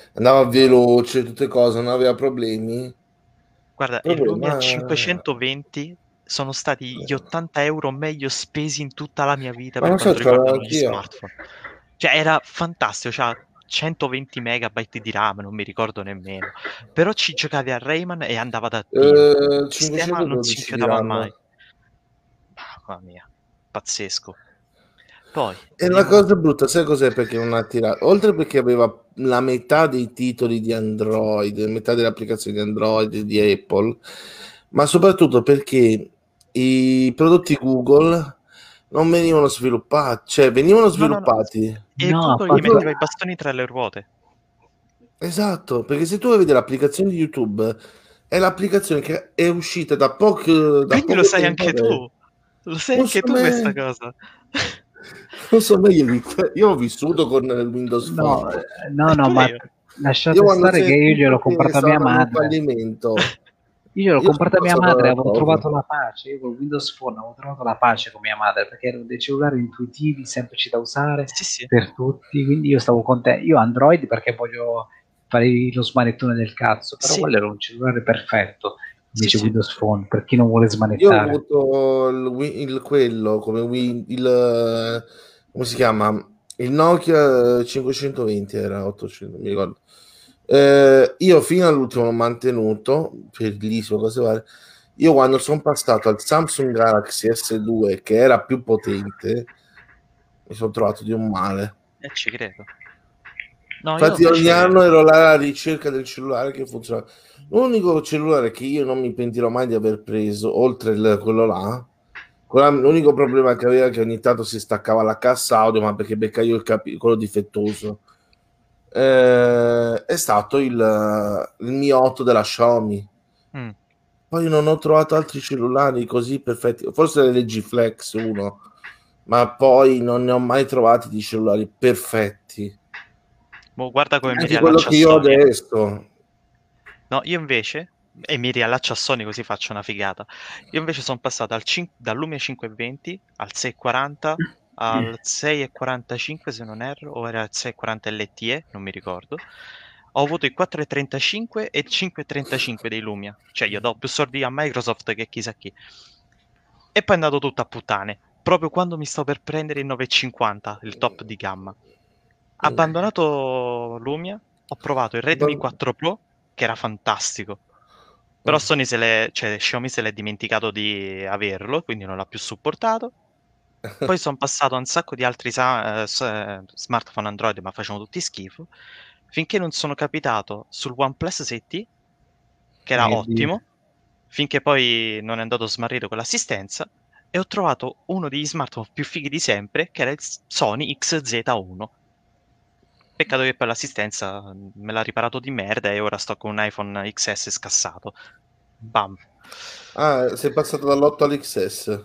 andava veloce, tutte cose, non aveva problemi. Guarda, il Problema... Lumia cinquecentoventi sono stati gli ottanta euro meglio spesi in tutta la mia vita Ma per non so, quanto ce l'avevo riguardano gli anch'io. smartphone. Cioè, era fantastico, c'ha centoventi megabyte di RAM, non mi ricordo nemmeno. Però ci giocavi a Rayman e andava da Dio. Eh, Il sistema non si cinquecentododici di inchiodava RAM. mai. Mamma mia, pazzesco. Poi, E la vediamo- cosa brutta, sai cos'è? Perché non ha tirato? Oltre perché aveva la metà dei titoli di Android, metà delle applicazioni di Android e di Apple, ma soprattutto perché i prodotti Google non venivano sviluppati, cioè venivano No, no, no. sviluppati. E No, Google ha gli fatto- metteva i bastoni tra le ruote. Esatto, perché se tu vedi l'applicazione di YouTube, è l'applicazione che è uscita da poco, da Quindi lo poco sai tempo anche adesso. tu. Lo sai Non anche so tu me- questa cosa. Non so me, io, io ho vissuto con il Windows No, Phone. eh, no, no, Pure ma io. lasciate Io quando stare che io gliel'ho sentito che comprato a mia stavano in madre. fallimento, Io gliel'ho Io comprato a mia sono madre, stato avevo d'accordo. trovato la pace. Io con Windows Phone avevo trovato la pace con mia madre perché erano dei cellulari intuitivi, semplici da usare Sì, sì. per tutti. Quindi io stavo contento. Io Android perché voglio fare lo smanettone del cazzo, però Sì. quello era un cellulare perfetto. Invece Sì, sì. Windows Phone per chi non vuole Io ho smanettare. avuto il, Wi- il- quello come Win- il come si chiama? Il Nokia cinquecentoventi era ottocento, non mi ricordo. Eh, io fino all'ultimo l'ho mantenuto, bellissimo, cose varie. Io quando sono passato al Samsung Galaxy S due, che era più potente, mi sono trovato di un male. E ci credo. No, Infatti io ogni invece... anno ero là alla ricerca del cellulare che funziona. L'unico cellulare che io non mi pentirò mai di aver preso, oltre il- quello là, quella- l'unico problema che aveva è che ogni tanto si staccava la cassa audio, ma perché becca io il capi- quello difettoso, eh, è stato il, il Mi otto della Xiaomi. Mm. Poi non ho trovato altri cellulari così perfetti, forse l'L G Flex uno, ma poi non ne ho mai trovati di cellulari perfetti. Boh, guarda come mi Anche quello riallaccio a che io ho Sony. adesso. No, io invece, e mi riallaccio a Sony così faccio una figata. Io invece sono passato al cin- dal Lumia cinquecentoventi al seicentoquaranta al seicentoquarantacinque se non erro, o era il seicentoquaranta L T E, non mi ricordo. Ho avuto il quattrocentotrentacinque e il cinquecentotrentacinque dei Lumia. Cioè io do più soldi a Microsoft che chissà chi. E poi è andato tutto a puttane. Proprio quando mi sto per prendere il novecentocinquanta, il top di gamma. Abbandonato Lumia, ho provato il Redmi quattro Pro, che era fantastico. Però Sony se l'è, cioè Xiaomi se l'è dimenticato di averlo, quindi non l'ha più supportato. Poi sono passato a un sacco di altri sa- eh, s- smartphone Android, ma facevano tutti schifo. Finché non sono capitato sul OnePlus sei T, che era Eh, ottimo, finché poi non è andato smarrito con l'assistenza, e ho trovato uno degli smartphone più fighi di sempre, che era il Sony X Z uno. Peccato che poi l'assistenza me l'ha riparato di merda e ora sto con un iPhone X S scassato. Bam. Ah, sei passato dall'otto all'X S.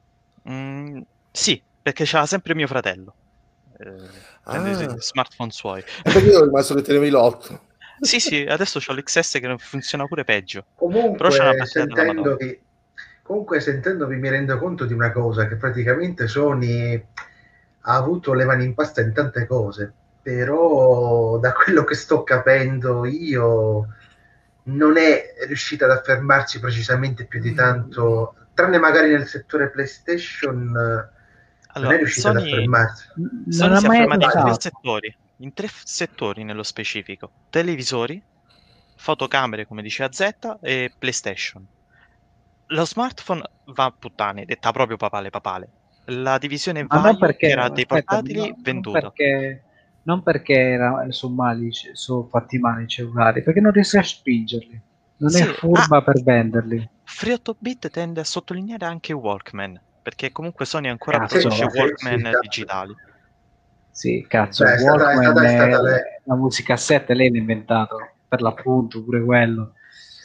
Mm, sì, perché c'era sempre mio fratello. Eh, prende Ah. i smartphone suoi. È perché io ho rimasto che tenevi l'otto. Sì, sì, adesso ho l'X S che non funziona pure peggio. Però c'è una Comunque, batteria della Madonna. sentendovi, comunque, sentendovi mi rendo conto di una cosa, che praticamente Sony ha avuto le mani in pasta in tante cose, però da quello che sto capendo io non è riuscita ad affermarsi precisamente più di tanto, tranne magari nel settore PlayStation, non Allora, è riuscita ad Sony, affermarsi. non Sony ha si è mai affermata in tre usato. settori, in tre f- settori nello specifico: televisori, fotocamere, come diceva Z, e PlayStation. Lo smartphone va a puttane, detta proprio papale papale. La divisione Ma non Vaio, perché, che era dei aspetta, portatili, no, non venduta. perché, non perché era, sono mali, sono fatti male i cellulari, perché non riesce a spingerli, non Sì, è furba ah, per venderli. Free otto bit tende a sottolineare anche Walkman, perché comunque Sony ancora Cazzo, produce sì, Walkman sì, cazzo. digitali. Sì, cazzo, Beh, è stata, è Walkman, stata, è è- stata lei. la musicassetta lei l'ha inventato, per l'appunto, pure quello.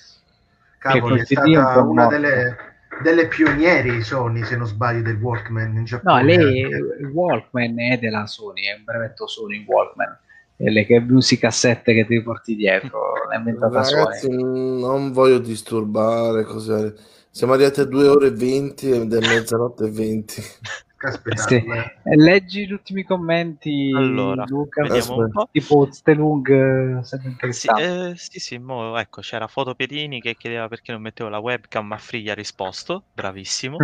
Che Cavoli, col è C D è un stata po' una morto. delle, delle pionieri Sony, se non sbaglio, del Walkman in No, Giappone. lei, anche. il Walkman è della Sony, è un brevetto Sony Walkman. E le che musicassette che ti porti dietro, l'ha inventata Ragazzi, Sony. non voglio disturbare. Cos'è? Siamo arrivati a due ore e venti ed è mezzanotte e venti. Caspita. Sì. Leggi gli ultimi commenti, Allora, Luca, vediamo un po'. tipo Stelung, sempre Sì, interessante. eh, sì, sì, mo, ecco, c'era Foto Piedini che chiedeva perché non mettevo la webcam, ma Free gli ha risposto, bravissimo.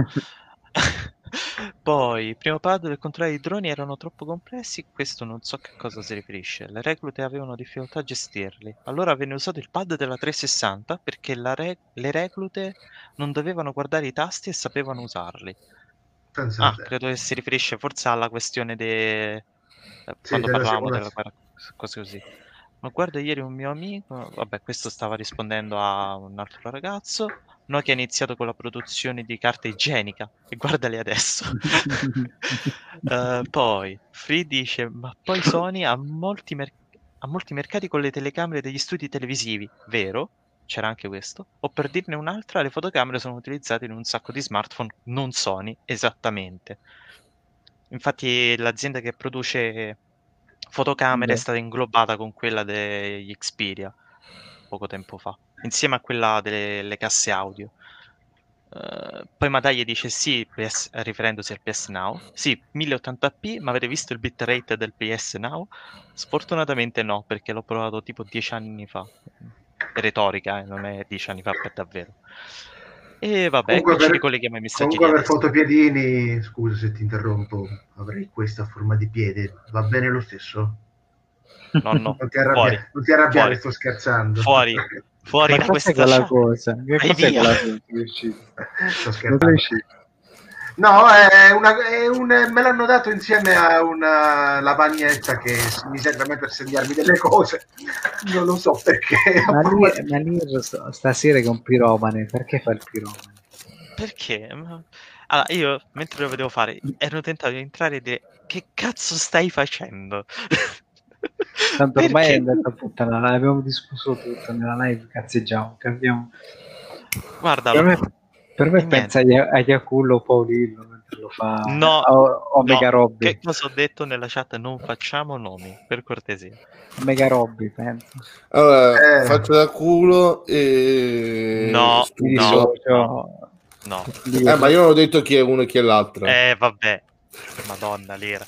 Poi, primo pad per controllare i droni erano troppo complessi, questo non so che cosa si riferisce. Le reclute avevano difficoltà a gestirli. Allora venne usato il pad della trecentosessanta perché la re- le reclute non dovevano guardare i tasti e sapevano usarli. Ah, credo che si riferisce forse alla questione de... Sì, quando della parlavamo della simulazione. guerra, cose così. Ma guarda, ieri un mio amico, vabbè, questo stava rispondendo a un altro ragazzo, Nokia ha iniziato con la produzione di carta igienica e guardali adesso. Eh, poi Free dice, ma poi Sony ha molti, mer- ha molti mercati con le telecamere degli studi televisivi, vero? C'era anche questo. O per dirne un'altra, le fotocamere sono utilizzate in un sacco di smartphone non Sony, esattamente. Infatti l'azienda che produce fotocamere è Beh. stata inglobata con quella degli Xperia poco tempo fa, insieme a quella delle casse audio. Uh, poi Madaglia dice sì, P S, riferendosi al P S Now. Sì, mille ottanta p, ma avete visto il bitrate del P S Now? Sfortunatamente no, perché l'ho provato tipo dieci anni fa. È retorica, eh, non è dieci anni fa per davvero. E vabbè, Comunque qui ci per, ricolleghiamo ai messaggi comunque di per adesso. Fotopiedini, scusa se ti interrompo, avrei questa forma di piede, va bene lo stesso? No, no, Non ti arrabbiare, fuori, non ti arrabbiare, fuori, sto scherzando. fuori, fuori Ma da cos'è questa quella chat. cosa? Che Vai cos'è via. quella cosa che è uscita? Sto Non scherzando. te l'hai uscita? No, è una, è un, me l'hanno dato insieme a una lavagnetta che mi serve a me per segnarmi delle cose. Non lo so perché. Ma lì, ma lì st- stasera che è un piromane, perché fa il piromane? Perché? Ma- Allora, io mentre lo vedevo fare, ero tentato di entrare e dire che cazzo stai facendo? Tanto ormai è Perché? andata a puttana, l'abbiamo discusso tutto nella live, cazzeggiamo, capiamo. Guarda, Per lo- me, per me e pensa niente. a Iacullo o Paolillo mentre lo fa, No, o, o no. Mega Robby, Che cosa ho detto nella chat? Non facciamo nomi, per cortesia. Mega Robby, penso. Allora, Eh. faccio da culo e No, Mi stupido. no, dissocio. no. Eh, ma io non ho detto chi è uno e chi è l'altro. Eh, vabbè. Madonna, Lira.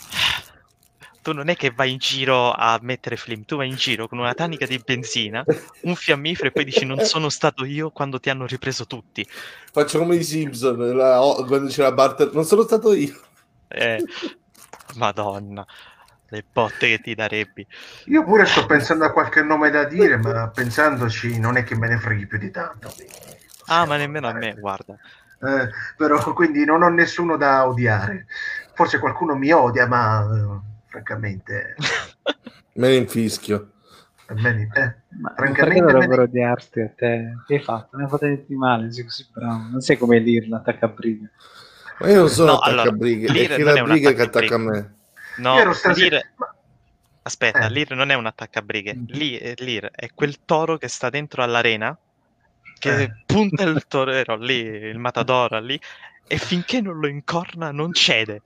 Tu non è che vai in giro a mettere film, tu vai in giro con una tanica di benzina, un fiammifero e poi dici non sono stato io quando ti hanno ripreso tutti. Faccio come i Simpson, la- quando c'era Bart, non sono stato io. Eh, Madonna, le botte che ti darebbe. Io pure sto pensando a qualche nome da dire, ma pensandoci non è che me ne freghi più di tanto. Ah, ma nemmeno a me, guarda. Eh, però quindi non ho nessuno da odiare. Forse qualcuno mi odia, ma eh, francamente, Me ne infischio. a me, eh, Ma, ma perché francamente me dovrebbero ne... odiarti a te? Che hai fatto? Ne fate di male, sei così bravo. Non sei come l'Irla, attacca a briga. Ma io non sono No, attacca allora, brighe, è Lear che non la è un briga che attaccabrighe. attacca a me. No, Io ero stasera... Lear... ma- Aspetta, eh. Lear non è un attaccabrighe. Mhm. Lear, Lear è quel toro che sta dentro all'arena, che Eh. punta il torero lì, il matador lì, e finché non lo incorna non cede.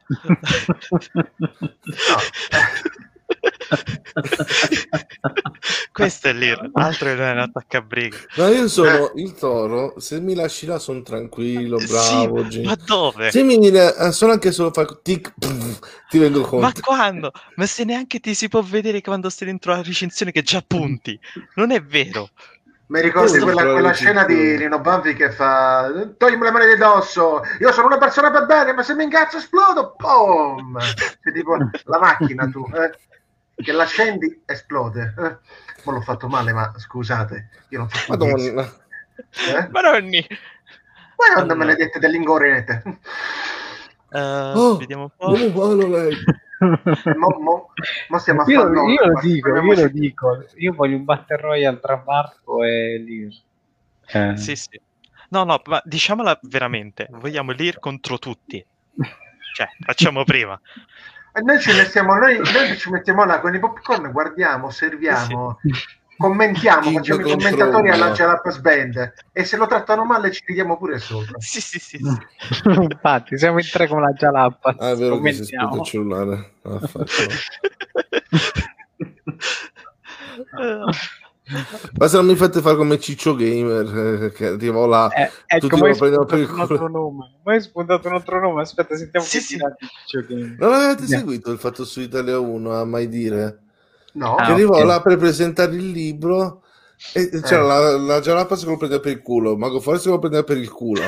Questo è Lear, altro che non è un attaccabrighe. Ma io sono Eh. il toro, se mi lasci là sono tranquillo, Sì, bravo. G. ma dove? Se mi eh, sono anche solo fa tic, pff, ti vengo Ma contro. quando? Ma se neanche ti si può vedere quando stai dentro la recensione che già punti. Non è vero. Mi ricordi Questo quella, fa la quella scena di recensione. Lino Banfi che fa toglimi le mani di dosso, io sono una persona per bene, ma se mi incazzo esplodo, boom! Cioè, tipo la macchina tu, eh? Che la scendi, esplode. Eh? Ma l'ho fatto male, ma scusate, io non so pugliese. Madonna. Eh? Maronni. Madonna Allora. maledette dell'ingorinete. Uh, Oh, vediamo un po'. uomo palo lei. Mo, mo, mo stiamo a io, fare io lo dico, io parliamoci- lo dico, io voglio un Battle Royale tra Marco e Lear. Eh. Sì, sì. No, no, ma diciamola veramente. Vogliamo Lear contro tutti. Cioè, facciamo prima. E noi ci mettiamo, noi, noi ci mettiamo là con i popcorn, guardiamo, osserviamo, commentiamo, Cinque facciamo i contro commentatori uno. alla Jalapas Band e se lo trattano male ci ridiamo pure sopra. Sì, sì, sì, sì. Infatti, siamo in tre come la Jalappa. Ah, è vero che si spenta commentiamo. il cellulare. Ah, faccio. Uh, Ma se non mi fate fare come Ciccio Gamer, eh, che arrivo là, Eh, ecco, tutti ma hai lo prendono per il spuntato un altro culo. nome. Ma hai spuntato un altro nome. Aspetta, sentiamo Sì, che sì. tirate Ciccio Gamer. Non avete Andiamo. seguito il fatto su Italia uno a mai dire? No? Ah, Che arrivò ok. là per presentare il libro e c'era Eh. la, la Gialappa se lo prendeva per il culo, Mago Forte se lo prendeva per il culo.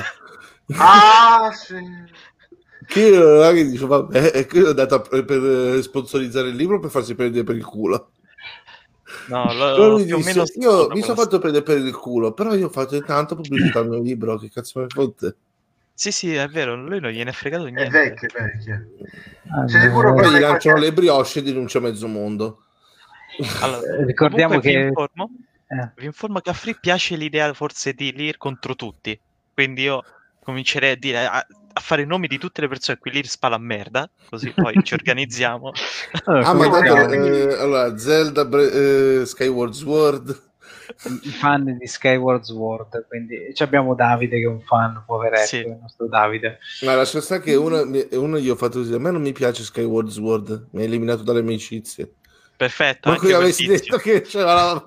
Ah, sì. Che io là che dice, vabbè, e qui è andata per, per sponsorizzare il libro per farsi prendere per il culo. No, Però lo, lui più o disse, meno io scordo mi sono quella fatto prendere per il culo, però io ho fatto tanto pubblicità al mio libro, che cazzo me ne fotte? Sì, sì, è vero, lui non gliene è fregato È niente. vecchio, è vecchio. Allora, Sei sicuro che Poi non gli è lanciano qualche... le brioche e denuncia mezzo mondo. Allora, eh, ricordiamo comunque vi che... informo, eh, vi informo che a Free piace l'idea forse di Lear contro tutti, quindi io comincerei a dire a, a fare i nomi di tutte le persone a cui Lear spala a merda, così poi ci organizziamo. allora, Ah, ma tanto, cominciamo. eh, allora, Zelda, Bre- eh, Skyward Sword... I fan di Skyward Sword, quindi ci abbiamo Davide che è un fan, poveretto, Sì. il nostro Davide. Ma lascia stare che uno, mi- uno gli ho fatto così, a me non mi piace Skyward Sword, mi ha eliminato dalle amicizie. Perfetto, Ma anche qui quel avessi tizio. detto che c'era la...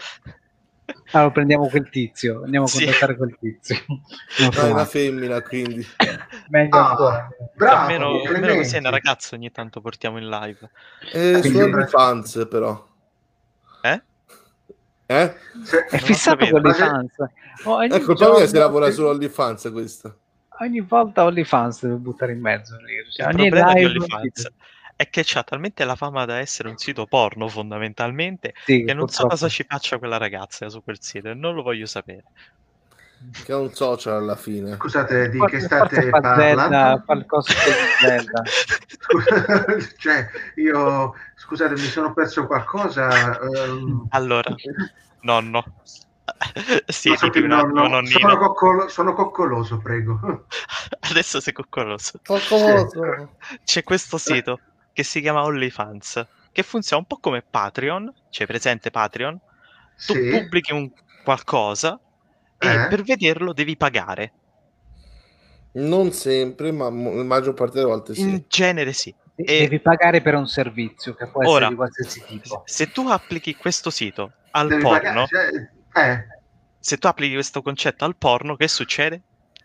Allora prendiamo quel tizio, andiamo a Sì. contattare quel tizio. Non No, è trovato. una femmina, quindi... Meglio Ah, ancora. bravo, almeno, almeno così è complimenti. una ragazza ogni tanto portiamo in live. Eh, su Quindi- OnlyFans, però. Eh? Eh? Se- È Non ho fissato capito. con le Ma se- fans. Ogni È colpa mia se giorno- lavora su OnlyFans questa. Ogni volta OnlyFans deve buttare in mezzo lì. Cioè, Il ogni problema di live OnlyFans è che c'ha talmente la fama da essere un sito porno fondamentalmente Sì, che non so purtroppo. cosa ci faccia quella ragazza su quel sito e non lo voglio sapere. Che è un social alla fine. Scusate, di Forse- che forse state fa parlando? Zelda, fa il cosplay di Zelda. Scusa- cioè, io, scusate, mi sono perso qualcosa. ehm, Allora, nonno, sì, non so ditemi più, un attimo, no, no, nonnino. sono, coccolo- sono coccoloso, prego. Adesso sei coccoloso. Coccoloso. C'è questo sito che si chiama OnlyFans, che funziona un po' come Patreon, c'è presente Patreon? Tu Sì, pubblichi un qualcosa e eh? per vederlo devi pagare. Non sempre, ma mo- la maggior parte delle volte sì. In genere sì. De- E Devi pagare per un servizio che può essere ora, di qualsiasi tipo. se tu applichi questo sito al Devi porno, pagare, cioè, eh, se tu applichi questo concetto al porno, che succede?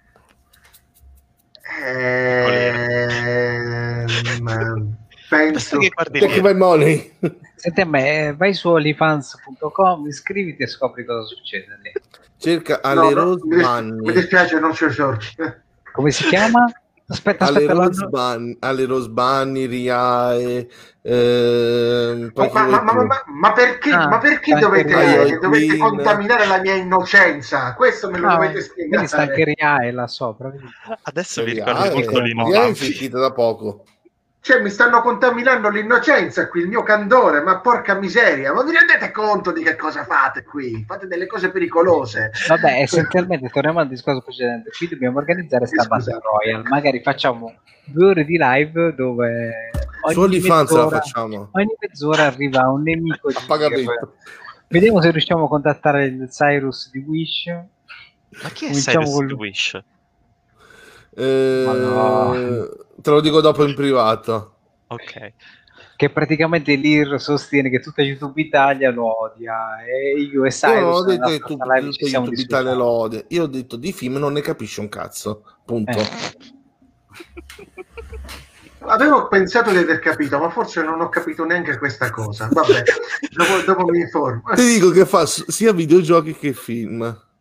ehm, Basta penso che guardi Take lì. my money. Senti a me, eh, vai su onlyfans punto com, iscriviti e scopri cosa succede lì. Cerca no, alle no, Rose mi, dis- Bunny. mi dispiace, non c'è sorte. Come si chiama? Aspetta, Alle aspetta. Rose l'hanno- Bunny, alle Rose Bunny, Riae, ehm, poi Ma, chi ma- vuoi ma- tu? ma- ma perché, Ah, ma perché sta anche dovete, Riae. dovete Queen. contaminare la mia innocenza? Questo me lo Ah, dovete vedi, sta anche spiegare. Riae là sopra. Vedi? Adesso vi Riae, ricordi molto Lino Riae è Banfi. sentita da poco. Cioè, mi stanno contaminando l'innocenza qui, il mio candore, ma porca miseria, ma vi rendete conto di che cosa fate qui? Fate delle cose pericolose. Vabbè, essenzialmente torniamo al discorso precedente. Qui dobbiamo organizzare sta Scusate. Battle Royale. Magari facciamo due ore di live dove Su ogni OnlyFans la mezz'ora, facciamo. ogni mezz'ora arriva un nemico di A pagamento. Vediamo se riusciamo a contattare il Cyrus di Wish. Ma chi è Cominciamo Cyrus con the lui. Wish? Eh, Ma no. Te lo dico dopo in privato. Ok. Che praticamente Lear sostiene che tutta YouTube Italia lo odia e io e Io non ho Cyrus nella detto che stessa tu, live ci tutto siamo YouTube Italia dissociati. lo odia. Io ho detto di film non ne capisce un cazzo. Punto. Eh. Avevo pensato di aver capito, ma forse non ho capito neanche questa cosa. Vabbè, dopo, dopo mi informo. Ti dico che fa s- sia videogiochi che film.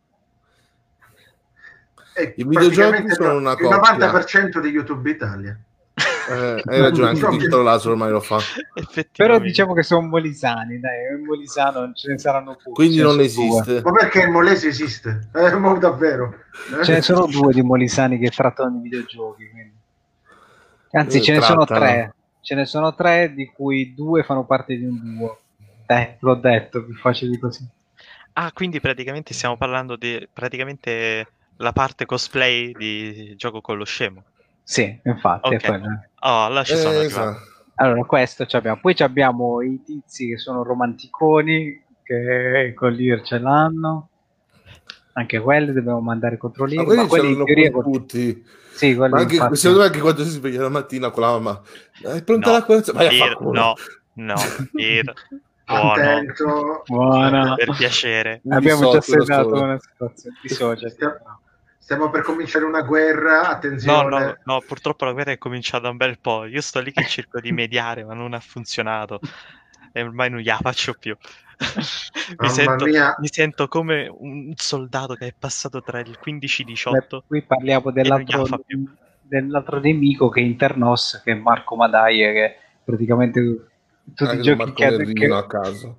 E I videogiochi praticamente sono una il coppia. novanta per cento di YouTube Italia. Eh, hai ragione, anche Piccolo Laso ormai lo fa. Effettivamente. Però diciamo che sono molisani, dai, in Molisano ce ne saranno pochi. Quindi ce ne non sono esiste. Ma perché il Molese esiste? Eh, ma davvero? due. Ce ne sono due di molisani che trattano di videogiochi. Quindi. Anzi, Eh, ce ne sono trattano. tre. Ce ne sono tre, di cui due fanno parte di un duo. Eh, l'ho detto, più facile così. Ah, quindi praticamente stiamo parlando di praticamente la parte cosplay di Gioco con lo Scemo. Sì, infatti. Ok. È quello. Oh, là ci sono Eh, arrivato. esatto. Allora, questo ci abbiamo. Poi ci abbiamo i tizi che sono romanticoni, che con l'I R ce l'hanno. Anche quelli dobbiamo mandare contro l'I R. Ma quelli Ma quelli ce in l'hanno teoria con con- tutti. Sì, quelli Ma anche, infatti- secondo me anche quando si sveglia la mattina con la mamma. È pronta No, la colazione? Vai a Ir, far culo. no, no, Ir. Buono. Attento. Buona. Per piacere. Mi Abbiamo già dissocio da sedato solo. una situazione di social. Stiamo, stiamo per cominciare una guerra, No, attenzione. no, no, purtroppo la guerra è cominciata un bel po'. Io sto lì che cerco di mediare, ma non ha funzionato. E ormai non gliela faccio più. mi, Mamma sento, mia. mi sento come un soldato che è passato tra il quindici diciotto. Qui parliamo E non dell'altro, gliela fa più. dell'altro nemico che è Internos, che è Marco Madaie, che praticamente tutti Anche i con giochi Marco che, Merrino che... a caso.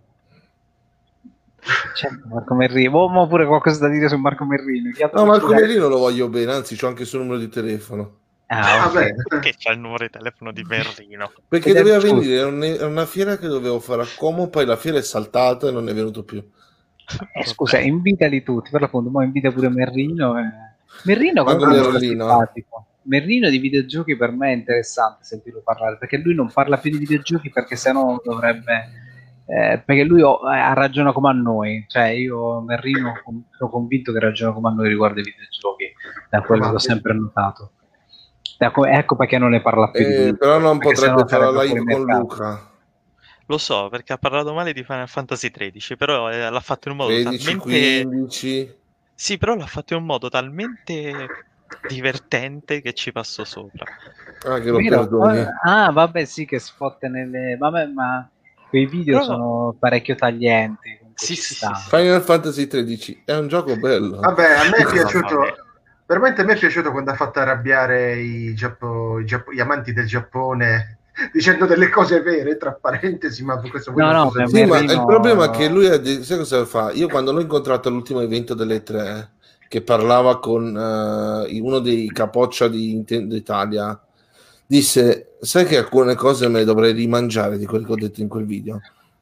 Certo, Marco Merrino. Oh, ma pure qualcosa da dire su Marco Merrino. Chi altro No, Marco c'è? Merrino lo voglio bene, anzi c'ho anche il suo numero di telefono. Ah, ok. Vabbè. Perché c'ha il numero di telefono di Merrino? Perché Ed è doveva giusto. venire, era un- era una fiera che dovevo fare a Como, poi la fiera è saltata e non è venuto più. Eh, scusa, invitali tutti, per l'appunto, ma invita pure Merrino. E... Merrino Marco comunque è molto Merlino. simpatico. Merlino di videogiochi per me è interessante sentirlo parlare, perché lui non parla più di videogiochi perché sennò dovrebbe... Eh, perché lui ho, eh, ragiona come a noi, cioè io Merlino com- sono convinto che ragiona come a noi riguardo ai videogiochi, da quello che ho sempre notato. Da co- ecco perché non ne parla più di Eh, videogiochi, però non perché potrebbe sennò fare la sarebbe live fuori con mercato. Luca. Lo so, perché ha parlato male di Final Fantasy tredici, però eh, l'ha fatto in un modo tredici, talmente... quindici. Sì, però l'ha fatto in un modo talmente divertente che ci passo sopra. Ah, che lo Vero? perdoni. Ah, vabbè, sì, che spot nelle... Vabbè, ma quei video Però- sono parecchio taglienti. comunque Sì, ci sì, sta. sì, sì. Final Fantasy tredici è un gioco bello. Vabbè, a me è Mamma piaciuto. mia. Veramente a me è piaciuto quando ha fatto arrabbiare i, Giappo- i Giappo- gli amanti del Giappone dicendo delle cose vere, tra parentesi, ma questo voi No, non no, cosa per Sì, dire. ma Merlino- il problema è che lui ha de- sai cosa fa? Io quando l'ho incontrato all'ultimo evento delle tre, che parlava con eh, uno dei capoccia di Nintendo Italia, disse: sai che alcune cose me le dovrei rimangiare di quello che ho detto in quel video.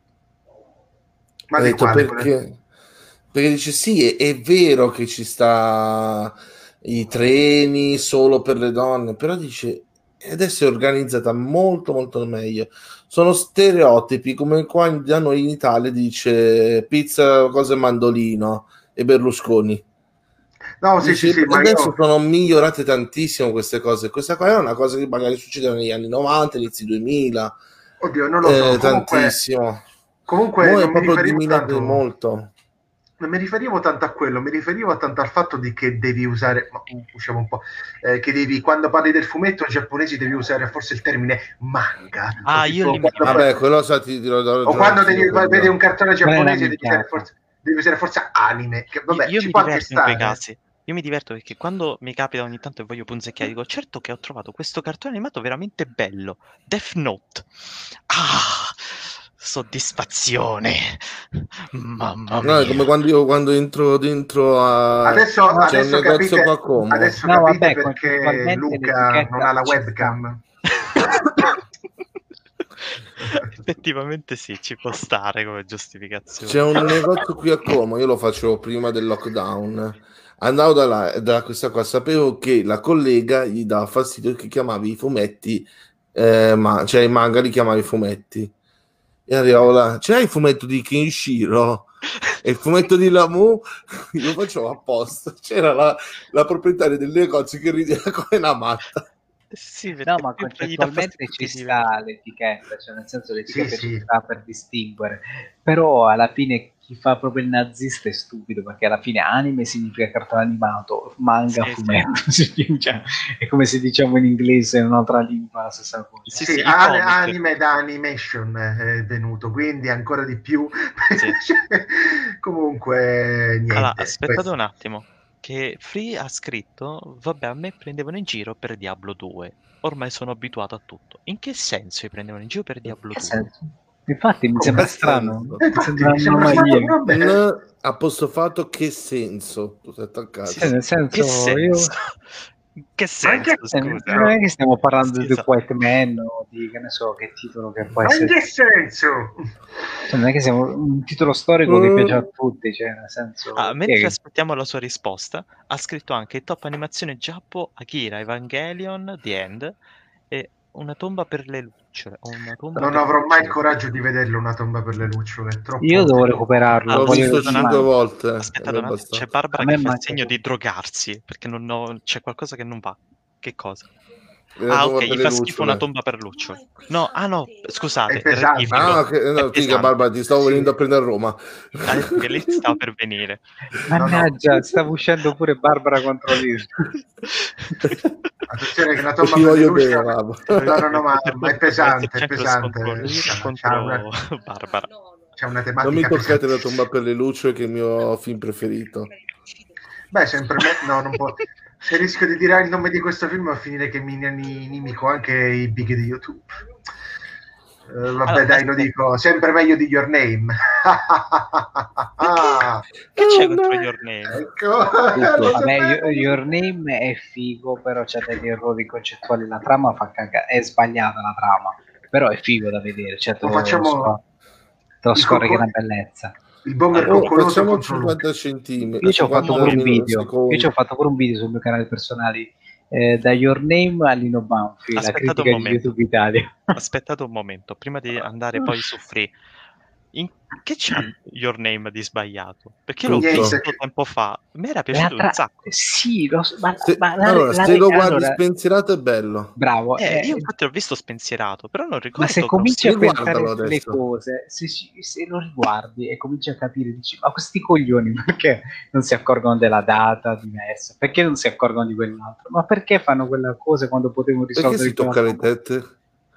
Ma Ha di detto quale? perché? Perché dice sì, è, è vero che ci sta i treni solo per le donne, però dice adesso è organizzata molto molto meglio. Sono stereotipi come qua da noi in Italia dice pizza, cosa e mandolino e Berlusconi. No, sì, Dice, sì, sì, ma adesso io... sono migliorate tantissimo queste cose. Questa qua è una cosa che magari succedeva negli anni novanta, inizi duemila. Oddio, non lo so, Eh, comunque... tantissimo. Comunque Mo' è non mi proprio riferivo diminuito tanto... molto. Non mi riferivo tanto a quello, mi riferivo tanto al fatto di che devi usare, ma usciamo un po', eh, che devi, quando parli del fumetto giapponese devi usare forse il termine manga. Ah, o io tipo lì mi quando- Vabbè, quello sa ti dirò da o quando ragione devi, anch'io, vedi un cartone Quella è una giapponese devi usare, minchiata. forse, devi usare forse anime, che vabbè, io ci mi può anche diverto in quei stare. casi. Io mi diverto perché quando mi capita ogni tanto e voglio punzecchiare, dico certo che ho trovato questo cartone animato veramente bello, Death Note. Ah, soddisfazione. Mamma No, è mia. come quando io quando entro dentro a Adesso, No, c'è adesso un negozio capite, qua a Como. adesso No, capite vabbè, perché concettualmente Luca non ha la l'etichetta ci webcam. Effettivamente sì, ci può stare come giustificazione. C'è un negozio qui a Como, io lo facevo prima del lockdown. Andavo da là, da questa qua, sapevo che la collega gli dava fastidio che chiamavi i fumetti, eh, ma, cioè i manga li chiamavi fumetti. E arrivavo là, c'è il fumetto di Kenshiro e il fumetto di Lamu, io facevo apposta. C'era la, la proprietaria del negozio che rideva come una matta. Sì, No, perché ma più gli dà concettualmente fastidio, ci più sta l'etichetta, cioè nel senso l'etichetta Sì, ci sì. sta per distinguere, però alla fine chi fa proprio il nazista è stupido, perché alla fine anime significa cartone animato, manga, Sì, fumetto, sì. Cioè, è come se diciamo in inglese in un'altra lingua la stessa cosa. Sì, Sì, sì, i an- comic. anime da animation è venuto, quindi ancora di più. Sì. Comunque, niente. Allora, aspettate questo- un attimo, che Free ha scritto, vabbè, a me prendevano in giro per Diablo due, ormai sono abituato a tutto. In che senso mi prendevano in giro per Diablo Che due? senso? Infatti mi Come sembra senso? strano, Eh, mi infatti, sembra mi sembra un'anomalia. strano, vabbè. N apostrofato che senso? Tu sei attaccato. Sì, Cioè, nel che senso, io... senso? Che Ma in senso, che- Eh, scusa? non è che stiamo parlando Sì, di The esatto. White Man o di, che ne so, che titolo che può Ma in essere... che senso? Cioè, non è che siamo un titolo storico che piace a tutti, cioè, nel senso... Ah, chi è mentre che- aspettiamo la sua risposta, ha scritto anche top animazione Giappo, Akira, Evangelion, The End e una tomba per le lucciole. o Una tomba Non per le avrò mai il lucciole. coraggio di vederlo, una tomba per le lucciole. È troppo... Io devo recuperarlo, Ah, L'ho voglio visto aspettate un cinque attimo. volte. Aspettate e un mi è attimo, c'è bastato. Barbara A me che fa il manca segno tutto. di drogarsi perché non ho- c'è qualcosa che non va. Che cosa? Una Ah, tomba ok, per gli le fa schifo lucciole. una tomba per lucciole. No, ah no, scusate, È pesante. rettifico. Ah, che, no, È figa, pesante. Barbara, ti stavo Sì. venendo a prendere a Roma. Ha detto che lei stava per venire. Mannaggia, stava uscendo pure Barbara contro Liz. Attenzione che la Ti tomba per le voglio bene, lucciole... mamma. No, no, no, ma, Per ma è quanto potrebbe pesante, esserci è anche lo pesante. scontro Lira C'ha, c'ha contro una, Barbara. c'è una Non mi tematica toccate pesante. la tomba per le lucciole, che è il mio film preferito. Beh, sempre me... No, non può... Se rischio di dire il nome di questo film va a finire che mi mi inimico anche i big di YouTube. Uh, vabbè, Allora, dai, lo aspetta. dico, sempre meglio di Your Name. Che c'è Oh, contro no. Your Name? Ecco, Tutto. lo Vabbè, sapevo. Your Your Name è figo, però c'ha degli errori concettuali. La trama fa cagare, è sbagliata la trama, però è figo da vedere. Cioè, te Lo lo, facciamo scor- te lo il scorri che è cocco- una bellezza. il bomber Oh, coccoloso facciamo contro Luke. cinquanta centimetri, Io ci ho fatto cinquanta pure un minuti, video. Io secondi. ci ho fatto pure un video sul mio canale personale. eh, da Your Name a Lino Banfi, la Aspettate critica un di momento. YouTube Italia. Aspettate un momento, prima di andare poi su Free. In... Che c'ha Your Name di sbagliato? Perché l'ho Tutto. visto Niente. tempo fa. Mi era La piaciuto tra- un sacco. Sì, lo so, ma, Se, ma la, allora, la- se lo guardi allora, spensierato è bello. bravo. Eh, eh, io infatti l'ho visto spensierato, però non Ma ricordo se che cominci a sia- Riguardalo pescare le adesso. cose, se, ci- se lo riguardi e cominci a capire, dici, ma questi coglioni perché non si accorgono della data diversa? Perché non si accorgono di quell'altro? Ma perché fanno quella cosa quando potevano Perché risolvere si tocca le quell'altra tette?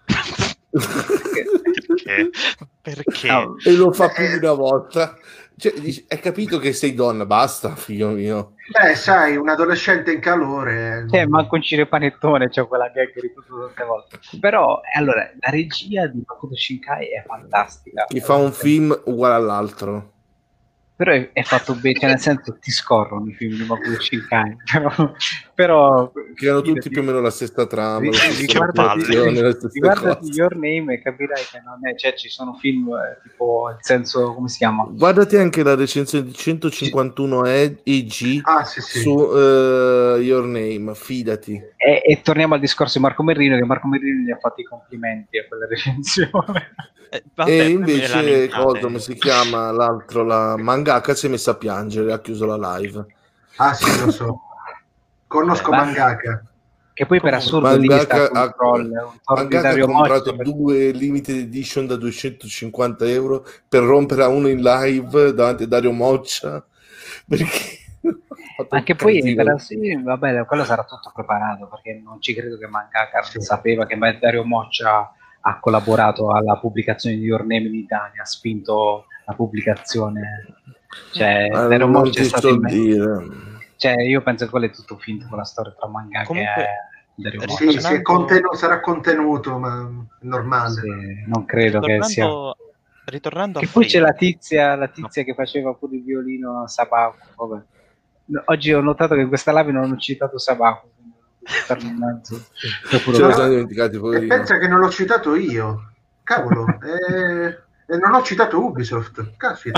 Perché? Perché? No, E lo fa più Eh, di una volta. Cioè, dici, hai capito che sei donna, basta, figlio mio. Beh, sai, un adolescente in calore. cioè, manco un cirepanettone, c'è quella gag ripetuta tante volte. Però, allora, la regia di Makoto Shinkai è fantastica. Chi fa un film uguale all'altro. Però è, è fatto bene, cioè nel senso ti scorrono i film di Makoto Shinkai, però, però Che hanno tutti fidati, più o meno la stessa trama, la ri- stessa riguardati- motivazione, le stesse riguardati cose. Your Name e capirai che non è, cioè ci sono film eh, tipo il senso, come si chiama? Guardati anche la recensione di centocinquantuno E G Ah, sì, sì. su eh, Your Name, fidati. E, e torniamo al discorso di Marco Merrino, che Marco Merrino gli ha fatto i complimenti a quella recensione. Eh, vabbè, E poi me invece, lamentate. cosa, come si chiama l'altro, la mangaka si è messa a piangere, ha chiuso la live. Ah, sì, lo so. Conosco Ma- mangaka. Che poi per Comunque, assurdo lì sta Mangaka ha, un troll, un troll di Mangaka ha Dario comprato Moccia, due limited edition da duecentocinquanta euro per rompere a uno in live davanti a Dario Moccia, perché ha fatto anche un poi casino. per, sì, vabbè, quello sarà tutto preparato, perché non ci credo che Mangaka Sì. sapeva che Dario Moccia ha collaborato alla pubblicazione di Your Name in Italia, ha spinto la pubblicazione, cioè Ah, Dario non Moccia è ti stato so in me- dire. cioè io penso che quello è tutto finto, con la storia tra Mangaka Comunque, e Dario ri- Moccia. Sì, sì, è Tornando- contenu- sarà contenuto, ma è normale. Sì, non credo che sia. ritornando, ritornando Che a poi Free, c'è la tizia, la tizia che faceva pure il violino a Sabaku. Vabbè. No, oggi ho notato che in questa live non hanno citato Sabaku. quindi devo stare in mezzo. È pure Ce lo bravo. siamo dimenticati, E poverino. pensa che non l'ho citato io. Cavolo. e... e non ho citato Ubisoft. Caspita.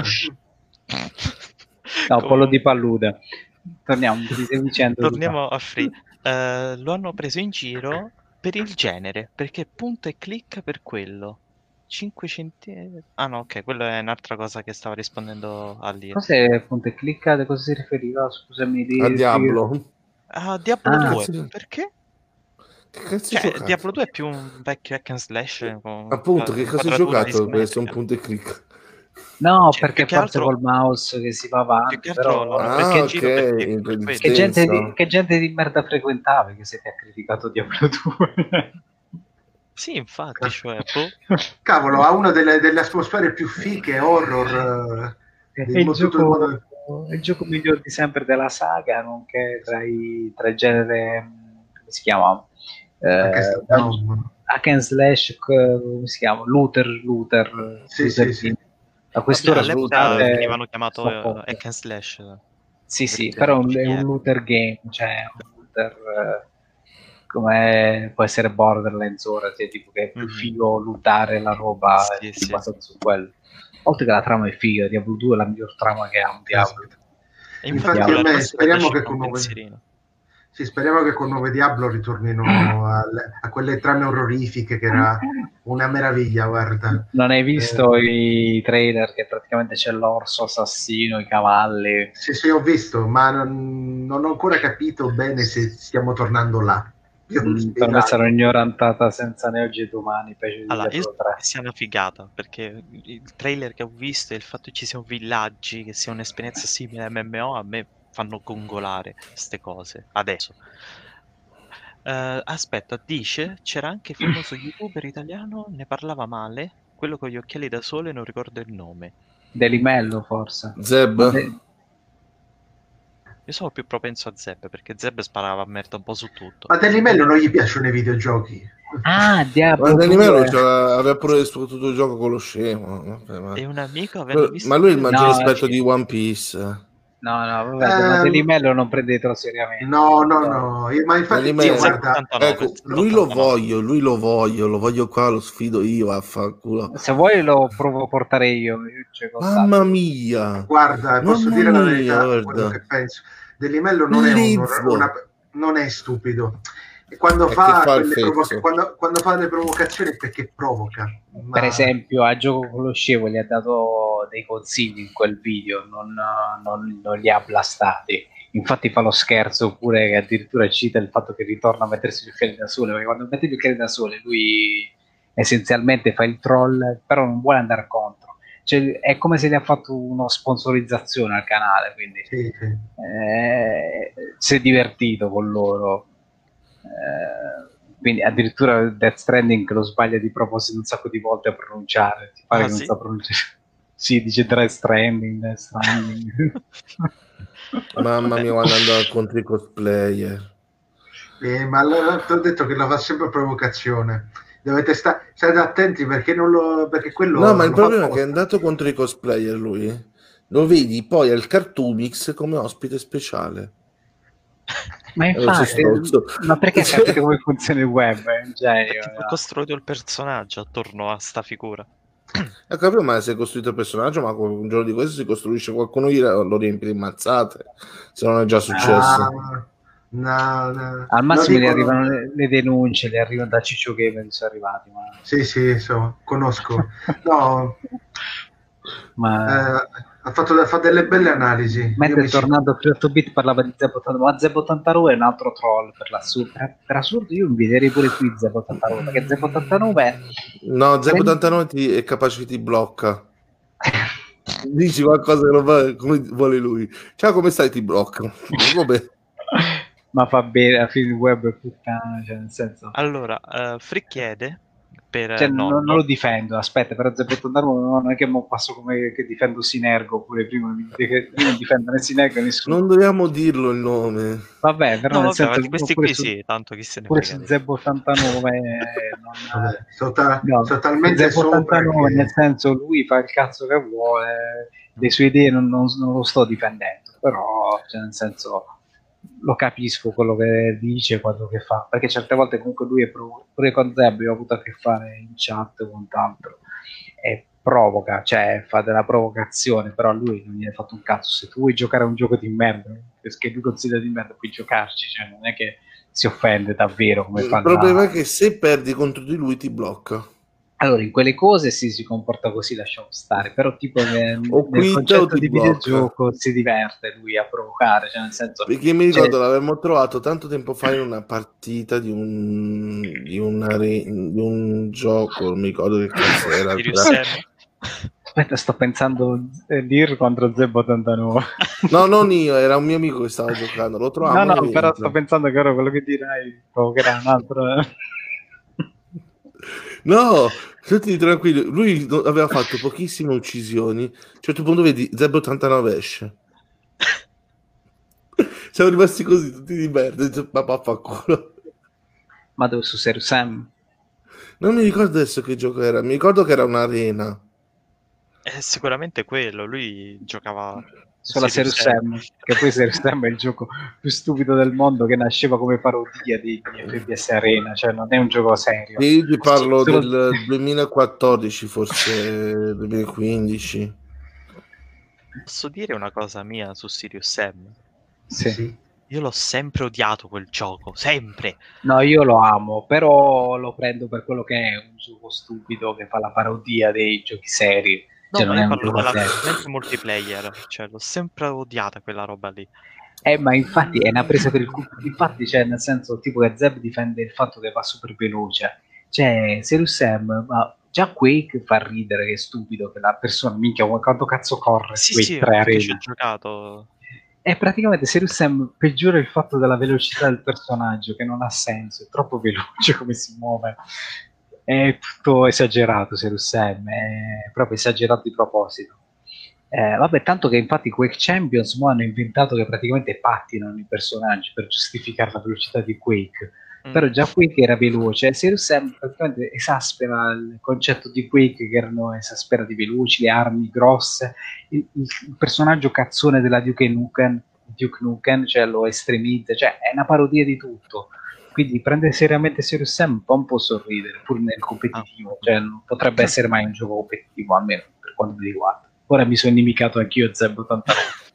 No, Com- Pollo di Palluda. Torniamo, ti stai dicendo. torniamo a Free. Eh, lo hanno preso in giro per il genere, perché punta e clicca per quello. cinque centimetri. Ah no, ok, quello è un'altra cosa che stava rispondendo a Lira. Cos'è punto e clicca? Da cosa si riferiva? Scusami. Di, A Diablo. Ah, Diablo Ah, due, sì. perché? Che cazzo Cioè, hai giocato? Diablo due è più un vecchio hack and slash con Appunto, che cosa hai quadratura giocato per essere un isometrica. punto e click? No, Cioè, perché più che forse altro- col mouse che si va più avanti. che altro Però... l'hanno Ah, preso in giro ok, perché- in per quel quello. Che gente, di, senso. che gente di merda frequentavi che siete ha criticato Diablo due? Sì, infatti, cioè, boh. Cavolo, ha una delle, delle atmosfere più fiche, horror. eh, È del il, mo- tutto il gioco, mondo- è il gioco migliore di sempre della saga, nonché tra i tra il genere, come si chiama? Eh, Anche sta- no, hack and slash, co- come si chiama? Looter, looter, Sì, looter sì, sì. team. A quest'ora Vabbè, all'epoca scusate, venivano chiamato sto eh, poco. hack and slash. Sì, sì, per- però è un, per è un ieri. looter game, cioè un looter eh, come può essere Borderlands ora, cioè, tipo che è più Mhm. figo lootare la roba Sì, e sì. basato su quello. Oltre che la trama è figa, Diablo due è la miglior trama che ha un Diablo. E Infatti, infatti, a la me prossima speriamo esce che con con nuove- pensierino. Sì, speriamo che con nuove Diablo ritornino alle- a quelle trame orrorifiche che era una meraviglia, guarda. Non hai visto Eh. i trailer che praticamente c'è l'orso assassino, i cavalli? Sì, sì, ho visto, ma non, non ho ancora capito bene se stiamo tornando là. Io non Mm, per me spiegato. sarò ignorantata senza né oggi e domani, peggio di Allora, io Diablo spero tre. che sia una figata, perché il trailer che ho visto e il fatto che ci siano villaggi, che sia un'esperienza simile a M M O, a me fanno gongolare queste cose, adesso. Eh, aspetta, dice, c'era anche il famoso youtuber italiano, ne parlava male, quello con gli occhiali da sole, non ricordo il nome. Delimello forse. Zeb? Ma de- Io sono più propenso a Zeb, perché Zeb sparava merda un po' su tutto. Ma Delimello non gli piacciono i videogiochi. Ah, Ma Diablo Danimello due. aveva pure sfottuto il gioco con lo scemo. Vabbè, ma... E un amico, avendo visto ma il lui è il video, maggiore No, esperto sì. di One Piece. No, no, vabbè, ma Ehm, Delimello non prendetelo seriamente. no, no, Poi- no. Io- ma infatti, Danimello- io Zeb guarda, ottantanove, Ecco, Zeb lui lo ottantanove. voglio, lui lo voglio, lo voglio qua, lo sfido io, vaffanculo. Se vuoi lo provo a portare io. io c'è contatto. Mamma mia! guarda, posso Mamma dire la mia, verità, quello guarda. che penso. Delimello non è un, Lizzo. una, non è stupido. E quando È fa, che fa il quelle provoca- fezzo. quando, quando fa le provocazioni è perché provoca. Ma- Per esempio, a Gioco con lo Scemo gli ha dato dei consigli in quel video, non, non- non li ha blastati. Infatti fa lo scherzo pure che addirittura cita il fatto che ritorna a mettersi gli occhiali da sole, perché quando mette gli occhiali da sole lui essenzialmente fa il troll, però non vuole andare contro. Cioè, è come se gli ha fatto una sponsorizzazione al canale, quindi sì, sì. eh, si è divertito con loro. Eh, quindi addirittura Death Stranding lo sbaglia di proposito un sacco di volte a pronunciare, ti pare Ah, che non sì? sa pronunciare. Sì, dice Death Stranding, Death Stranding. Mamma Vabbè. mia, quando andavo contro i cosplayer. Eh, ma allora ti ho detto che la fa sempre provocazione. Dovete sta- stare attenti perché, non lo, perché quello No, ma il lo fa problema è che è apposta. andato contro i cosplayer lui. Lo vedi poi al Cartoonix come ospite speciale. Ma È lo infatti, stronzo. ma perché ha Cioè- capito come funziona il web? È un genio. Perché ha no? costruito il personaggio attorno a sta figura. Ho capito, ma si è costruito il personaggio, ma un giorno di questo si costruisce qualcuno, gli- lo riempie di mazzate, se non è già successo. Ah, no, no. Al Lo massimo gli dicono- arrivano le, le denunce, le arrivano da Ciccio Gamer, sono arrivati. Ma... Sì, sì, so, conosco. No, ma... eh, ha fatto fa delle belle analisi. Io Mentre mi ci- tornando a più otto bit parlava di Zeb ottantanove, ma Zeb ottantanove è un altro troll per l'assurdo. Per, per assurdo io inviterei pure qui Zeb ottantanove, perché Zeb ottantanove No, Zeb Prendi- ottantanove ti- è capace che ti blocca. Dici qualcosa che non va come vuole lui. Ciao, come stai? Ti blocca. Vabbè. ma fa bene, alla fine il web è puttana, cioè nel senso... Allora, uh, Frick chiede per Cioè, eh, non, nonno. non lo difendo, aspetta, però Zeb ottantanove non è che mo passo come che difendo Sinergo, oppure prima mi dite che io non difendo né Sinergo né nessuno. Non dobbiamo dirlo il nome. Vabbè, però No, nel vabbè, senso ma che questi pure qui su, sì, tanto chi se ne pure frega. su Zeb ottantanove non, Vabbè, sono, ta- no, sono talmente Zeb sopra ottantanove che... nel senso lui fa il cazzo che vuole, le sue idee non, non- non lo sto difendendo, però cioè, nel senso lo capisco quello che dice, quello che fa, perché certe volte comunque lui è provo- pure con Zeb io ho avuto a che fare in chat o quant'altro e provoca, cioè fa della provocazione, però a lui non gli hai fatto un cazzo. Se tu vuoi giocare a un gioco di merda perché lui considera di merda, puoi giocarci, cioè non è che si offende davvero come fa Il problema la... è che se perdi contro di lui ti blocca. Allora, in quelle cose sì, si comporta così, lasciamo stare, però tipo che O nel quit o concetto ti di blocca. videogioco si diverte lui a provocare, cioè nel senso... Perché mi ricordo cioè, l'avevamo trovato tanto tempo fa in una partita di un di, una re- di un gioco, non mi ricordo che cazzo era. Sirius Sam. aspetta, sto pensando eh, Dir contro Zeb ottantanove. No, non io, era un mio amico che stava giocando, lo No, trovavamo. no, però sto pensando che ora quello che dirai provocherà un altro... No, senti tranquillo, lui no- aveva fatto pochissime uccisioni. A un certo punto vedi Zeb ottantanove esce. Siamo rimasti così tutti di merda, dice, papà fa culo. Ma dove su Serious Sam? Non mi ricordo adesso che gioco era, mi ricordo che era un'arena. È sicuramente quello, lui giocava Sulla Serious Sam, che poi Serious Sam è il gioco più stupido del mondo che nasceva come parodia di, di F P S Arena, cioè non è un gioco serio. Io ti parlo Solo- del duemilaquattordici, forse duemilaquindici. Posso dire una cosa mia su Sirius Sam? Sì. Sì. Io l'ho sempre odiato quel gioco, sempre. No, io lo amo, però lo prendo per quello che è, un gioco stupido che fa la parodia dei giochi seri. No, Cioè, ma non è io un parlo gioco della serio. componente multiplayer, cioè l'ho sempre odiata quella roba lì. Eh, ma infatti è una presa per il culo. Infatti, cioè, nel senso, tipo che Zeb difende il fatto che va super veloce. Cioè, Serious Sam, ma già Quake fa ridere, che è stupido, che la persona, minchia, quanto cazzo corre Sì, Quake sì, tre perché ci ho Arena. giocato. E praticamente Serious Sam peggiora il fatto della velocità del personaggio, che non ha senso, è troppo veloce come si muove. È tutto esagerato Serious Sam, è proprio esagerato di proposito. Eh, vabbè, tanto che infatti Quake Champions mo hanno inventato che praticamente pattinano i personaggi per giustificare la velocità di Quake. Mm. Però già Quake era veloce, Serious Sam praticamente esaspera il concetto di Quake, che erano esasperati veloci, le armi grosse, il, il, il personaggio cazzone della Duke Nukem, Duke Nukem, cioè lo estremizza, cioè è una parodia di tutto. Quindi prendere seriamente Serious Sam un po', un po' sorridere, pur nel competitivo, cioè non potrebbe essere mai un gioco competitivo, almeno per quanto mi riguarda. Ora mi sono inimicato anch'io Zeb ottanta.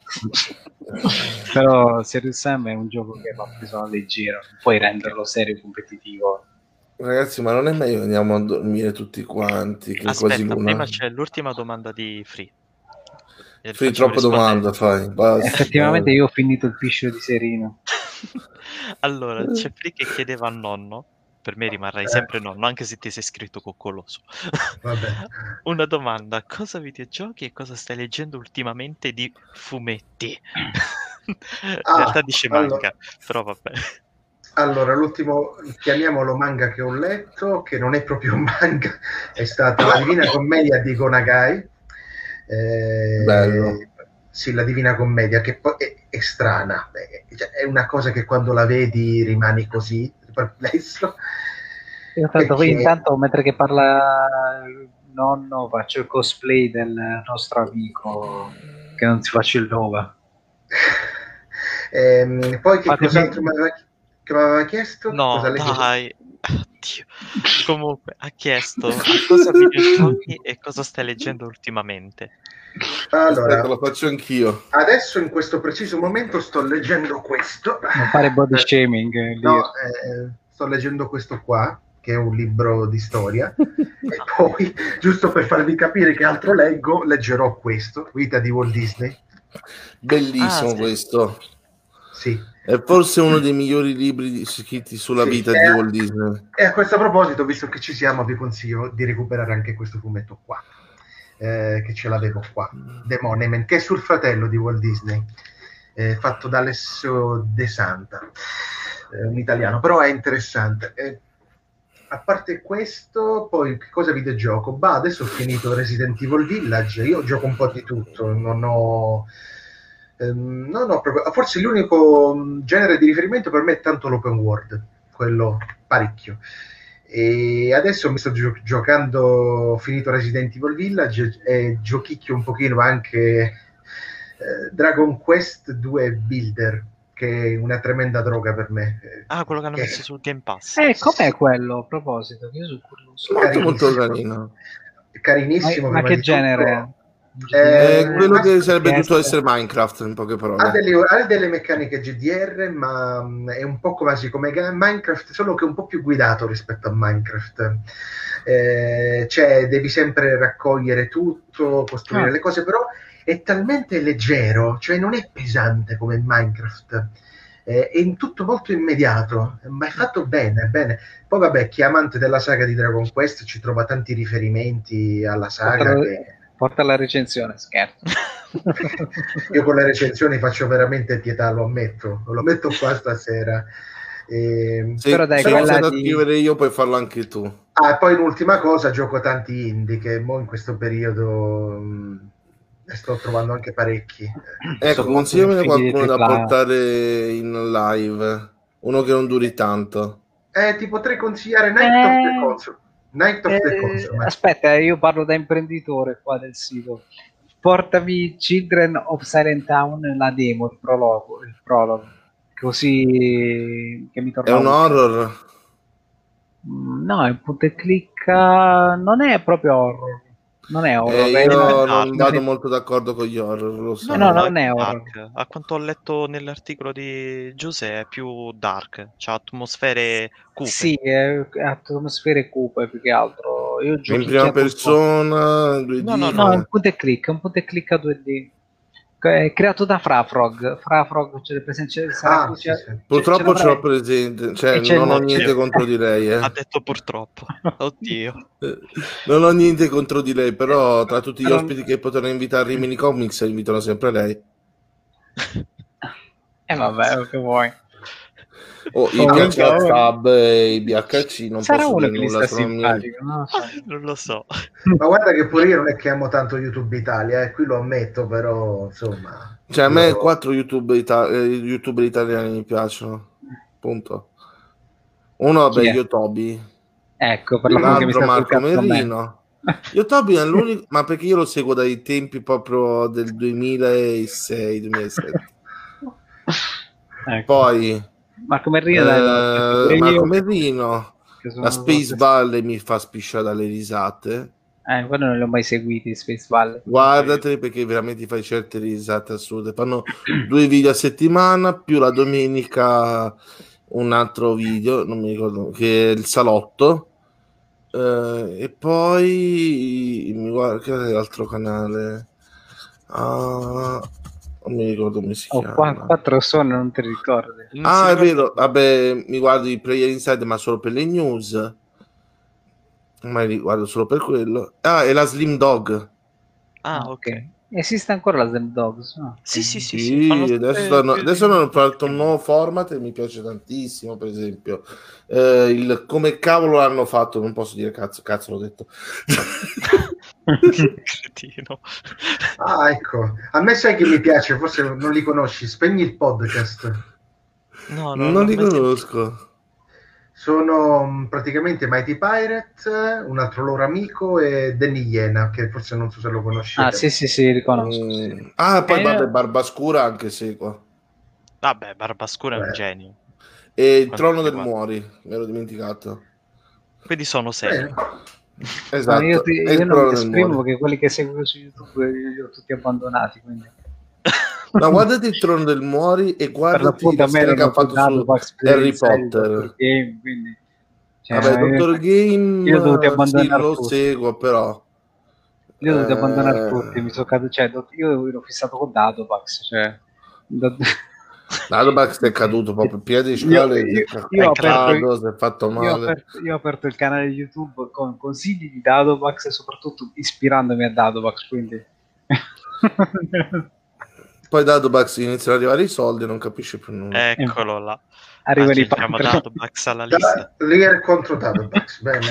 Però Serious Sam è un gioco che va preso alla leggera, non puoi renderlo serio e competitivo. Ragazzi, ma non è meglio andiamo a dormire tutti quanti? Che Aspetta, quasi l'una. prima c'è l'ultima domanda di Free. E Free, facciamo troppa rispondere. domanda fai. Basta, Effettivamente dai. io ho finito il piscio di Serino. Allora, c'è Free che chiedeva a nonno, per me rimarrai sempre nonno, anche se ti sei scritto coccoloso. Vabbè. Una domanda, cosa videogiochi e cosa stai leggendo ultimamente di fumetti? In Ah, realtà dice manga, allora- però vabbè. Allora, l'ultimo, chiamiamolo manga che ho letto, che non è proprio un manga, è stata La Divina Commedia di Gonagai. Eh, Bello. Sì, La Divina Commedia, che poi è, è strana, è, cioè, è una cosa che quando la vedi rimani così, perplesso. Io tanto poi Perché- intanto mentre che parla il nonno faccio il cosplay del nostro amico, che non si faccia il nome. Ehm, poi che Fatemi- cos'altro mi aveva, che mi aveva chiesto? No, Cosa legge? dai. Oddio. Comunque, ha chiesto a cosa videogiochi e cosa stai leggendo ultimamente. Allora, Aspetta, lo faccio anch'io. adesso in questo preciso momento sto leggendo questo. Non fare body shaming, eh, No, lì. eh, sto leggendo questo qua, che è un libro di storia. E poi, giusto per farvi capire che altro leggo, leggerò questo, Vita di Walt Disney. Bellissimo Ah, sì. questo. Sì. È forse uno dei migliori libri scritti sulla Sì, vita e di a- Walt Disney. E a questo proposito, visto che ci siamo, vi consiglio di recuperare anche questo fumetto qua, eh, che ce l'avevo qua, The Monument, che è sul fratello di Walt Disney, eh, fatto da Alessio De Santa, eh, un italiano, però è interessante. Eh, a parte questo, poi che cosa videogioco? Bah, adesso ho finito Resident Evil Village, io gioco un po' di tutto, non ho... ehm, non ho proprio, forse l'unico mh, genere di riferimento per me è tanto l'open world, quello parecchio. E adesso mi sto gio- giocando, ho finito Resident Evil Village e giochicchio un pochino anche eh, Dragon Quest due Builder, che è una tremenda droga per me. eh, Ah, quello che hanno che- messo sul Game Pass. Eh, com'è quello a proposito? Io sono curioso. Molto molto carinissimo. carino. Carinissimo, Ma, ma prima che di genere? tutto. È Eh, quello che ma- sarebbe F P S? dovuto essere Minecraft, in poche Ha parole. delle, ha delle meccaniche G D R, ma mh, è un po' quasi come Minecraft, solo che è un po' più guidato rispetto a Minecraft. Eh, cioè, devi sempre raccogliere tutto, costruire Ah. le cose, però è talmente leggero, cioè non è pesante come Minecraft. Eh, è in tutto molto immediato, ma è fatto bene, bene. Poi vabbè, chi è amante della saga di Dragon Quest ci trova tanti riferimenti alla saga Porta, che... porta la recensione, scherzo. Io con le recensioni faccio veramente pietà, lo ammetto, lo metto qua stasera. E... Se, Però dai, se ho quella iniziato di- a scrivere io, puoi farlo anche tu. Ah, poi un'ultima cosa, gioco tanti indie che mo in questo periodo mh, ne sto trovando anche parecchi. Ecco, Sono consigliamene figli di qualcuno da tripla A. portare in live. Uno che non duri tanto. Eh, ti potrei consigliare Night of the Eh, Consul. Night of the Eh, Consul. aspetta, io parlo da imprenditore qua del sito. Portami Children of Silent Town, la demo, il prologo, il prologo, così che mi È torna un utile. horror. Mm, No, è un punto e clicca, non è proprio horror, non è horror, Eh, è io una- non non vado è- molto d'accordo con gli horror, lo so. no, no, è non è più horror. dark. A quanto ho letto nell'articolo di Giuseppe è più dark, c'ha atmosfere cupe. Sì, è atmosfere cupe più che altro. Io ho In prima giochicchiato un po'. persona, due D. No, no, No, è un come- punto e clicca, un punto e clicca due D. È creato da Frafrog. Frafrog, c'è presente, sarà, Ah, c'è, sì, sì. Purtroppo ce ce l'ho presente, cioè E c'è non il- ho niente contro di lei, eh. Ha detto purtroppo. Oddio. Eh, Non ho niente contro di lei, però tra tutti gli Però- ospiti che potevano invitare a Rimini Comics invitano sempre lei. Eh vabbè, che vuoi. O i Comunque, Piaccia oh, Tab e i B H C non sarà posso uno dire che gli nulla, sta sono miei. simpatico, non lo so. Non lo so. Ma guarda che pure io non è che amo tanto YouTube Italia, eh, qui lo ammetto, però insomma. Cioè a me io- quattro YouTube ita- eh, YouTuber italiani mi piacciono, punto. Uno, vabbè, Chi è? Yotobi, Ecco, per l'appunto che mi l'altro sta sul Marco cazzo a me. Merrino. Yotobi è l'unico, ma perché io lo seguo dai tempi proprio del duemilasei duemilasette. Ecco. Poi Marco Merrino, dai, no, eh, pure io, Marco Merrino, che sono- la Space Valley mi fa spisciare dalle risate. Eh, quello non li ho mai seguiti, Space Valley. Guardateli perché veramente fai certe risate assurde. Fanno due video a settimana più la domenica un altro video, non mi ricordo, che è il salotto. Eh, e poi mi guardo che è l'altro canale. Ah, non mi ricordo come si Oh, chiama. qua, quattro sono, non ti ricordi. Non Ah, si è ricorda- vero, vabbè, mi guardo i Player Inside, ma solo per le news. Ma li guardo solo per quello. Ah, e la Slim Dog. Ah, ok. Esiste ancora la Zen Dogs? No? Sì, sì, sì, Sì, sì, fanno adesso, sempre stanno, più adesso di- hanno fatto un nuovo format e mi piace tantissimo, per esempio. Eh, il come cavolo l'hanno fatto, non posso dire cazzo, cazzo l'ho detto. Cretino. Ah, ecco. A me sai che mi piace, forse non li conosci. Spegni il podcast. No, no, non l'ho li mai sentito. conosco. Sono mh, praticamente Mighty Pirate, un altro loro amico e Danny Iena, che forse non so se lo conoscete. Ah, sì, sì, sì, riconosco. Mm. Sì. Ah, poi Eh, vabbè, Barbascura anche segua. Vabbè, Barbascura è un Beh. genio. E il Quanto Trono mi del riguarda. Muori, mi ero dimenticato. Quindi sono sei. Bene. Esatto, No, io, ti- è il io non Trono mi del esprimo Muori. perché quelli che seguo su YouTube li ho tutti abbandonati. Quindi. Ma guardate il Trono del Muori e Per guardati l'appunto la a me serie che erano ha fatto dato su Pax Harry Inside, Potter. Doctor Game, quindi, cioè, Vabbè, io- Doctor Game io ho dovuto sì, abbandonare lo tutti. seguo, però Io ho dovuto abbandonare Eh, tutti, mi sono caduto, cioè, do- io ero fissato con Dadopax, cioè, do- Dadobax è caduto proprio piedi di Io- scale, io- si è io ho caccato, aperto- si è fatto io ho, male. aperto, io ho aperto il canale YouTube con consigli di Dadopax e soprattutto ispirandomi a Dadopax, quindi... Poi Dadobax iniziano ad arrivare i soldi e non capisce più nulla. Eccolo là. Arrivano i Aggiungiamo Patreon. Dadobax alla lista. Da, Lear contro Dadobax, bene.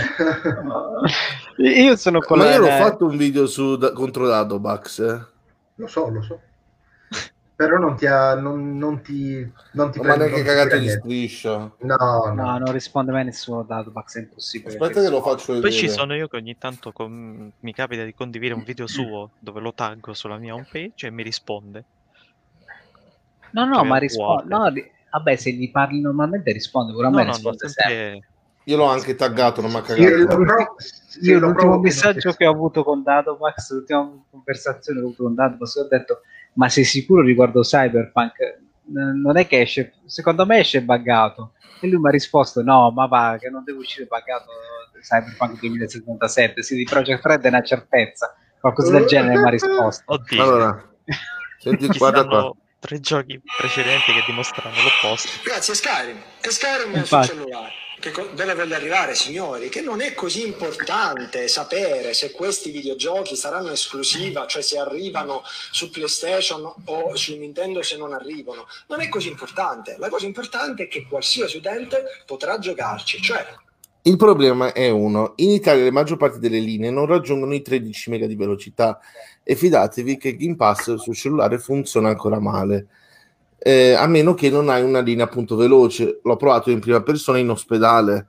Io sono con Ma la... io l'ho fatto un video su, da- contro Dadobax. Eh. Lo so, lo so. Però non ti ha, non, non ti, non ti Non mi ha pre- neanche non ti cagato tira di niente. striscia. No, No, no. non risponde mai nessuno Dadopax, è impossibile. Aspetta che lo faccio vedere. Poi ci sono io che ogni tanto con- mi capita di condividere un video suo dove lo taggo sulla mia homepage e mi risponde. No, no, Cioè, ma a risponde... vuote. No, ri- vabbè, se gli parli normalmente risponde, pure a No, me no, no, risponde sempre. sempre... Io l'ho anche taggato, non mi ha Io lo cagato. provo- se Io lo l'ultimo provo che non messaggio ti- che ho avuto con Dadopax, l'ultima conversazione che ho avuto con Dadopax, ho detto, ma sei sicuro riguardo Cyberpunk? N- Non è che esce, secondo me esce buggato. E lui mi ha risposto, no, ma va, che non deve uscire buggato Cyberpunk duemilasettantasette, sì, di Project Red è una certezza. Qualcosa del genere mi ha risposto. Oddio, Allora, senti, ci guarda qua. stanno tre giochi precedenti che dimostrano l'opposto. Grazie Skyrim. E Skyrim è Infatti. sul cellulare. Che co- dove voglio arrivare, signori? Che non è così importante sapere se questi videogiochi saranno esclusiva, cioè se arrivano su PlayStation o su Nintendo se non arrivano. Non è così importante. La cosa importante è che qualsiasi utente potrà giocarci. Cioè, Il problema è uno, in Italia la maggior parte delle linee non raggiungono i tredici mega di velocità e fidatevi che Game Pass sul cellulare funziona ancora male, eh, a meno che non hai una linea appunto veloce. L'ho provato in prima persona in ospedale,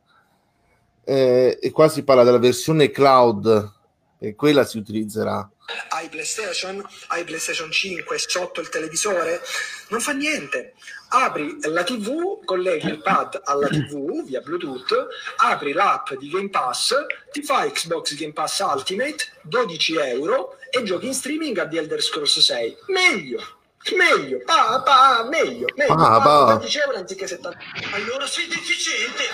eh, e qua si parla della versione cloud e quella si utilizzerà. hai PlayStation, hai PlayStation cinque sotto il televisore, non fa niente. Apri la tivù, colleghi il pad alla tivù via Bluetooth, apri l'app di Game Pass, ti fa Xbox Game Pass Ultimate, dodici euro, e giochi in streaming a The Elder Scrolls sei. Meglio, meglio, pa, pa, meglio, meglio. Pa, pa. dodici euro anziché settanta. Allora sei deficiente.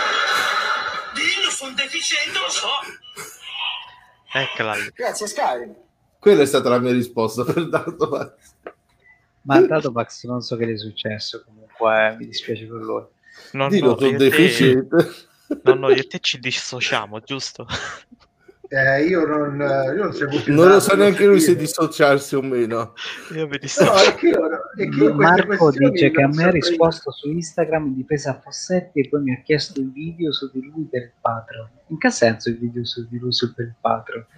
Dillo, sono deficiente, lo so. Eccola lì. Grazie Skyrim. Quella è stata la mia risposta per dato. Ma dato Pax non so che gli è successo, comunque eh, mi dispiace per lui. No, Dillo no, sul io e te, deficit. no, no, io e te ci dissociamo, giusto? Eh, io non, io non seguo più Non lo dato, sa non neanche so lui se dire. dissociarsi o meno. Io mi No, dissocio. è che io, è che io queste Marco questioni dice che a non me ha saprei- risposto su Instagram in difesa a Fossetti e poi mi ha chiesto i video su di lui per il Patreon. In che senso i video su di lui su per il Patreon?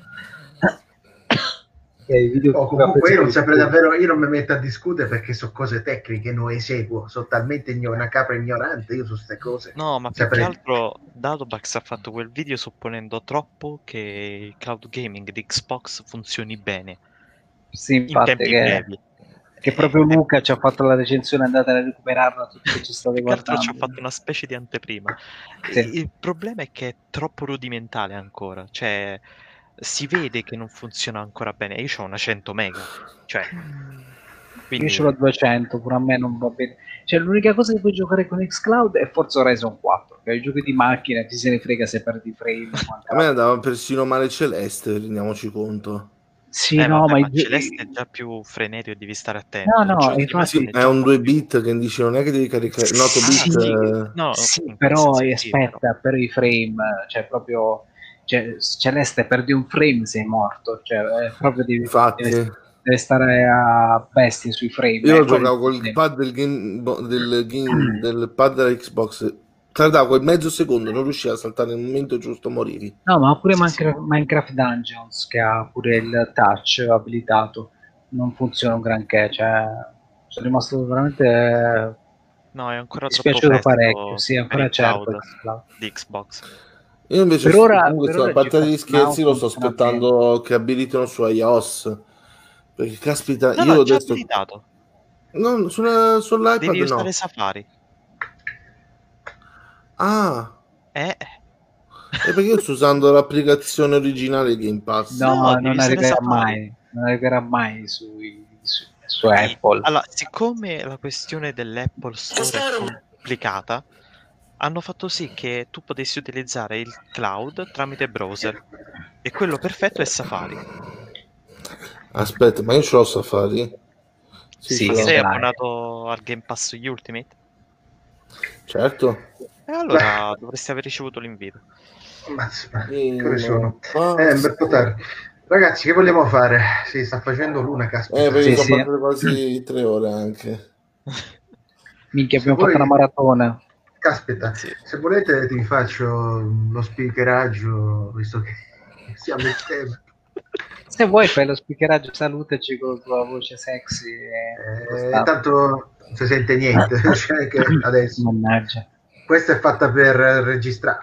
Eh, i video Oh, che comunque io non faccio- saprei davvero, io non mi metto a discutere perché so cose tecniche, non eseguo, sono talmente igno- una capra ignorante io su queste cose. No, ma più Saprei- che altro Dadobax ha fatto quel video supponendo troppo che il cloud gaming di Xbox funzioni bene, Sì, in infatti tempi che, brevi. che proprio Eh, Luca ci ha fatto la recensione, andate a recuperarla tutti che ci state Più che altro guardando. ci ha fatto una specie di anteprima. Sì. Il problema è che è troppo rudimentale ancora, cioè si vede che non funziona ancora bene. Io ho una cento mega, cioè quindi Io ce l'ho duecento, pure a me non va bene. Cioè, l'unica cosa che puoi giocare con Xcloud è Forza Horizon quattro, che i giochi di macchina ti se ne frega se perdi frame. A me andava persino male Celeste, rendiamoci conto. Sì, eh, no, vabbè, ma, ma i gio- Celeste è già più frenetico, devi stare attento. No, no, Cioè, di infatti- base Sì, è un due bit che dici non è che devi caricare. No, otto Sì, bit. eh, No, sì, in quel però senso sì, però. aspetta, però i frame, cioè proprio cioè, Celeste perdi un frame sei morto, cioè eh, proprio devi, Infatti. deve, deve stare a bestia sui frame. Io eh, lo quello è giocavo il col problema. pad del, game, bo- del, game, del pad della Xbox. Tardavo quel mezzo secondo, non riuscivo a saltare nel momento giusto, morivi. No, ma pure Sì, Minecraft, Minecraft Dungeons che ha pure il touch abilitato non funziona un granché, cioè sono rimasto veramente No, è ancora mi è troppo dispiaciuto presto parecchio, sì, per ancora il certo cloud Xcloud. di Xbox. Io invece, Per ora- comunque, per a ora parte gli GeForce scherzi, Now lo sto funziona aspettando che abilitino su iOS. Perché, caspita, No, io no, già adesso. abilitato. No, sulla- sull'iPad Devi no. usare Safari. Ah, Eh, è perché io sto usando l'applicazione originale Game Pass. No, No, devi non usare arriverà Safari. mai, non arriverà mai sui, su, su Sì, Apple. Allora, siccome la questione dell'Apple Store è complicata, hanno fatto sì che tu potessi utilizzare il cloud tramite browser. E quello perfetto è Safari. Aspetta, ma io ce l'ho Safari? Sì, ce Ma l'ho. sei ce l'hai. abbonato al Game Pass Ultimate? Certo. E allora dovresti aver ricevuto l'invito. Mazza, Mm, che ore sono? ah, Eh, un bel po' tardi. Ragazzi, che vogliamo fare? Si sta facendo l'una, caspita. Eh, perché Sì, sono sì. passate quasi tre ore anche. Minchia, Se abbiamo vuoi- fatto una maratona. Caspita, Sì. se volete ti faccio lo speakeraggio, visto che siamo in tema. Se vuoi fai lo speakeraggio, salutaci con la tua voce sexy. E Eh, tanto non si sente niente, cioè che adesso. Mannaggia. Questa è fatta per registrare.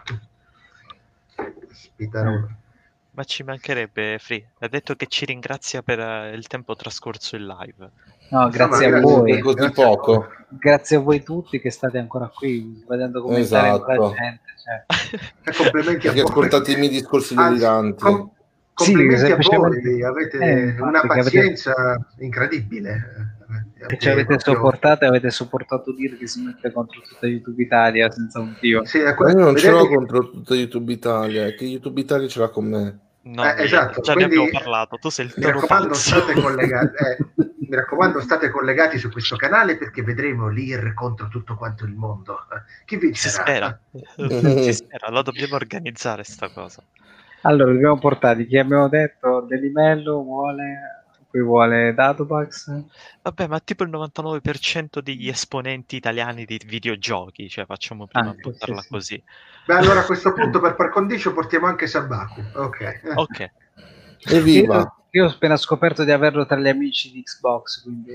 Spitarone. Ma ci mancherebbe, Free. Ha detto che ci ringrazia per eh, il tempo trascorso in live. No, Insomma, grazie a grazie- voi. Per così grazie a poco. Grazie a voi tutti che state ancora qui, vedendo commentare Esatto. la gente. Cioè. E complimenti a Perché voi. ascoltate i miei discorsi Anzi, deliranti. com- complimenti Sì, a voi, semplicemente- avete eh, infatti, una che avete- pazienza incredibile. Che ci avete proprio- sopportato e avete sopportato dire che si mette contro tutta YouTube Italia senza motivo. Sì, è Ma que- io non ce vedete l'ho che- contro tutta YouTube Italia, è che YouTube Italia ce l'ha con me. No, Eh, niente, esatto, già quindi- ne abbiamo parlato. Tu sei il Mi toro raccomando, pazzo. state collegati, eh, mi raccomando, state collegati su questo canale perché vedremo l'I R contro tutto quanto il mondo. Chi Si vincerà? spera. si spera, lo dobbiamo organizzare sta cosa. Allora, dobbiamo portare chi abbiamo detto, Delimello vuole, poi vuole Datopax. Vabbè, ma tipo il novantanove per cento degli esponenti italiani di videogiochi, cioè facciamo prima Ah, a sì, buttarla sì, sì. così. Beh, allora a questo punto per par condicio portiamo anche Sabaku. Ok. Ok. Evviva! Io, io ho appena scoperto di averlo tra gli amici di Xbox, quindi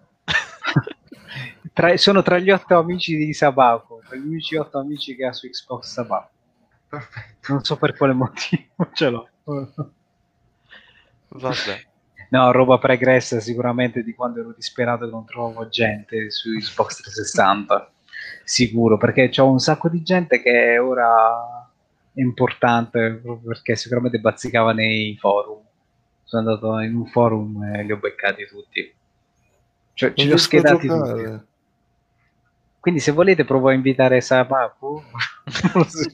tra- sono tra gli otto amici di Sabaku, tra gli unici otto amici che ha su Xbox Sabaku. Perfetto. Non so per quale motivo ce l'ho. Vabbè. No, roba pregressa sicuramente di quando ero disperato che non trovavo gente su Xbox trecentosessanta. Sicuro, perché c'ho un sacco di gente che ora è importante, proprio perché sicuramente bazzicava nei forum. Sono andato in un forum e li ho beccati tutti. Cioè, ce Non li ho riesco a schedati giocare. tutti. Quindi se volete provo a invitare Sabaku. Non lo so.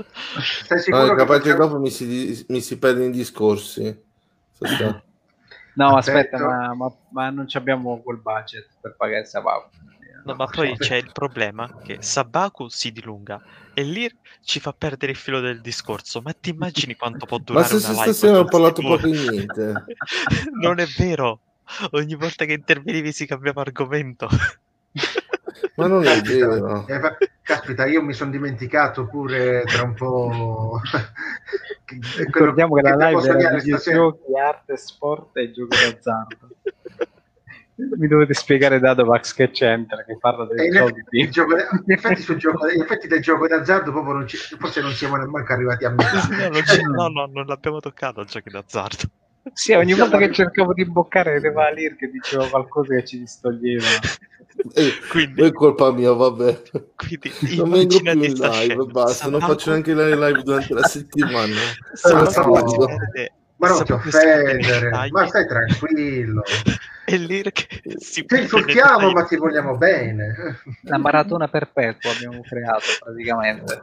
Stai sicuro No, è che capace che facciamo- dopo mi si, mi si perde in discorsi. Sta- sta. No, aspetta, Attento. ma, ma, ma non ci abbiamo quel budget per pagare Sabaku. No, ma poi c'è il problema che Sabaku si dilunga e Lir ci fa perdere il filo del discorso. Ma ti immagini quanto può Ma durare se una se live? stasera ho così parlato lunga? poco e niente. Non è vero. Ogni volta che intervenivi si cambiava argomento. Ma non è Caspita, vero. eh, va- caspita, io mi sono dimenticato pure tra un po'. che- quello Ricordiamo che la devo live era sognare stasera. videogiochi, arte, sport e giochi d'azzardo. Mi dovete spiegare Dadovax che c'entra, che parla E dei in, effetti, il soldi. gioco, in, effetti sul gioco, in effetti del gioco d'azzardo proprio non ci, forse non siamo nemmeno arrivati a metà. No, non c'è- no, no, non l'abbiamo toccato a giochi d'azzardo. Sì, ogni Siamo volta che arri- cercavo di imboccare vedeva Lir che diceva qualcosa che ci distoglieva. Eh, Quindi- è colpa mia, vabbè. Quindi Non vengo più immaginati in sta live, scena. basta. Non Sabaku- faccio neanche le live durante la settimana. Lo Sono so. stupido. perde- Ma non ti Sabaku si perde nei offendere, dettagli ma stai tranquillo. e Lir che si Ti perde nei insultiamo, dettagli. ma ti vogliamo bene. La maratona perpetua abbiamo creato praticamente.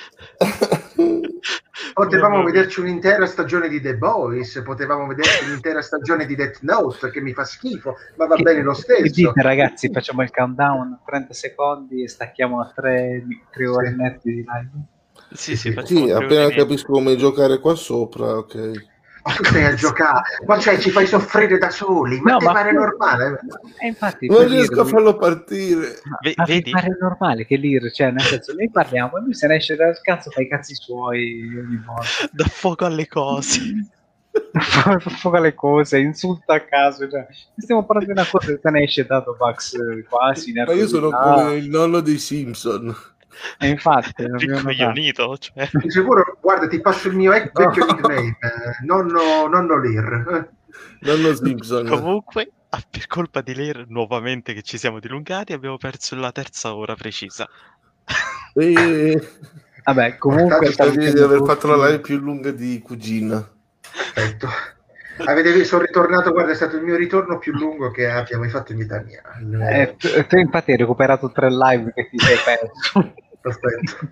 Potevamo Mamma mia. vederci un'intera stagione di The Boys, potevamo vederci un'intera stagione di Death Note, che mi fa schifo, ma va Che- bene lo Che stesso. dite ragazzi, facciamo il countdown trenta secondi e stacchiamo a tre ore Sì. netti di live. Sì, sì, Sì, facciamo Sì, tre appena ore e capisco come giocare qua sopra, ok. Ma tu stai a giocare, ma cioè ci fai soffrire da soli, ma No, ti ma pare pure- normale? E infatti Non per riesco Lir- a farlo partire. Ma, Ve- ma vi vedi? pare normale che Lir, cioè nel senso noi parliamo e lui se ne esce dal cazzo, fa i cazzi suoi ogni volta. dà fuoco alle cose. Fa fuoco alle cose, insulta a caso, cioè, stiamo parlando di una cosa e se ne esce dato Vax eh, quasi Ma io sono nervosità. come il nonno dei Simpson. E infatti l'abbiamo notato. Ricoglionito, cioè. Di sicuro, guarda, ti passo il mio ec- vecchio nickname, eh, nonno, nonno Lir. Nonno Simpson. Comunque, ah, per colpa di Lir, nuovamente che ci siamo dilungati, abbiamo perso la terza ora precisa. E... Vabbè, comunque Portato Spero di salutiamo aver fatto la tutti. live più lunga di cugina. Perfetto. Avete visto, sono ritornato, guarda, è stato il mio ritorno più lungo che abbia mai fatto in vita mia. Eh, tu, tu infatti hai recuperato tre live che ti sei perso. Perfetto.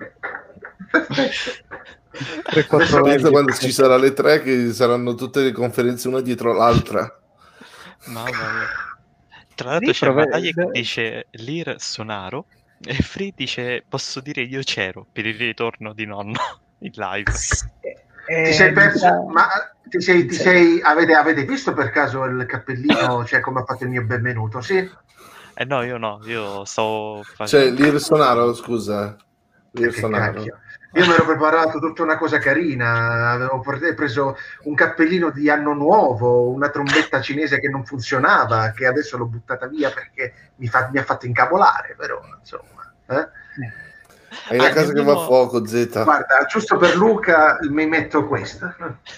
tre, quattro Adesso live Pensa che- quando ci sarà le tre, che saranno tutte le conferenze una dietro l'altra. Mamma mia. Tra l'altro Sì, c'è prove- Battaglia che dice Lir Sonaro e Free dice posso dire io c'ero per il ritorno di nonno in live. Eh, Ti sei perso, diciamo- ma ti sei, ti sei, avete, avete visto per caso il cappellino, cioè come ha fatto il mio benvenuto? Sì? Eh no, io no, io sto Cioè, facendo... Lir Sonaro, scusa. Lir Che Sonaro. cacchio. Io mi ero preparato tutta una cosa carina, avevo pre- preso un cappellino di anno nuovo, una trombetta cinese che non funzionava, che adesso l'ho buttata via perché mi, fa- mi ha fatto incavolare, però insomma. Eh? Hai la Ah, casa che va abbiamo- a fuoco, Z. Guarda, giusto per Luca mi metto questa.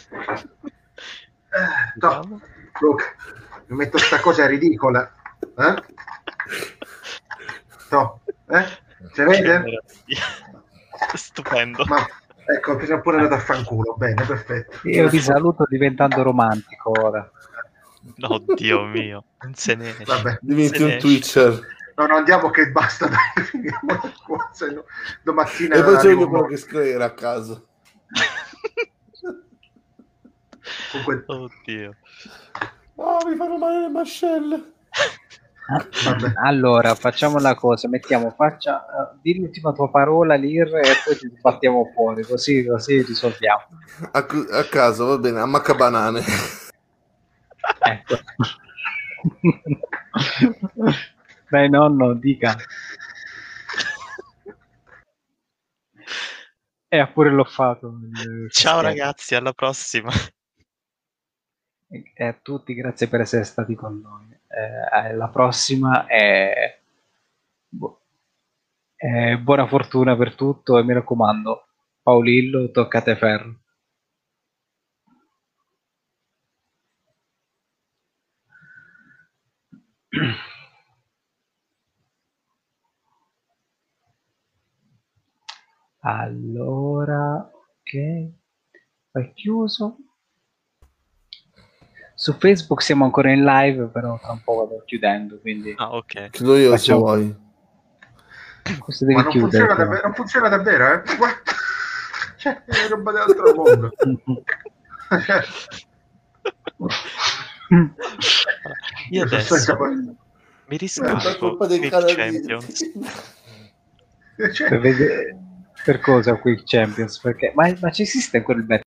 Eh, no, Luca, mi metto sta cosa ridicola. Eh? No, eh? Si vede? Stupendo. Ma ecco, mi sono pure andato a fanculo. Bene, perfetto. Io vi saluto diventando romantico ora. Oddio mio, non se ne esce. Vabbè. Diventi Se ne un esce. Twitcher. No, no, andiamo che basta, dai, finiamo qua, se no, domattina E poi c'è arrivo uno quello morto. che scrive a caso. Comunque, Oddio. Oh, mi fanno male le mascelle. vabbè. Allora, facciamo la cosa, mettiamo faccia, uh, di l'ultima tua parola Lir e poi ti sbattiamo fuori, così, così risolviamo. A, a caso, va bene, a maccabanane. Ecco. Dai nonno, dica. E ha pure l'ho fatto. il- Ciao il- ragazzi, alla prossima. E a tutti, grazie per essere stati con noi. Eh, la prossima è... boh, è buona fortuna per tutto e mi raccomando, Paolillo, toccate ferro. Allora, ok, è chiuso. Su Facebook siamo ancora in live, però tra un po' vado chiudendo, quindi Ah, ok. Chiudo io se Facciamo- vuoi. questo Ma devi non chiudere. funziona, davvero, non funziona davvero, eh? Guarda. Cioè, è roba dell'altro mondo. Cioè, Io Io sono adesso senza par- mi Per riscarico colpa dei Quick canadesi. Champions. Cioè, Per, vedere- per cosa Quick Champions? Perché, ma, ma ci esiste ancora il